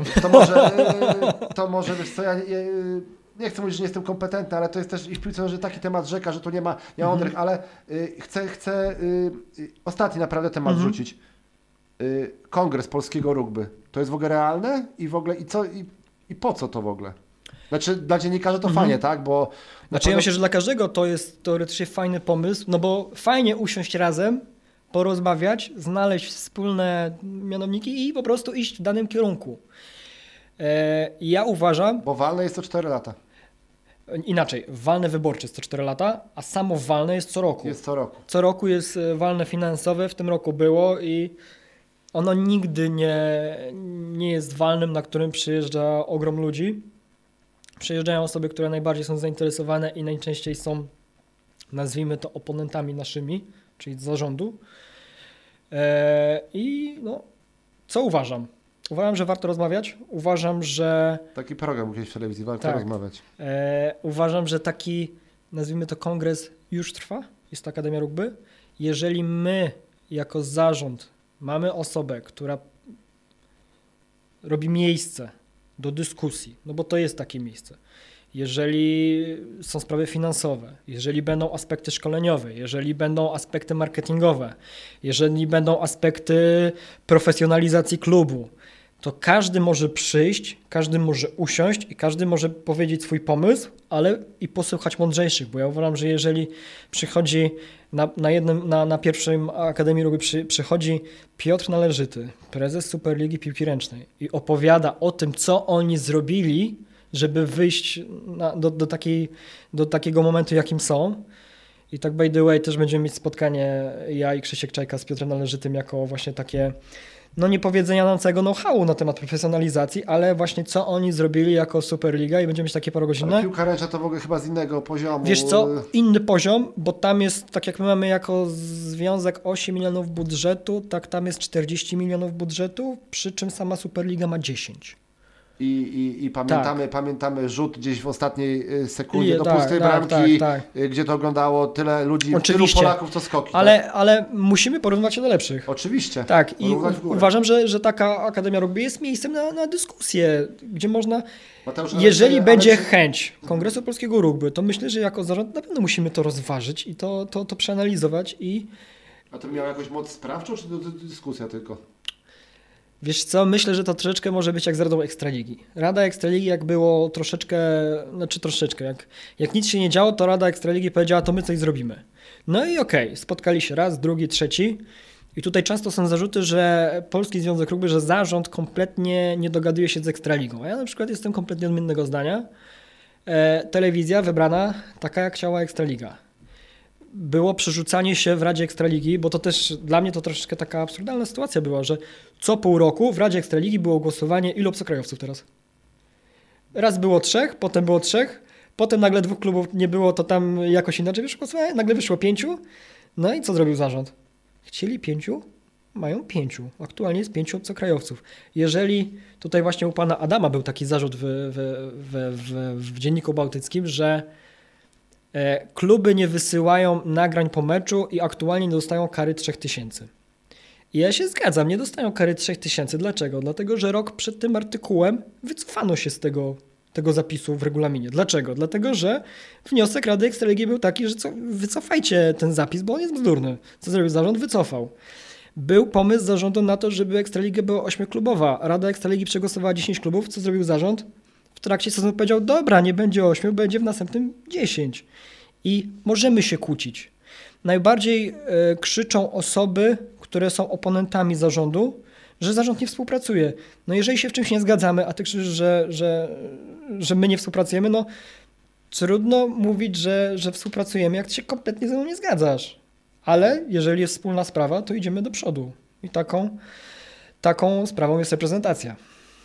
To może wiesz co, ja nie chcę mówić, że nie jestem kompetentny, ale to jest też i w piłce nożnej taki temat rzeka, że tu nie ma mądrych, ale chcę ostatni naprawdę temat rzucić. Kongres polskiego rugby. To jest w ogóle realne? I w ogóle i po co to w ogóle? Znaczy dla dziennikarzy to fajnie, tak? Bo znaczy ja myślę, że dla każdego to jest teoretycznie fajny pomysł, no bo fajnie usiąść razem, porozmawiać, znaleźć wspólne mianowniki i po prostu iść w danym kierunku. Ja uważam... Bo walne jest co 4 lata. Inaczej, walne wyborcze jest co 4 lata, a samo walne jest co roku. Jest co roku. Co roku jest walne finansowe, w tym roku było i ono nigdy nie jest walnym, na którym przyjeżdża ogrom ludzi. Przyjeżdżają osoby, które najbardziej są zainteresowane i najczęściej są, nazwijmy to, oponentami naszymi, czyli z zarządu. I no, co uważam? Uważam, że warto rozmawiać. Uważam, że... Taki program kiedyś w telewizji, warto rozmawiać. Uważam, że taki, nazwijmy to, kongres już trwa. Jest to Akademia Rugby. Jeżeli my jako zarząd mamy osobę, która robi miejsce do dyskusji, no bo to jest takie miejsce. Jeżeli są sprawy finansowe, jeżeli będą aspekty szkoleniowe, jeżeli będą aspekty marketingowe, jeżeli będą aspekty profesjonalizacji klubu, to każdy może przyjść, każdy może usiąść i każdy może powiedzieć swój pomysł, ale i posłuchać mądrzejszych, bo ja uważam, że jeżeli przychodzi na pierwszym Akademii Rugby przychodzi Piotr Należyty, prezes Superligi Piłki Ręcznej i opowiada o tym, co oni zrobili, żeby wyjść do takiego momentu, jakim są. I tak by the way też będziemy mieć spotkanie ja i Krzysiek Czajka z Piotrem Należytym jako właśnie takie nie powiedzenia nam całego know-howu na temat profesjonalizacji, ale właśnie co oni zrobili jako Superliga i będziemy mieć takie parogodzinne. Ale piłka ręczna to w ogóle chyba z innego poziomu. Wiesz co, inny poziom, bo tam jest, tak jak my mamy jako związek 8 milionów budżetu, tak tam jest 40 milionów budżetu, przy czym sama Superliga ma 10. I pamiętamy rzut gdzieś w ostatniej sekundzie do pustej bramki, gdzie to oglądało tyle ludzi, tylu Polaków, co skoki. Ale musimy porównywać się do lepszych. Oczywiście. Tak, i uważam, że taka Akademia Rugby jest miejscem na dyskusję, gdzie można, jeżeli będzie chęć Kongresu Polskiego Rugby, to myślę, że jako zarząd na pewno musimy to rozważyć i to przeanalizować. A to miało jakąś moc sprawczą, czy to dyskusja tylko? Wiesz co, myślę, że to troszeczkę może być jak z Radą Ekstraligi. Rada Ekstraligi jak było troszeczkę, jak nic się nie działo, to Rada Ekstraligi powiedziała, to my coś zrobimy. No i okej, spotkali się raz, drugi, trzeci i tutaj często są zarzuty, że Polski Związek Rugby, że zarząd kompletnie nie dogaduje się z Ekstraligą. A ja na przykład jestem kompletnie odmiennego zdania. Telewizja wybrana taka, jak chciała Ekstraliga. Było przerzucanie się w Radzie Ekstraligi, bo to też dla mnie to troszeczkę taka absurdalna sytuacja była, że co pół roku w Radzie Ekstraligi było głosowanie, ilu obcokrajowców teraz? Raz było 3, potem było 3, potem nagle 2 klubów nie było, to tam jakoś inaczej wyszło głosowanie, nagle wyszło 5. No i co zrobił zarząd? Chcieli 5, mają 5. Aktualnie jest 5 obcokrajowców. Jeżeli tutaj właśnie u pana Adama był taki zarzut w Dzienniku Bałtyckim, że kluby nie wysyłają nagrań po meczu i aktualnie nie dostają kary 3000. I ja się zgadzam, nie dostają kary 3000. Dlaczego? Dlatego, że rok przed tym artykułem wycofano się z tego zapisu w regulaminie. Dlaczego? Dlatego, że wniosek Rady Ekstraligi był taki, że wycofajcie ten zapis, bo on jest bzdurny. Co zrobił zarząd? Wycofał. Był pomysł zarządu na to, żeby Ekstraliga była 8-klubowa. Rada Ekstraligi przegłosowała 10 klubów. Co zrobił zarząd? W trakcie sezonu powiedział, dobra, nie będzie 8, będzie w następnym 10. I możemy się kłócić. Najbardziej krzyczą osoby, które są oponentami zarządu, że zarząd nie współpracuje. No jeżeli się w czymś nie zgadzamy, a ty krzyczysz, że my nie współpracujemy, no trudno mówić, że współpracujemy, jak ty się kompletnie ze mną nie zgadzasz. Ale jeżeli jest wspólna sprawa, to idziemy do przodu. I taką sprawą jest reprezentacja.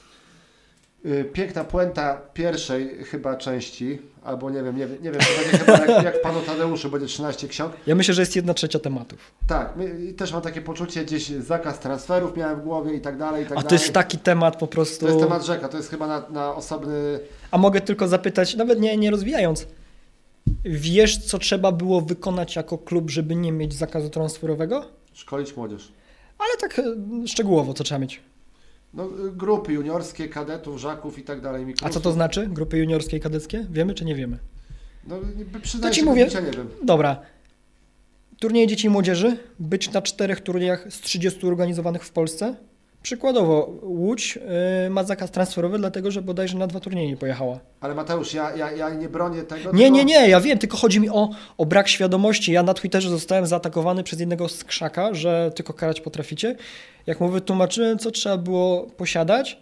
Piękna puenta pierwszej chyba części, albo nie wiem, to będzie chyba jak panu Tadeuszu, będzie 13 ksiąg. Ja myślę, że jest 1/3 tematów. Tak, też mam takie poczucie, gdzieś zakaz transferów miałem w głowie i tak dalej. A to jest taki temat po prostu... To jest temat rzeka, to jest chyba na osobny... A mogę tylko zapytać, nawet nie rozwijając, wiesz, co trzeba było wykonać jako klub, żeby nie mieć zakazu transferowego? Szkolić młodzież. Ale tak szczegółowo, co trzeba mieć? No, grupy juniorskie, kadetów, żaków i tak dalej. A co to znaczy? Grupy juniorskie i kadeckie? Wiemy czy nie wiemy? No, przyznaję to ci się, mówię. nie wiem. Dobra. Turnieje dzieci i młodzieży. Być na 4 turniejach z 30 organizowanych w Polsce. Przykładowo Łódź ma zakaz transferowy, dlatego że bodajże na 2 turnieje nie pojechała. Ale Mateusz, ja nie bronię tego. Nie, ja wiem, tylko chodzi mi o brak świadomości. Ja na Twitterze zostałem zaatakowany przez jednego z krzaka, że tylko karać potraficie. Jak mu wytłumaczyłem, co trzeba było posiadać,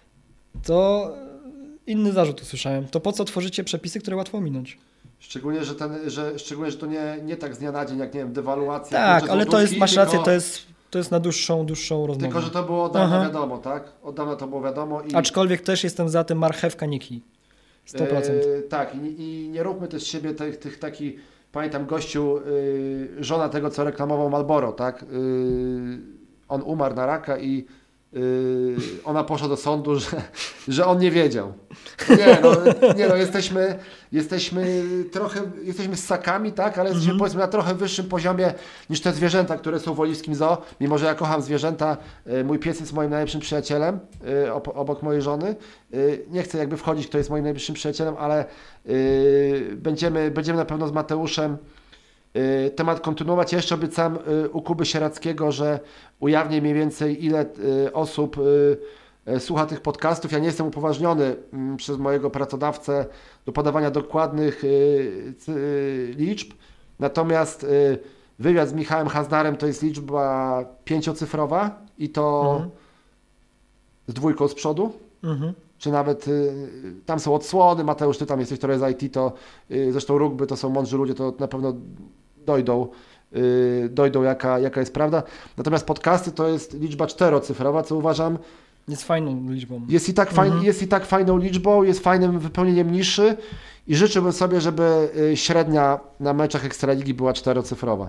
to inny zarzut usłyszałem. To po co tworzycie przepisy, które łatwo minąć? Szczególnie, że to nie tak z dnia na dzień, jak nie wiem, dewaluacja. Tak, ale to jest, masz rację, to jest na dłuższą rozmowę. Tylko, że to było od dawna wiadomo, tak? Od dawna to było wiadomo. Aczkolwiek też jestem za tym marchewka, nie kij. 100%. Tak, i nie róbmy też z siebie tych takich, pamiętam gościu, żona tego, co reklamował Marlboro, tak? On umarł na raka i ona poszła do sądu, że on nie wiedział. Jesteśmy ssakami, tak, ale jesteśmy powiedzmy na trochę wyższym poziomie niż te zwierzęta, które są w Wolickim Zoo. Mimo że ja kocham zwierzęta, mój pies jest moim najlepszym przyjacielem, obok mojej żony. Nie chcę jakby wchodzić, kto jest moim najbliższym przyjacielem, ale będziemy na pewno z Mateuszem temat kontynuować. Ja jeszcze obiecałem u Kuby Sierackiego, że ujawnię mniej więcej ile osób słucha tych podcastów. Ja nie jestem upoważniony przez mojego pracodawcę do podawania dokładnych liczb, natomiast wywiad z Michałem Haznarem to jest liczba 5-cyfrowa i to z 2 z przodu, czy nawet tam są odsłony. Mateusz, ty tam jesteś trochę z IT, to zresztą rugby to są mądrzy ludzie, to na pewno dojdą jaka jest prawda. Natomiast podcasty to jest liczba 4-cyfrowa, co uważam jest fajną liczbą. Jest i tak fajną liczbą, jest fajnym wypełnieniem niszy i życzyłbym sobie, żeby średnia na meczach Ekstraligi była 4-cyfrowa.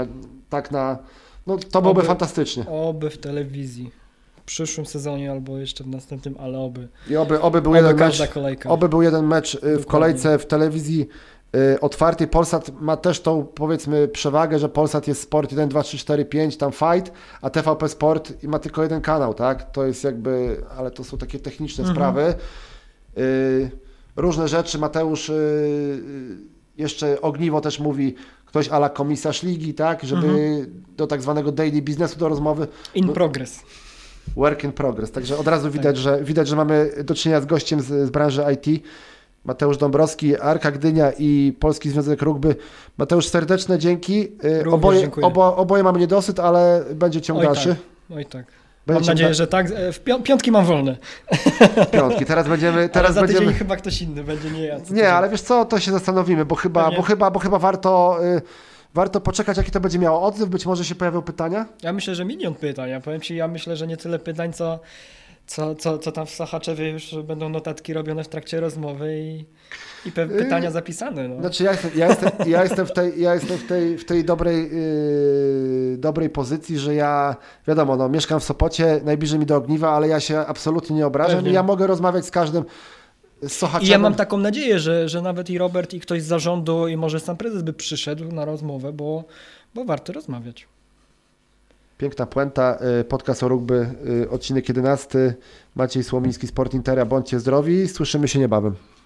To byłoby fantastycznie. Oby w telewizji. W przyszłym sezonie albo jeszcze w następnym, ale oby. I oby był jeden mecz. Kolejka. Oby był jeden mecz w kolejce w telewizji otwartej. Polsat ma też tą, powiedzmy, przewagę, że Polsat jest Sport 1, 2, 3, 4, 5, tam Fight, a TVP Sport ma tylko jeden kanał, tak? To jest jakby, ale to są takie techniczne sprawy. Różne rzeczy. Mateusz jeszcze Ogniwo też mówi, ktoś a la komisarz ligi, tak? Żeby do tak zwanego daily biznesu do rozmowy. Progress. Work in progress. Także od razu widać, że mamy do czynienia z gościem z branży IT. Mateusz Dąbrowski, Arka Gdynia i Polski Związek Rugby. Mateusz, serdeczne dzięki. Oboje mamy niedosyt, ale będzie ciąg dalszy. Oj tak. Mam nadzieję, że tak. Piątki mam wolne. Piątki. Teraz będziemy... Ale za tydzień chyba ktoś inny będzie, nie ja. Nie, ale wiesz co, to się zastanowimy, bo chyba warto poczekać, jaki to będzie miało odzew. Być może się pojawią pytania? Ja myślę, że milion pytań. Ja powiem Ci, myślę, że nie tyle pytań, co tam w Sochaczewie już będą notatki robione w trakcie rozmowy i pytania zapisane. No. Znaczy ja jestem w tej dobrej pozycji, że ja, wiadomo, mieszkam w Sopocie, najbliżej mi do Ogniwa, ale ja się absolutnie nie obrażam i ja mogę rozmawiać z każdym z Sochaczewem. I ja mam taką nadzieję, że nawet i Robert, i ktoś z zarządu, i może sam prezes by przyszedł na rozmowę, bo warto rozmawiać. Piękna puenta, podcast o rugby, odcinek 11. Maciej Słomiński, Sport Interia, bądźcie zdrowi, słyszymy się niebawem.